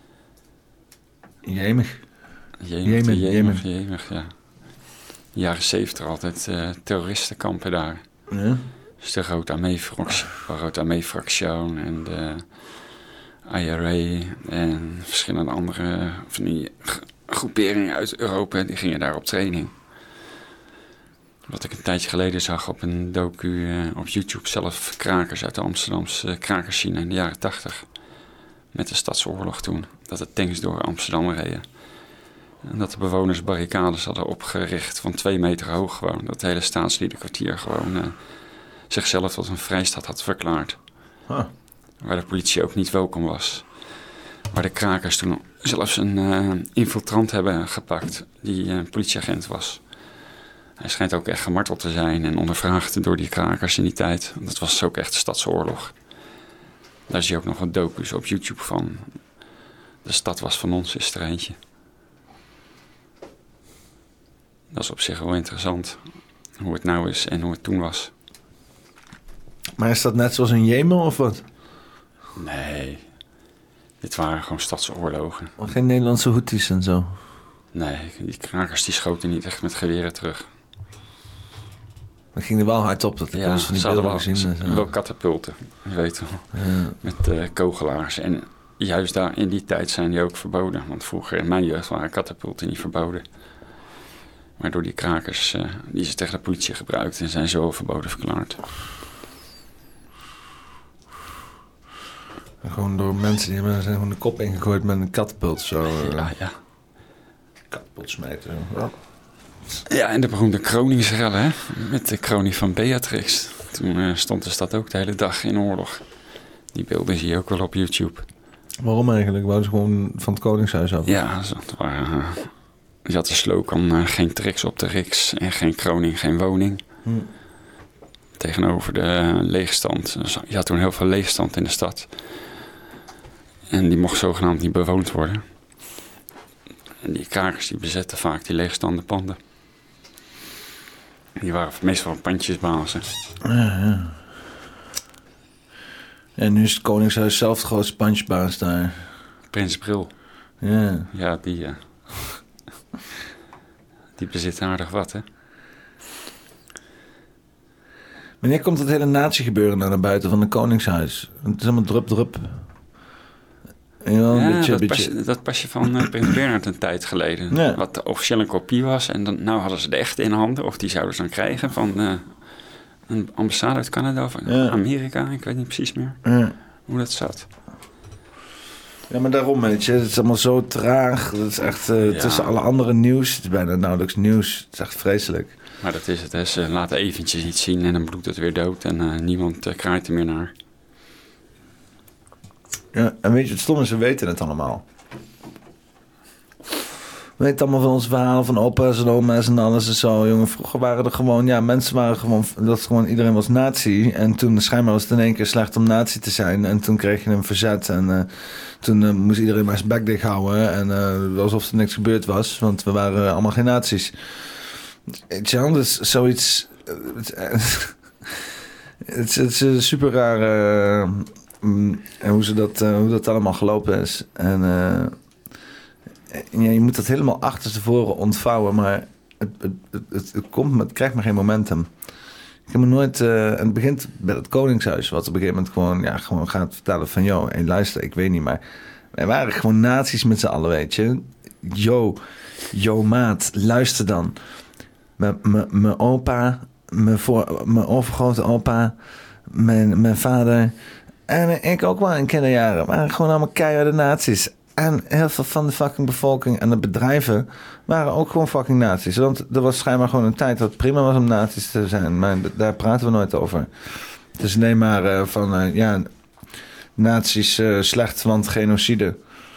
Jemig. Jemen, Jemen, Jemen, Jemen. Jemen, ja. In de jaren zeventig altijd uh, terroristenkampen daar. Ja. Dus de Rood Armee-fractie en de I R A en verschillende andere van die groeperingen uit Europa, die gingen daar op training. Wat ik een tijdje geleden zag op een docu uh, op YouTube zelf, krakers uit de Amsterdamse uh, krakerscene in de jaren tachtig. Met de stadsoorlog toen, dat de tanks door Amsterdam reden. En dat de bewoners barricades hadden opgericht van twee meter hoog gewoon. Dat het hele staatsliedenkwartier gewoon uh, zichzelf tot een vrijstad had verklaard. Huh. Waar de politie ook niet welkom was. Waar de krakers toen zelfs een uh, infiltrant hebben gepakt die een uh, politieagent was. Hij schijnt ook echt gemarteld te zijn en ondervraagd door die krakers in die tijd. Dat was ook echt de stadsoorlog. Daar zie je ook nog wat docu's op YouTube van. De stad was van ons, is er eentje. Dat is op zich wel interessant. Hoe het nou is en hoe het toen was. Maar is dat net zoals in Jemen of wat? Nee. Dit waren gewoon stadsoorlogen. Geen Nederlandse Houthis en zo? Nee, die krakers die schoten niet echt met geweren terug. Dat ging er wel hard op. Dat ik Ja, van die ze hadden beelden wel, gezien. ze- wel katapulten, je weet wel. Ja. Met uh, kogelaars. En juist daar in die tijd zijn die ook verboden. Want vroeger in mijn jeugd waren katapulten niet verboden. Maar door die krakers uh, die ze tegen de politie gebruikten, zijn ze wel verboden verklaard. Gewoon door mensen die hebben zijn gewoon de kop ingegooid met een katapult. Zo. Uh, Ja, ja. Katapult smijten. Ja. Ja, en de beroemde kroningsrellen, hè? Met de kroning van Beatrix. Toen uh, stond de stad ook de hele dag in oorlog. Die beelden zie je ook wel op YouTube. Waarom eigenlijk? Wouden ze gewoon van het Koningshuis af? Ja, zo, het waren, uh, je had de slogan uh, geen tricks op de riks en geen kroning, geen woning. Hm. Tegenover de uh, leegstand. Dus je had toen heel veel leegstand in de stad. En die mocht zogenaamd niet bewoond worden. En die krakers die bezetten vaak die leegstaande panden. Die waren meestal pandjesbazen. Ja, ja. En nu is het Koningshuis zelf de grootste punchbaas daar. Prins Bril. Ja. Ja, die, uh, die bezit aardig wat, hè? Wanneer komt het hele nazi-gebeuren naar buiten van het Koningshuis? Het is allemaal drup, drup. Ja, ja beetje, dat, beetje... Pas, dat pasje van uh, Prins Bernhard een tijd geleden. Ja. Wat de officiële kopie was. En dan, nou hadden ze de echte in handen. Of die zouden ze dan krijgen van uh, een ambassade uit Canada of ja. Amerika. Ik weet niet precies meer ja. hoe dat zat. Ja, maar daarom, weet je. Het is allemaal zo traag. Dat is echt uh, ja. tussen alle andere nieuws. Het is bijna nauwelijks nieuws. Het is echt vreselijk. Maar dat is het. Hè. Ze laten eventjes iets zien en dan bloedt het weer dood. En uh, niemand uh, kraait er meer naar. Ja, en weet je, het stomme is, ze weten het allemaal. We weten allemaal van ons verhalen van opa's en oma's en alles en zo, jongen. Vroeger waren er gewoon, ja, mensen waren gewoon, dat gewoon, iedereen was nazi. En toen schijnbaar was het in één keer slecht om nazi te zijn. En toen kreeg je een verzet en uh, toen uh, moest iedereen maar zijn bek dicht houden. En uh, alsof er niks gebeurd was, want we waren uh, allemaal geen nazi's. Het is anders, zoiets... Het is een super rare... Uh, En hoe, ze dat, uh, hoe dat allemaal gelopen is. En uh, ja, je moet dat helemaal achterstevoren ontvouwen. Maar het, het, het, het, het, komt, maar het krijgt maar geen momentum. Ik heb me nooit... Uh, en het begint bij het Koningshuis. Wat op een gegeven moment gewoon, ja, gewoon gaat vertellen van... Yo, hey, luister, ik weet niet, maar... Wij waren gewoon nazi's met z'n allen, weet je. Yo, yo maat, luister dan. Mijn opa, mijn overgrote opa... Mijn, mijn vader... En ik ook wel in kinderjaren. waren gewoon allemaal keiharde nazi's. En heel veel van de fucking bevolking en de bedrijven waren ook gewoon fucking nazi's. Want er was schijnbaar gewoon een tijd dat het prima was om nazi's te zijn. Maar d- daar praten we nooit over. Het is alleen maar uh, van, uh, ja, nazi's uh, slecht, want genocide.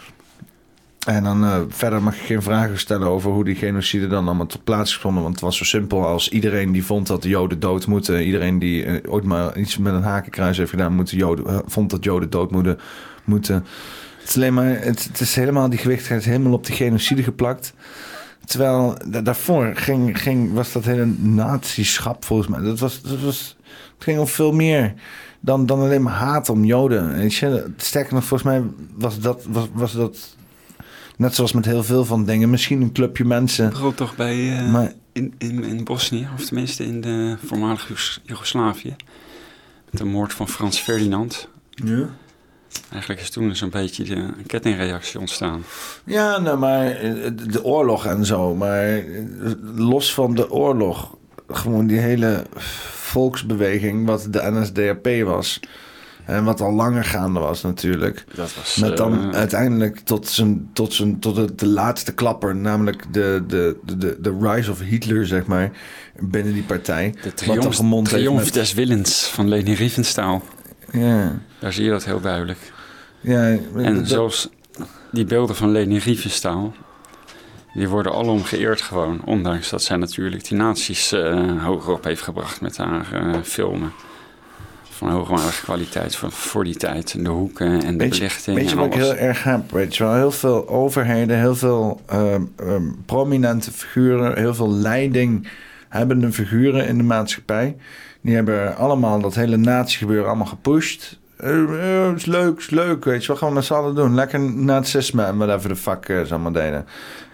En dan uh, verder mag je geen vragen stellen over hoe die genocide dan allemaal tot plaats is gevonden. Want het was zo simpel als iedereen die vond dat de Joden dood moeten. Iedereen die uh, ooit maar iets met een hakenkruis heeft gedaan, moet de Joden, uh, vond dat Joden dood moeten. moeten. Het is alleen maar, het, het is helemaal, die gewichtigheid helemaal op de genocide geplakt. Terwijl da- daarvoor ging, ging, was dat hele nazischap volgens mij. Dat was, dat was, het ging om veel meer dan, dan alleen maar haat om Joden. Weet je? Sterker nog, volgens mij was dat... Was, was dat net zoals met heel veel van dingen. Misschien een clubje mensen. Bijvoorbeeld toch bij uh, maar, in, in, in Bosnië, of tenminste in de voormalige Joegoslavië. Met de moord van Frans Ferdinand. Ja. Eigenlijk is toen zo'n beetje de, een kettingreactie ontstaan. Ja, nou, maar de oorlog en zo. Maar los van de oorlog. Gewoon die hele volksbeweging wat de N S D A P was. En wat al langer gaande was natuurlijk. Dat was, Met dan uh, uiteindelijk tot, zijn, tot, zijn, tot de, de laatste klapper. Namelijk de, de, de, de rise of Hitler, zeg maar. Binnen die partij. De triomf, triomf met... des willens van Leni Riefenstahl. Ja. Daar zie je dat heel duidelijk. Ja, en dat... zelfs die beelden van Leni Riefenstahl... die worden alom geëerd gewoon. Ondanks dat zij natuurlijk die nazi's uh, hoger op heeft gebracht met haar uh, filmen. Van hoogwaardige kwaliteit voor, voor die tijd. De hoeken en de weet je, belichting. Weet je en wat alles. ik heel erg heb? Weet je wel, heel veel overheden, heel veel uh, um, prominente figuren, heel veel leidinghebbende figuren in de maatschappij. Die hebben allemaal dat hele nazi-gebeuren allemaal gepusht. Uh, uh, is leuk, is leuk, weet je wel. Gaan we met z'n allen doen. Lekker nazisme en whatever de fuck uh, ze allemaal deden.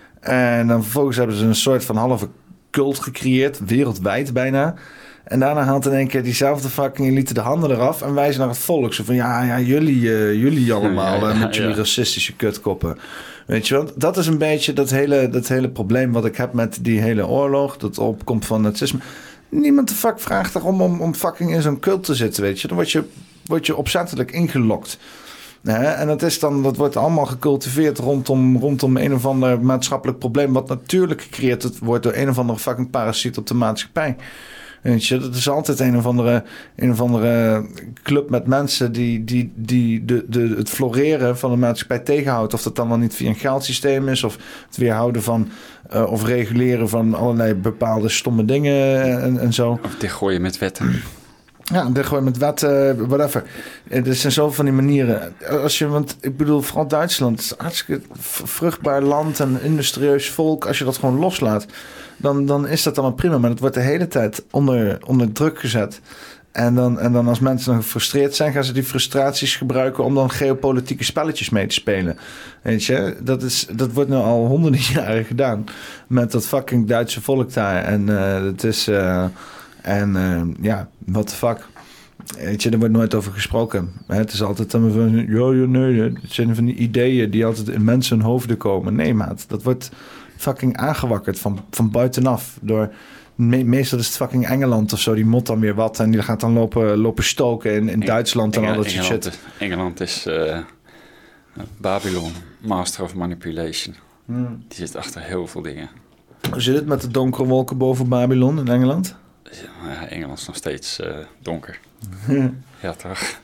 En dan vervolgens hebben ze een soort van halve cult gecreëerd, wereldwijd bijna. En daarna haalt in één keer diezelfde fucking elite de handen eraf en wijzen naar het volk. Zo van, ja, ja jullie, uh, jullie allemaal ja, ja, ja, met jullie ja. racistische kutkoppen. Weet je wel, dat is een beetje dat hele, dat hele probleem wat ik heb met die hele oorlog. Dat opkomt van nazisme. Niemand de fuck vraagt erom om, om fucking in zo'n cult te zitten, weet je. Dan word je, word je opzettelijk ingelokt. Hè? En dat, is dan, dat wordt allemaal gecultiveerd rondom, rondom een of ander maatschappelijk probleem. Wat natuurlijk gecreëerd wordt door een of andere fucking parasiet op de maatschappij. Weet je, dat is altijd een of andere, een of andere club met mensen die, die, die de, de, het floreren van de maatschappij tegenhoudt. Of dat dan wel niet via een geldsysteem is, of het weerhouden van uh, of reguleren van allerlei bepaalde stomme dingen en, en zo. Of dichtgooien met wetten. Ja, dichtgooien met wetten, whatever. Er zijn zoveel van die manieren. Als je, want ik bedoel, vooral Duitsland, het is een hartstikke vruchtbaar land en industrieus volk. Als je dat gewoon loslaat, dan, dan is dat allemaal prima. Maar dat wordt de hele tijd onder, onder druk gezet. En dan, en dan als mensen dan gefrustreerd zijn, gaan ze die frustraties gebruiken om dan geopolitieke spelletjes mee te spelen. Weet je, dat, is, dat wordt nu al honderden jaren gedaan met dat fucking Duitse volk daar. En uh, het is, uh, en uh, ja, what the fuck. Weet je, er wordt nooit over gesproken. Het is altijd dan van, ja, ja, nee, het zijn van die ideeën die altijd in mensen hun hoofden komen. Nee, maat, dat wordt fucking aangewakkerd van, van buitenaf door... Me- meestal is het fucking Engeland of zo. Die mot dan weer wat. En die gaat dan lopen, lopen stoken in, in Duitsland en Engel, al dat soort Engeland, shit. Engeland is uh, Babylon, Master of Manipulation. Hmm. Die zit achter heel veel dingen. Hoe zit het met de donkere wolken boven Babylon in Engeland? Ja, Engeland is nog steeds uh, donker. Ja, toch?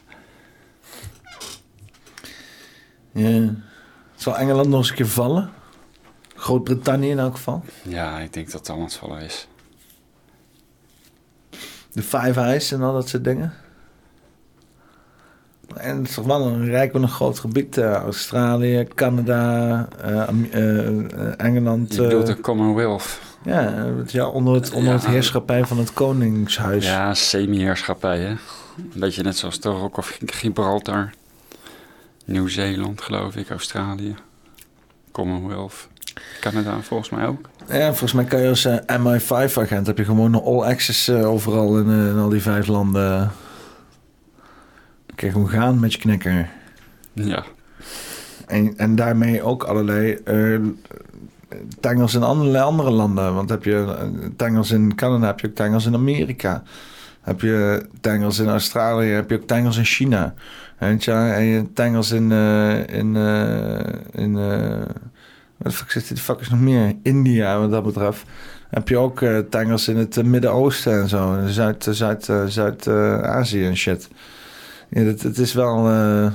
Ja. Zal Engeland nog eens een keer vallen? Groot-Brittannië in elk geval? Ja, ik denk dat het al aan het vallen is. De Five Eyes en al dat soort dingen. En het is toch wel een rijk en een groot gebied. Uh, Australië, Canada, uh, uh, Engeland. Je bedoelt uh, de Commonwealth. Ja, ja onder, het, onder ja, het heerschappij van het Koningshuis. Ja, semi-heerschappij, hè. Een beetje net zoals de Rock of Gibraltar. Nieuw-Zeeland, geloof ik, Australië. Commonwealth. Canada volgens mij ook. Ja, volgens mij kan je als uh, M I vijf agent... heb je gewoon een all access uh, overal in, uh, in al die vijf landen. Kun je gewoon gaan met je knikker. Ja. En, en daarmee ook allerlei uh, tangels in allerlei andere landen. Want heb je uh, tangels in Canada, heb je ook tangels in Amerika. Heb je tangels in Australië, heb je ook tangels in China. Weet je, en je tangels in... Uh, in, uh, in uh, wat de fuck zit die fuck is nog meer? India, wat dat betreft. Heb je ook uh, tangels in het uh, Midden-Oosten en zo. Zuid, Zuid, uh, Zuid-Azië uh, en shit. Ja, dat, het is wel... Uh,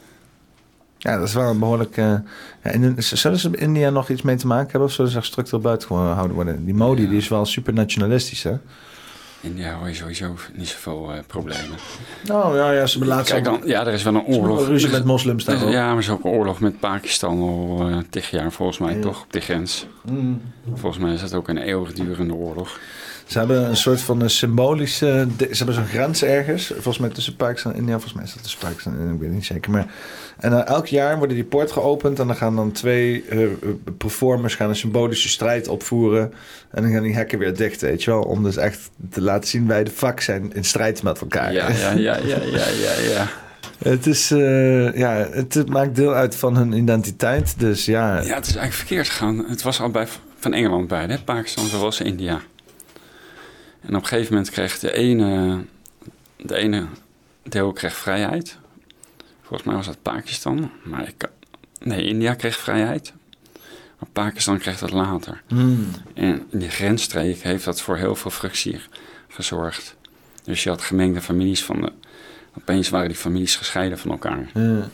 ja, dat is wel een behoorlijk... Uh, ja, in, zullen ze in India nog iets mee te maken hebben? Of zullen ze echt structureel buiten gehouden worden? Die Modi, ja. Die is wel super nationalistisch, hè? India hoor je sowieso niet zoveel uh, problemen. Oh ja, ja, ze belaten dan. Ja, er is wel een oorlog. Ruzie met moslims daar ook. Ja, maar er is ook een oorlog met Pakistan al uh, tig jaar volgens mij, ja. Toch? Op de grens. Mm. Volgens mij is dat ook een eeuwigdurende oorlog. Ze hebben een soort van een symbolische... Ze hebben zo'n grens ergens. Volgens mij tussen Pakistan en India. Volgens mij is dat tussen Pakistan en India. Ik weet het niet zeker. Maar, en uh, elk jaar worden die poort geopend. En dan gaan dan twee uh, performers gaan een symbolische strijd opvoeren. En dan gaan die hekken weer dicht, weet je wel. Om dus echt te laten zien wij de fuck zijn in strijd met elkaar. Ja, ja, ja, ja, ja, ja, ja. Het is... Uh, ja, het maakt deel uit van hun identiteit. Dus ja... Ja, het is eigenlijk verkeerd gegaan. Het was al bij van Engeland bij, hè? Pakistan zoals India. En op een gegeven moment kreeg de ene, de ene deel kreeg vrijheid. Volgens mij was dat Pakistan. Maar ik, nee, India kreeg vrijheid. Maar Pakistan kreeg dat later. Mm. En in die grensstreek heeft dat voor heel veel frictie gezorgd. Dus je had gemengde families van de... Opeens waren die families gescheiden van elkaar. Ja.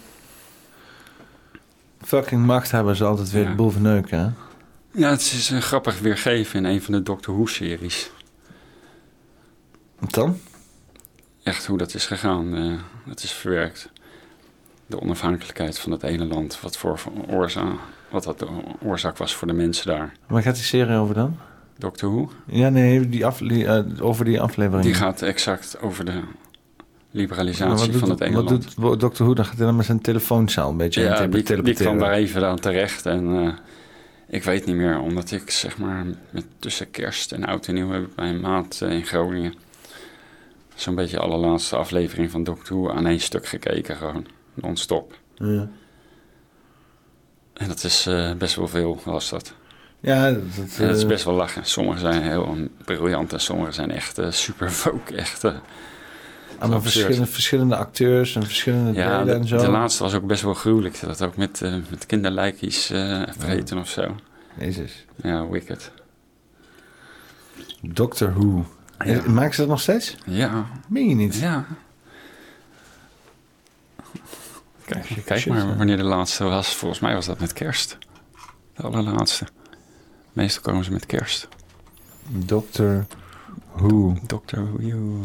Fucking macht hebben ze altijd weer ja. de boel verneuken, hè? Ja, het is een grappig weergeven in een van de Doctor Who-series. Wat dan? Echt hoe dat is gegaan. Uh, het is verwerkt. De onafhankelijkheid van het ene land. Wat, voor oorzaak, wat dat de oorzaak was voor de mensen daar. Waar gaat die serie over dan? Doctor Who? Ja, nee, die afle- uh, over die aflevering. Die gaat exact over de liberalisatie doet, van het ene wat land. Wat doet Doctor Who? Dan gaat hij dan met zijn telefoonzaal een beetje ja, interpreteren. Die, die kwam daar even aan terecht. En uh, ik weet niet meer, omdat ik zeg maar met tussen kerst en oud en nieuw heb ik bij een maat uh, in Groningen zo'n beetje de allerlaatste aflevering van Doctor Who aan één stuk gekeken, gewoon non-stop. Ja. En dat is uh, best wel veel, was dat. Ja, dat, dat, en dat is best wel lachen. Sommige zijn heel briljant en sommige zijn echt uh, super folk, echt. Uh, Allemaal verschillende, verschillende acteurs en verschillende ja, delen en zo. De laatste was ook best wel gruwelijk. Dat ook met, uh, met kinderlijkjes uh, vreten ja. of zo. Jezus. Ja, wicked. Doctor Who. Ja. Maken ze dat nog steeds? Ja. Meen je niet? Ja. Kijk, kijk maar wanneer de laatste was. Volgens mij was dat met kerst. De allerlaatste. Meestal komen ze met kerst. Doctor Who. Doctor Who.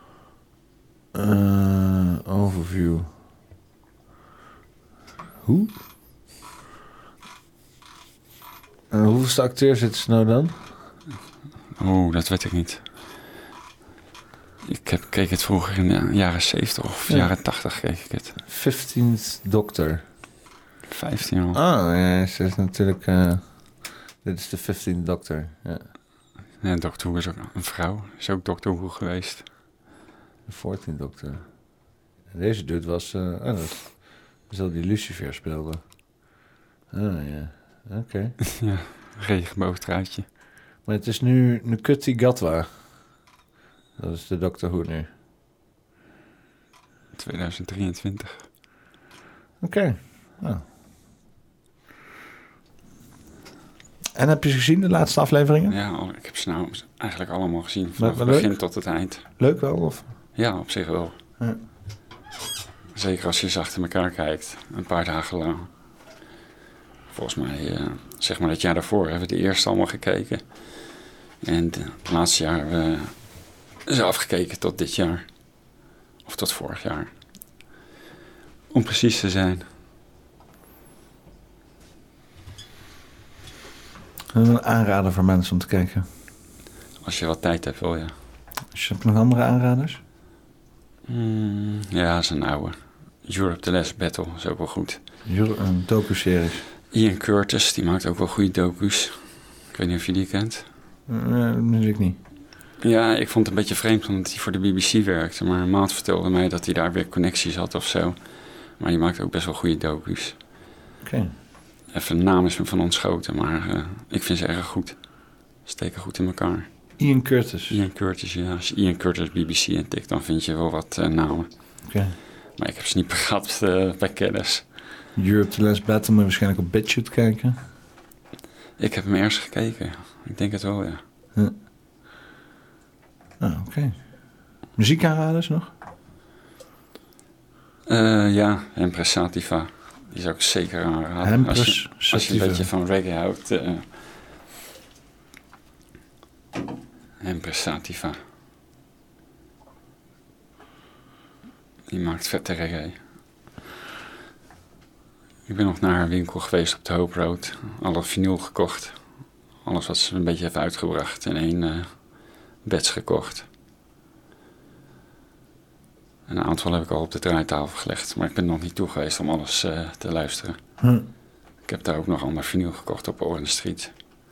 Uh, overview. Hoe? Uh, hoeveelste acteurs zitten ze nou dan? Oh, dat weet ik niet. Ik heb, keek het vroeger in de jaren zeventig of Ja. jaren tachtig keek ik het. fifteenth Doctor. vijftien al. Ah, ja, ze is natuurlijk... Uh, dit is de fifteenth Doctor, ja. Ja, Doctor Who is ook een vrouw. Is ook Doctor Who geweest. De fourteenth Doctor. Deze dude was... Uh, oh, dat is, dat is die Lucifer speelde. Ah, ja. Oké. Okay. Ja, regenboogtruitje. Maar het is nu Ncuti Gatwa. Dat is de Doctor Who nu. tweeduizend drieëntwintig. Oké. Okay. Oh. En heb je ze gezien, de laatste afleveringen? Ja, al- ik heb ze nou eigenlijk allemaal gezien. Vanaf Maar- het maar begin leuk? tot het eind. Leuk wel, of? Ja, op zich wel. Ja. Zeker als je eens achter elkaar kijkt. Een paar dagen lang. Volgens mij, uh, zeg maar het jaar daarvoor, hebben we de eerste allemaal gekeken. En de, het laatste jaar hebben we ze afgekeken tot dit jaar. Of tot vorig jaar. Om precies te zijn. Een aanrader voor mensen om te kijken. Als je wat tijd hebt, wel ja. Dus heb je nog andere aanraders? Mm, ja, dat is een oude. Europe The Last Battle is ook wel goed. Een docu-series. Ian Curtis, die maakt ook wel goede docu's. Ik weet niet of je die kent. Uh, dat weet ik niet. Ja, ik vond het een beetje vreemd omdat hij voor de B B C werkte. Maar een maat vertelde mij dat hij daar weer connecties had of zo. Maar die maakt ook best wel goede docu's. Oké. Okay. Even de naam is me van ontschoten, maar uh, ik vind ze erg goed. Steken goed in elkaar. Ian Curtis. Ian Curtis, ja. Als je Ian Curtis B B C intikt, dan vind je wel wat uh, namen. Oké. Okay. Maar ik heb ze niet gehad uh, bij kennis. Europe The Last Battle moet je waarschijnlijk op BitChute kijken. Ik heb hem eerst gekeken. Ik denk het wel, ja. Ja. Ah, oké. Okay. Muziekaanraders nog? Uh, ja, Empress Sativa. Die zou ik zeker aanraden. Empress als je, Sativa. Als je een beetje van reggae houdt. Uh, Empress Sativa. Die maakt vette reggae. Ik ben nog naar haar winkel geweest op de Hope Road. Alle vinyl gekocht. Alles wat ze een beetje heeft uitgebracht. In één uh, beds gekocht. Een aantal heb ik al op de draaitafel gelegd. Maar ik ben nog niet toe geweest om alles uh, te luisteren. Hm. Ik heb daar ook nog ander vinyl gekocht op Orange Street.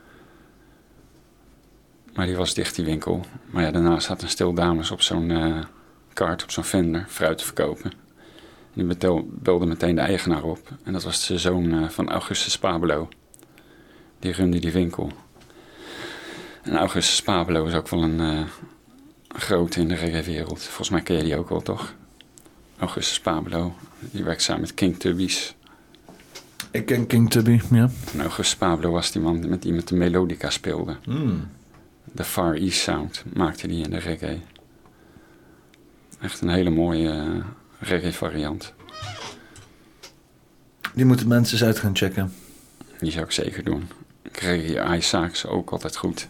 Maar die was dicht, die winkel. Maar ja, daarnaast zat een stil dames op zo'n uh, kaart, op zo'n vender, fruit te verkopen. En die betel, belde meteen de eigenaar op. En dat was de zoon uh, van Augustus Pablo. Die runde die winkel. En Augustus Pablo is ook wel een uh, grote in de reggae-wereld. Volgens mij ken je die ook wel, toch? Augustus Pablo. Die werkt samen met King Tubby's. Ik ken King Tubby, ja. En Augustus Pablo was die man met die met de melodica speelde. Mm. De Far East Sound maakte die in de reggae. Echt een hele mooie uh, reggae variant. Die moeten mensen eens uit gaan checken. Die zou ik zeker doen. Reggae Isaac is ook altijd goed.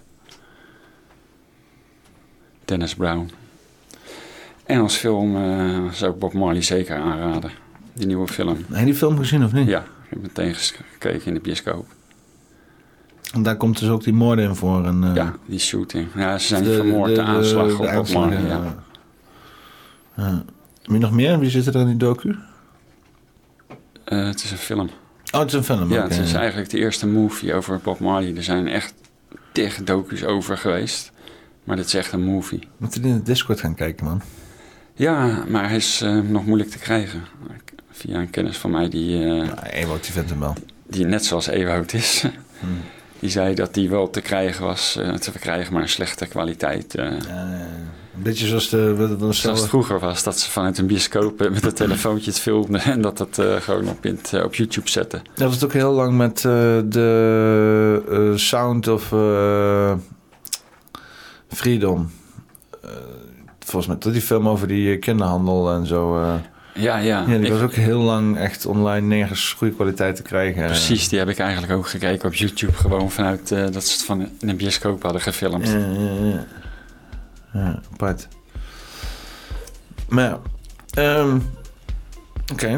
Dennis Brown. En als film uh, zou ik Bob Marley zeker aanraden. Die nieuwe film. Heb je die film gezien of niet? Ja, ik heb meteen gekeken in de bioscoop. En daar komt dus ook die moorden in voor. En, uh, ja, die shooting. Ja, ze zijn de, vermoord, de, de, de aanslag de, op de Bob aanslag, Marley. Ja. Ja. Ja. Heb je nog meer? Wie zit er in die docu? Uh, het is een film. Oh, het is een film. Ja, okay. het is eigenlijk de eerste movie over Bob Marley. Er zijn echt tig docu's over geweest. Maar dit is echt een movie. Moet je in de Discord gaan kijken, man? Ja, maar hij is uh, nog moeilijk te krijgen. Via een kennis van mij die... Uh, ja, Ewout, die vindt hem wel. Die net zoals Ewout is. Hmm. Die zei dat die wel te krijgen was, uh, te verkrijgen, maar een slechte kwaliteit. Uh, ja, een beetje zoals, de, wat, wat zoals het vroeger was, dat ze vanuit een bioscoop met een telefoontje het filmden en dat het uh, gewoon op, in het, uh, op YouTube zetten. Dat was ook heel lang met uh, de uh, Sound of uh, Freedom. Uh, volgens mij, die film over die kinderhandel en zo. Uh, Ja, ja. Ja, die ik, was ook heel lang echt online nergens goede kwaliteit te krijgen. Precies, die heb ik eigenlijk ook gekeken op YouTube. Gewoon vanuit uh, dat ze het van in een bioscoop hadden gefilmd. Ja, ja, ja. Ja, apart. Maar ja. Um, Oké. Okay.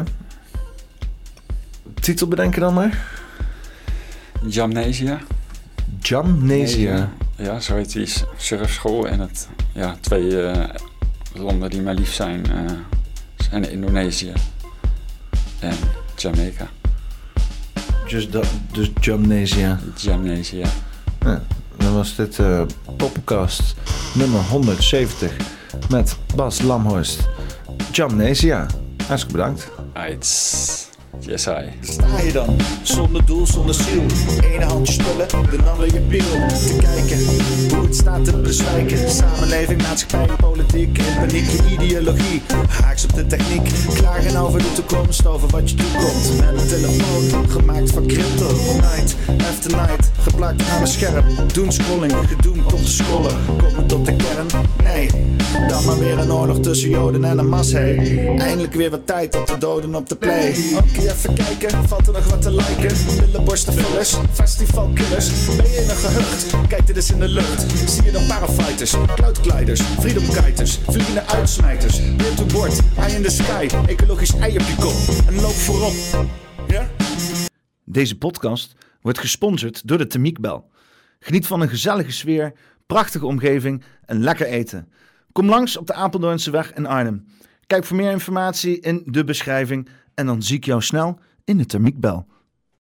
Titel bedenken dan maar? Jamnesia. Jamnesia. Ja, zo heet die surfschool. En het, ja, twee uh, landen die mij lief zijn, uh, zijn Indonesië en Jamaica. Just da- dus Jamnesia. Jamnesia. Ja, dan was dit uh, podcast nummer honderdzeventig met Bas Lamhorst. Jamnesia. Hartstikke bedankt. Aids. Yes, I. Sta je dan, zonder doel, zonder ziel. Ene handje spullen, de ander je piel. Te kijken hoe het staat te bezwijken. Samenleving, maatschappij, politiek en paniek, je ideologie. Haaks op de techniek, klagen over de toekomst, over wat je toekomt. Met een telefoon, gemaakt van crypto. Night after night, geplakt aan een scherm. Doen scrolling, gedoemd tot te scrollen. Komen tot de kern? Nee. Dan maar weer een oorlog tussen Joden en een mas, hey. Eindelijk weer wat tijd op de doden op de play. Oké, even kijken, valt er nog wat te liken? Billenborstenvullers, festivalkillers. Ben je in een gehucht? Kijk dit eens in de lucht. Zie je dan parafighters, cloudgliders, freedomkiters, vliegende uitsmijters. Beer to board, eye in the sky, ecologisch ei op je kop. En loop voorop. Ja? Deze podcast wordt gesponsord door de Temiekbel. Geniet van een gezellige sfeer, prachtige omgeving en lekker eten. Kom langs op de Apeldoornse weg in Arnhem. Kijk voor meer informatie in de beschrijving en dan zie ik jou snel in de Thermiekbel.